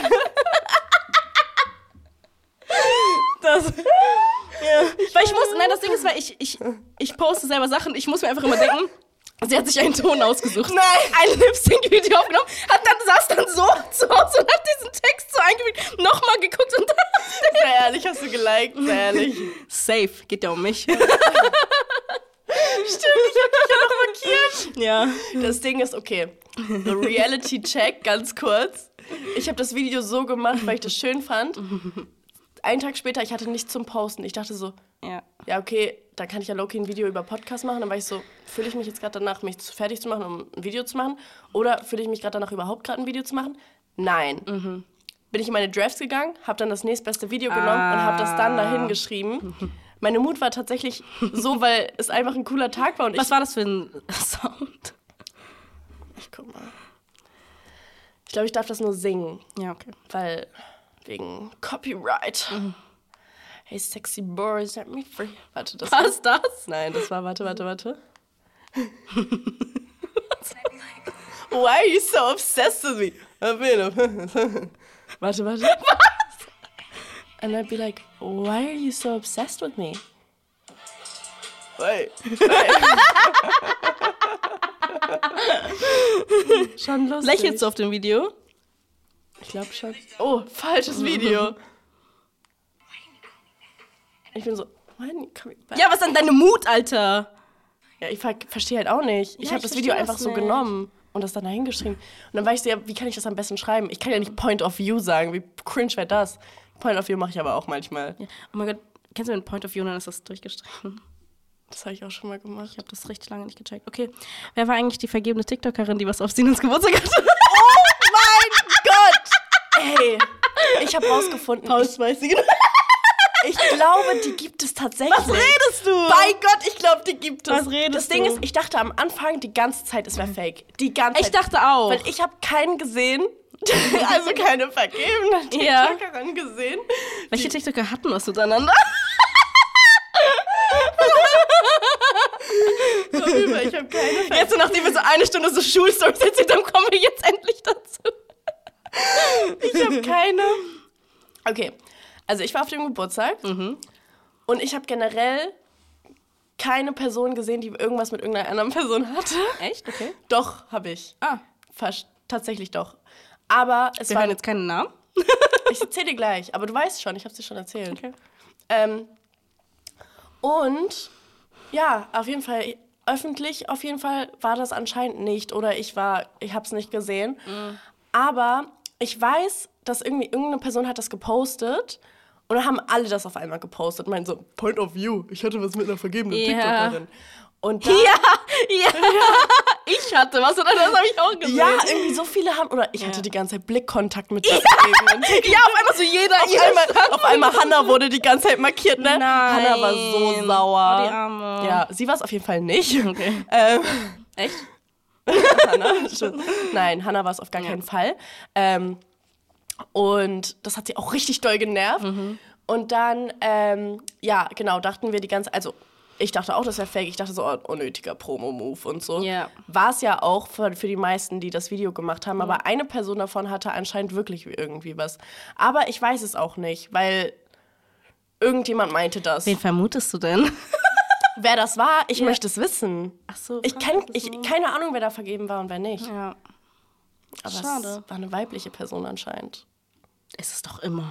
S2: Das.
S1: Ja. Weil ich muss, nein, das Ding ist, weil ich, ich, ich poste selber Sachen, ich muss mir einfach immer denken, sie hat sich einen Ton ausgesucht.
S2: Nein.
S1: Ein Lip-Sync-Video aufgenommen, hat dann, saß dann so zu Hause und hat diesen Text so eingefügt, nochmal geguckt und dann...
S2: Sehr ehrlich, hast du geliked, sehr ehrlich.
S1: Safe, geht ja um mich.
S2: Stimmt, ich hab dich ja noch markiert.
S1: Ja.
S2: Das Ding ist, okay, the Reality Check, ganz kurz. Ich habe das Video so gemacht, weil ich das schön fand. Einen Tag später, ich hatte nichts zum Posten. Ich dachte so,
S1: Ja.
S2: ja, okay, dann kann ich ja low-key ein Video über Podcast machen. Dann war ich so, fühle ich mich jetzt gerade danach, mich fertig zu machen, um ein Video zu machen? Oder fühle ich mich gerade danach, überhaupt gerade ein Video zu machen? Nein.
S1: Mhm.
S2: Bin ich in meine Drafts gegangen, habe dann das nächstbeste Video genommen ah. und habe das dann dahin geschrieben. Meine Mut war tatsächlich so, weil es einfach ein cooler Tag war. Und
S1: Was
S2: ich,
S1: war das für ein Sound?
S2: Ich guck mal. Ich glaube, ich darf das nur singen.
S1: Ja, okay.
S2: Weil, wegen Copyright. Mhm. Hey, sexy boy, set me free. Warte, das
S1: Was ist das?
S2: Nein, das war, warte, warte, warte. Why are you so obsessed with me? Warte, warte.
S1: Was?
S2: And I'd be like, why are you so obsessed with me? Wait. Wait. Schon lustig.
S1: Lächelst du auf dem Video?
S2: Ich glaube schon. Oh, falsches Video. Ich bin so, why didn't you come back?
S1: Ja, was ist denn deine Mut, Alter?
S2: Ja, ich ver- verstehe halt auch nicht. Ich
S1: Ja,
S2: habe
S1: ich
S2: das Video
S1: verstehe
S2: einfach
S1: das
S2: so
S1: nicht.
S2: genommen und das dann dahin geschrieben. Und dann war ich so, ja, wie kann ich das am besten schreiben? Ich kann ja nicht Point of View sagen. Wie cringe wäre das? Point of View mache ich aber auch manchmal.
S1: Ja. Oh mein Gott, kennst du den Point of View und dann ist das durchgestrichen?
S2: Das habe ich auch schon mal gemacht.
S1: Ich habe das richtig lange nicht gecheckt. Okay, wer war eigentlich die vergebene TikTokerin, die was auf Sinans Geburtstag hatte?
S2: Oh mein Gott! Ey, ich habe rausgefunden.
S1: Paus weiß sie genau.
S2: Ich glaube, die gibt es tatsächlich.
S1: Was redest du?
S2: Bei Gott, ich glaube, die gibt es.
S1: Was redest
S2: Das Ding
S1: du?
S2: ist, ich dachte am Anfang die ganze Zeit, es wäre fake. Die ganze
S1: Ich
S2: Zeit.
S1: dachte auch.
S2: Weil ich habe keinen gesehen, also keine vergebene
S1: Ja.
S2: TikTokerin gesehen.
S1: Welche TikToker hatten was miteinander?
S2: Ich habe keine vergebene.
S1: Jetzt, so nachdem wir so eine Stunde so Schulstories erzählt haben, kommen wir jetzt endlich dazu.
S2: Ich habe keine. Okay, also ich war auf dem Geburtstag
S1: Mhm.
S2: und ich habe generell keine Person gesehen, die irgendwas mit irgendeiner anderen Person hatte.
S1: Echt? Okay.
S2: Doch, habe ich.
S1: Ah,
S2: Fast, tatsächlich doch. Aber es
S1: wir
S2: war
S1: hören jetzt keinen Namen.
S2: Ich erzähle dir gleich, aber du weißt schon, ich habe es dir schon erzählt.
S1: Okay.
S2: Ähm, und ja, auf jeden Fall, öffentlich auf jeden Fall war das anscheinend nicht oder ich war, ich habe es nicht gesehen.
S1: Mhm.
S2: Aber ich weiß, dass irgendwie irgendeine Person hat das gepostet und dann haben alle das auf einmal gepostet. Meinen so, Point of View, ich hatte was mit einer vergebenen
S1: Ja.
S2: TikTokerin. Und dann,
S1: Ja, ja, ich hatte was und das habe ich auch gesehen.
S2: ja, irgendwie so viele haben, oder ich
S1: Ja.
S2: hatte die ganze Zeit Blickkontakt mit der vergebenen
S1: Ja, auf einmal so jeder.
S2: Auf einmal, auf einmal Hannah wurde die ganze Zeit markiert, ne?
S1: Nein.
S2: Hannah war so sauer.
S1: Oh, die Arme.
S2: Ja, sie war es auf jeden Fall nicht.
S1: Okay.
S2: Ähm,
S1: Echt?
S2: Hannah? Stimmt. Nein, Hannah war es auf gar
S1: Ja.
S2: keinen Fall. Ähm, und das hat sie auch richtig doll genervt.
S1: Mhm.
S2: Und dann, ähm, ja, genau, dachten wir die ganze, also ich dachte auch, das wäre fake. Ich dachte so, oh, unnötiger Promo-Move und so.
S1: Ja.
S2: War es ja auch für, für die meisten, die das Video gemacht haben. Aber eine Person davon hatte anscheinend wirklich irgendwie was. Aber ich weiß es auch nicht, weil irgendjemand meinte das.
S1: Wen vermutest du denn?
S2: Wer das war, ich
S1: Ja.
S2: möchte es wissen.
S1: Ach so.
S2: Ich kenn,
S1: frag
S2: ich,
S1: so.
S2: keine Ahnung, wer da vergeben war und wer nicht.
S1: Ja.
S2: Aber
S1: Schade.
S2: es war eine weibliche Person anscheinend.
S1: Ist es doch immer.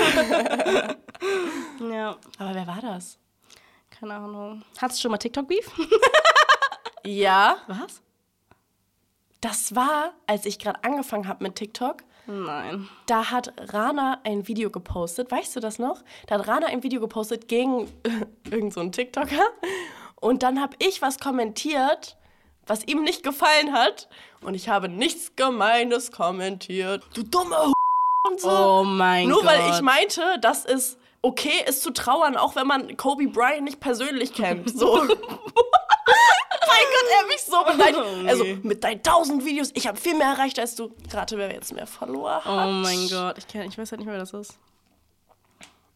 S1: Ja.
S2: Aber wer war das?
S1: Keine Ahnung. Hattest du schon mal TikTok-Beef?
S2: Ja.
S1: Was?
S2: Das war, als ich gerade angefangen habe mit TikTok.
S1: Nein.
S2: Da hat Rana ein Video gepostet. Weißt du das noch? Da hat Rana ein Video gepostet gegen irgend so einen TikToker. Und dann habe ich was kommentiert, was ihm nicht gefallen hat. Und ich habe nichts Gemeines kommentiert. Du dumme H*** und so.
S1: Oh mein
S2: Nur
S1: Gott.
S2: weil ich meinte, dass es okay ist zu trauern, auch wenn man Kobe Bryant nicht persönlich kennt. So. Mein Gott, er hat mich so beleidigt.
S1: Oh, nee.
S2: Also, mit deinen tausend Videos, ich habe viel mehr erreicht als du. Rate, wer jetzt mehr Follower hat.
S1: Oh mein Gott. Ich, kenn, ich weiß halt nicht mehr, wer das ist.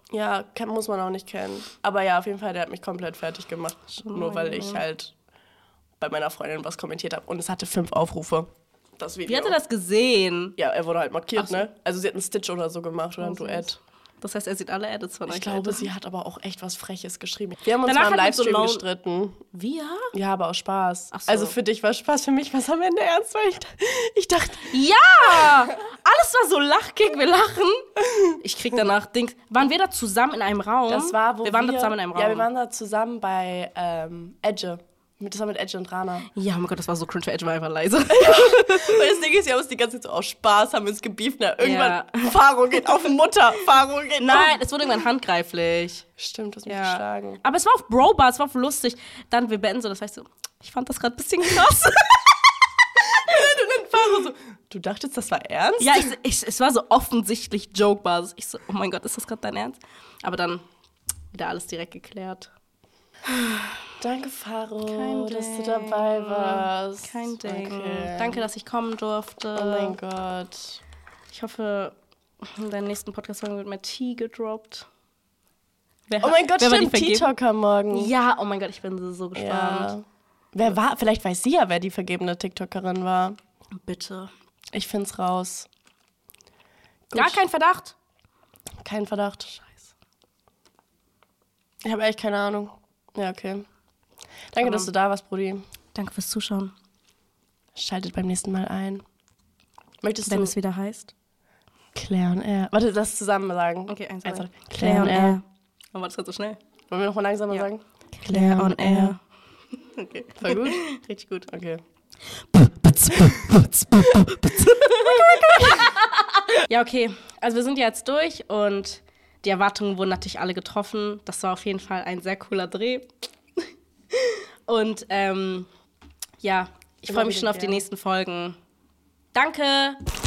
S2: Ja, kann, muss man auch nicht kennen. Aber ja, auf jeden Fall, der hat mich komplett fertig gemacht. Schon nur weil ich halt bei meiner Freundin was kommentiert habe. Und es hatte fünf Aufrufe. Das Video.
S1: Wie hat er das gesehen?
S2: Ja, er wurde halt markiert,
S1: so.
S2: ne? Also sie hat einen Stitch oder so gemacht oder ein Duett.
S1: Das heißt, er sieht alle Edits von euch.
S2: Ich glaube, sie hat aber auch echt was Freches geschrieben. Wir haben uns
S1: Danach
S2: mal im
S1: hat sie so
S2: Livestream
S1: laut-
S2: gestritten.
S1: Wir?
S2: Ja, aber aus Spaß.
S1: Ach so.
S2: Also für dich war Spaß, für mich war es am Ende ernst, weil ich, ich dachte...
S1: Ja! Alles war so lachkick, wir lachen. Ich krieg danach Dings. Waren wir da zusammen in einem Raum?
S2: Das war, wo
S1: wir waren da zusammen in einem Raum.
S2: Ja, wir waren da zusammen bei ähm, Edge. Das war mit Edge und Rana.
S1: Ja, oh mein Gott, das war so cringe, Edge war einfach leise.
S2: Weil das Ding ist, wir haben uns die ganze Zeit so aus Spaß, haben uns gebieft. Na, irgendwann,
S1: Ja.
S2: Faro geht auf Mutter, Faro geht
S1: Nein,
S2: auf...
S1: es wurde irgendwann handgreiflich.
S2: Stimmt, das muss
S1: Ja.
S2: ich schlagen.
S1: Aber es war auf Bro-Bar, es war auf lustig. Dann, wir beenden so, das heißt so, ich fand das gerade ein bisschen krass.
S2: Und dann Faro so, du dachtest, das war ernst?
S1: Ja, ich, ich, es war so offensichtlich Joke-Basis. Ich so, oh mein Gott, ist das gerade dein Ernst? Aber dann wieder alles direkt geklärt.
S2: Danke, Faro,
S1: Kein
S2: dass du
S1: Ding.
S2: dabei warst.
S1: Kein Ding.
S2: Okay.
S1: Danke, dass ich kommen durfte.
S2: Oh mein Gott.
S1: Ich hoffe, in deinem nächsten Podcast-Folge wird mehr Tee gedroppt. Wer
S2: Oh
S1: hat-
S2: mein Gott,
S1: wer war die
S2: stimmt,
S1: vergeben?
S2: TikToker morgen.
S1: Ja, oh mein Gott, ich bin so, so gespannt.
S2: Ja. Wer war, vielleicht weiß sie ja, wer die vergebene TikTokerin war.
S1: Bitte.
S2: Ich find's raus. Gut.
S1: Gar kein Verdacht.
S2: Kein Verdacht. Scheiße. Ich habe echt keine Ahnung. Ja, okay. Danke,
S1: Aber-
S2: dass du da warst, Brudi.
S1: Danke fürs Zuschauen.
S2: Schaltet beim nächsten Mal ein. Möchtest
S1: Wenn
S2: du
S1: es wieder heißt.
S2: Claire und R? Warte, das zusammen sagen.
S1: Okay, eins,
S2: Eins,
S1: zwei.
S2: zwei. Claire und R.
S1: Oh, war das gerade so schnell?
S2: Wollen wir nochmal langsamer
S1: Ja.
S2: sagen?
S1: Claire on Air.
S2: Okay. Voll gut?
S1: Richtig gut.
S2: Okay.
S1: Ja, okay. Also wir sind ja jetzt durch und die Erwartungen wurden natürlich alle getroffen. Das war auf jeden Fall ein sehr cooler Dreh. Und ähm, ja, ich
S2: Immer
S1: freue mich
S2: wieder
S1: schon auf die
S2: gern.
S1: nächsten Folgen. Danke!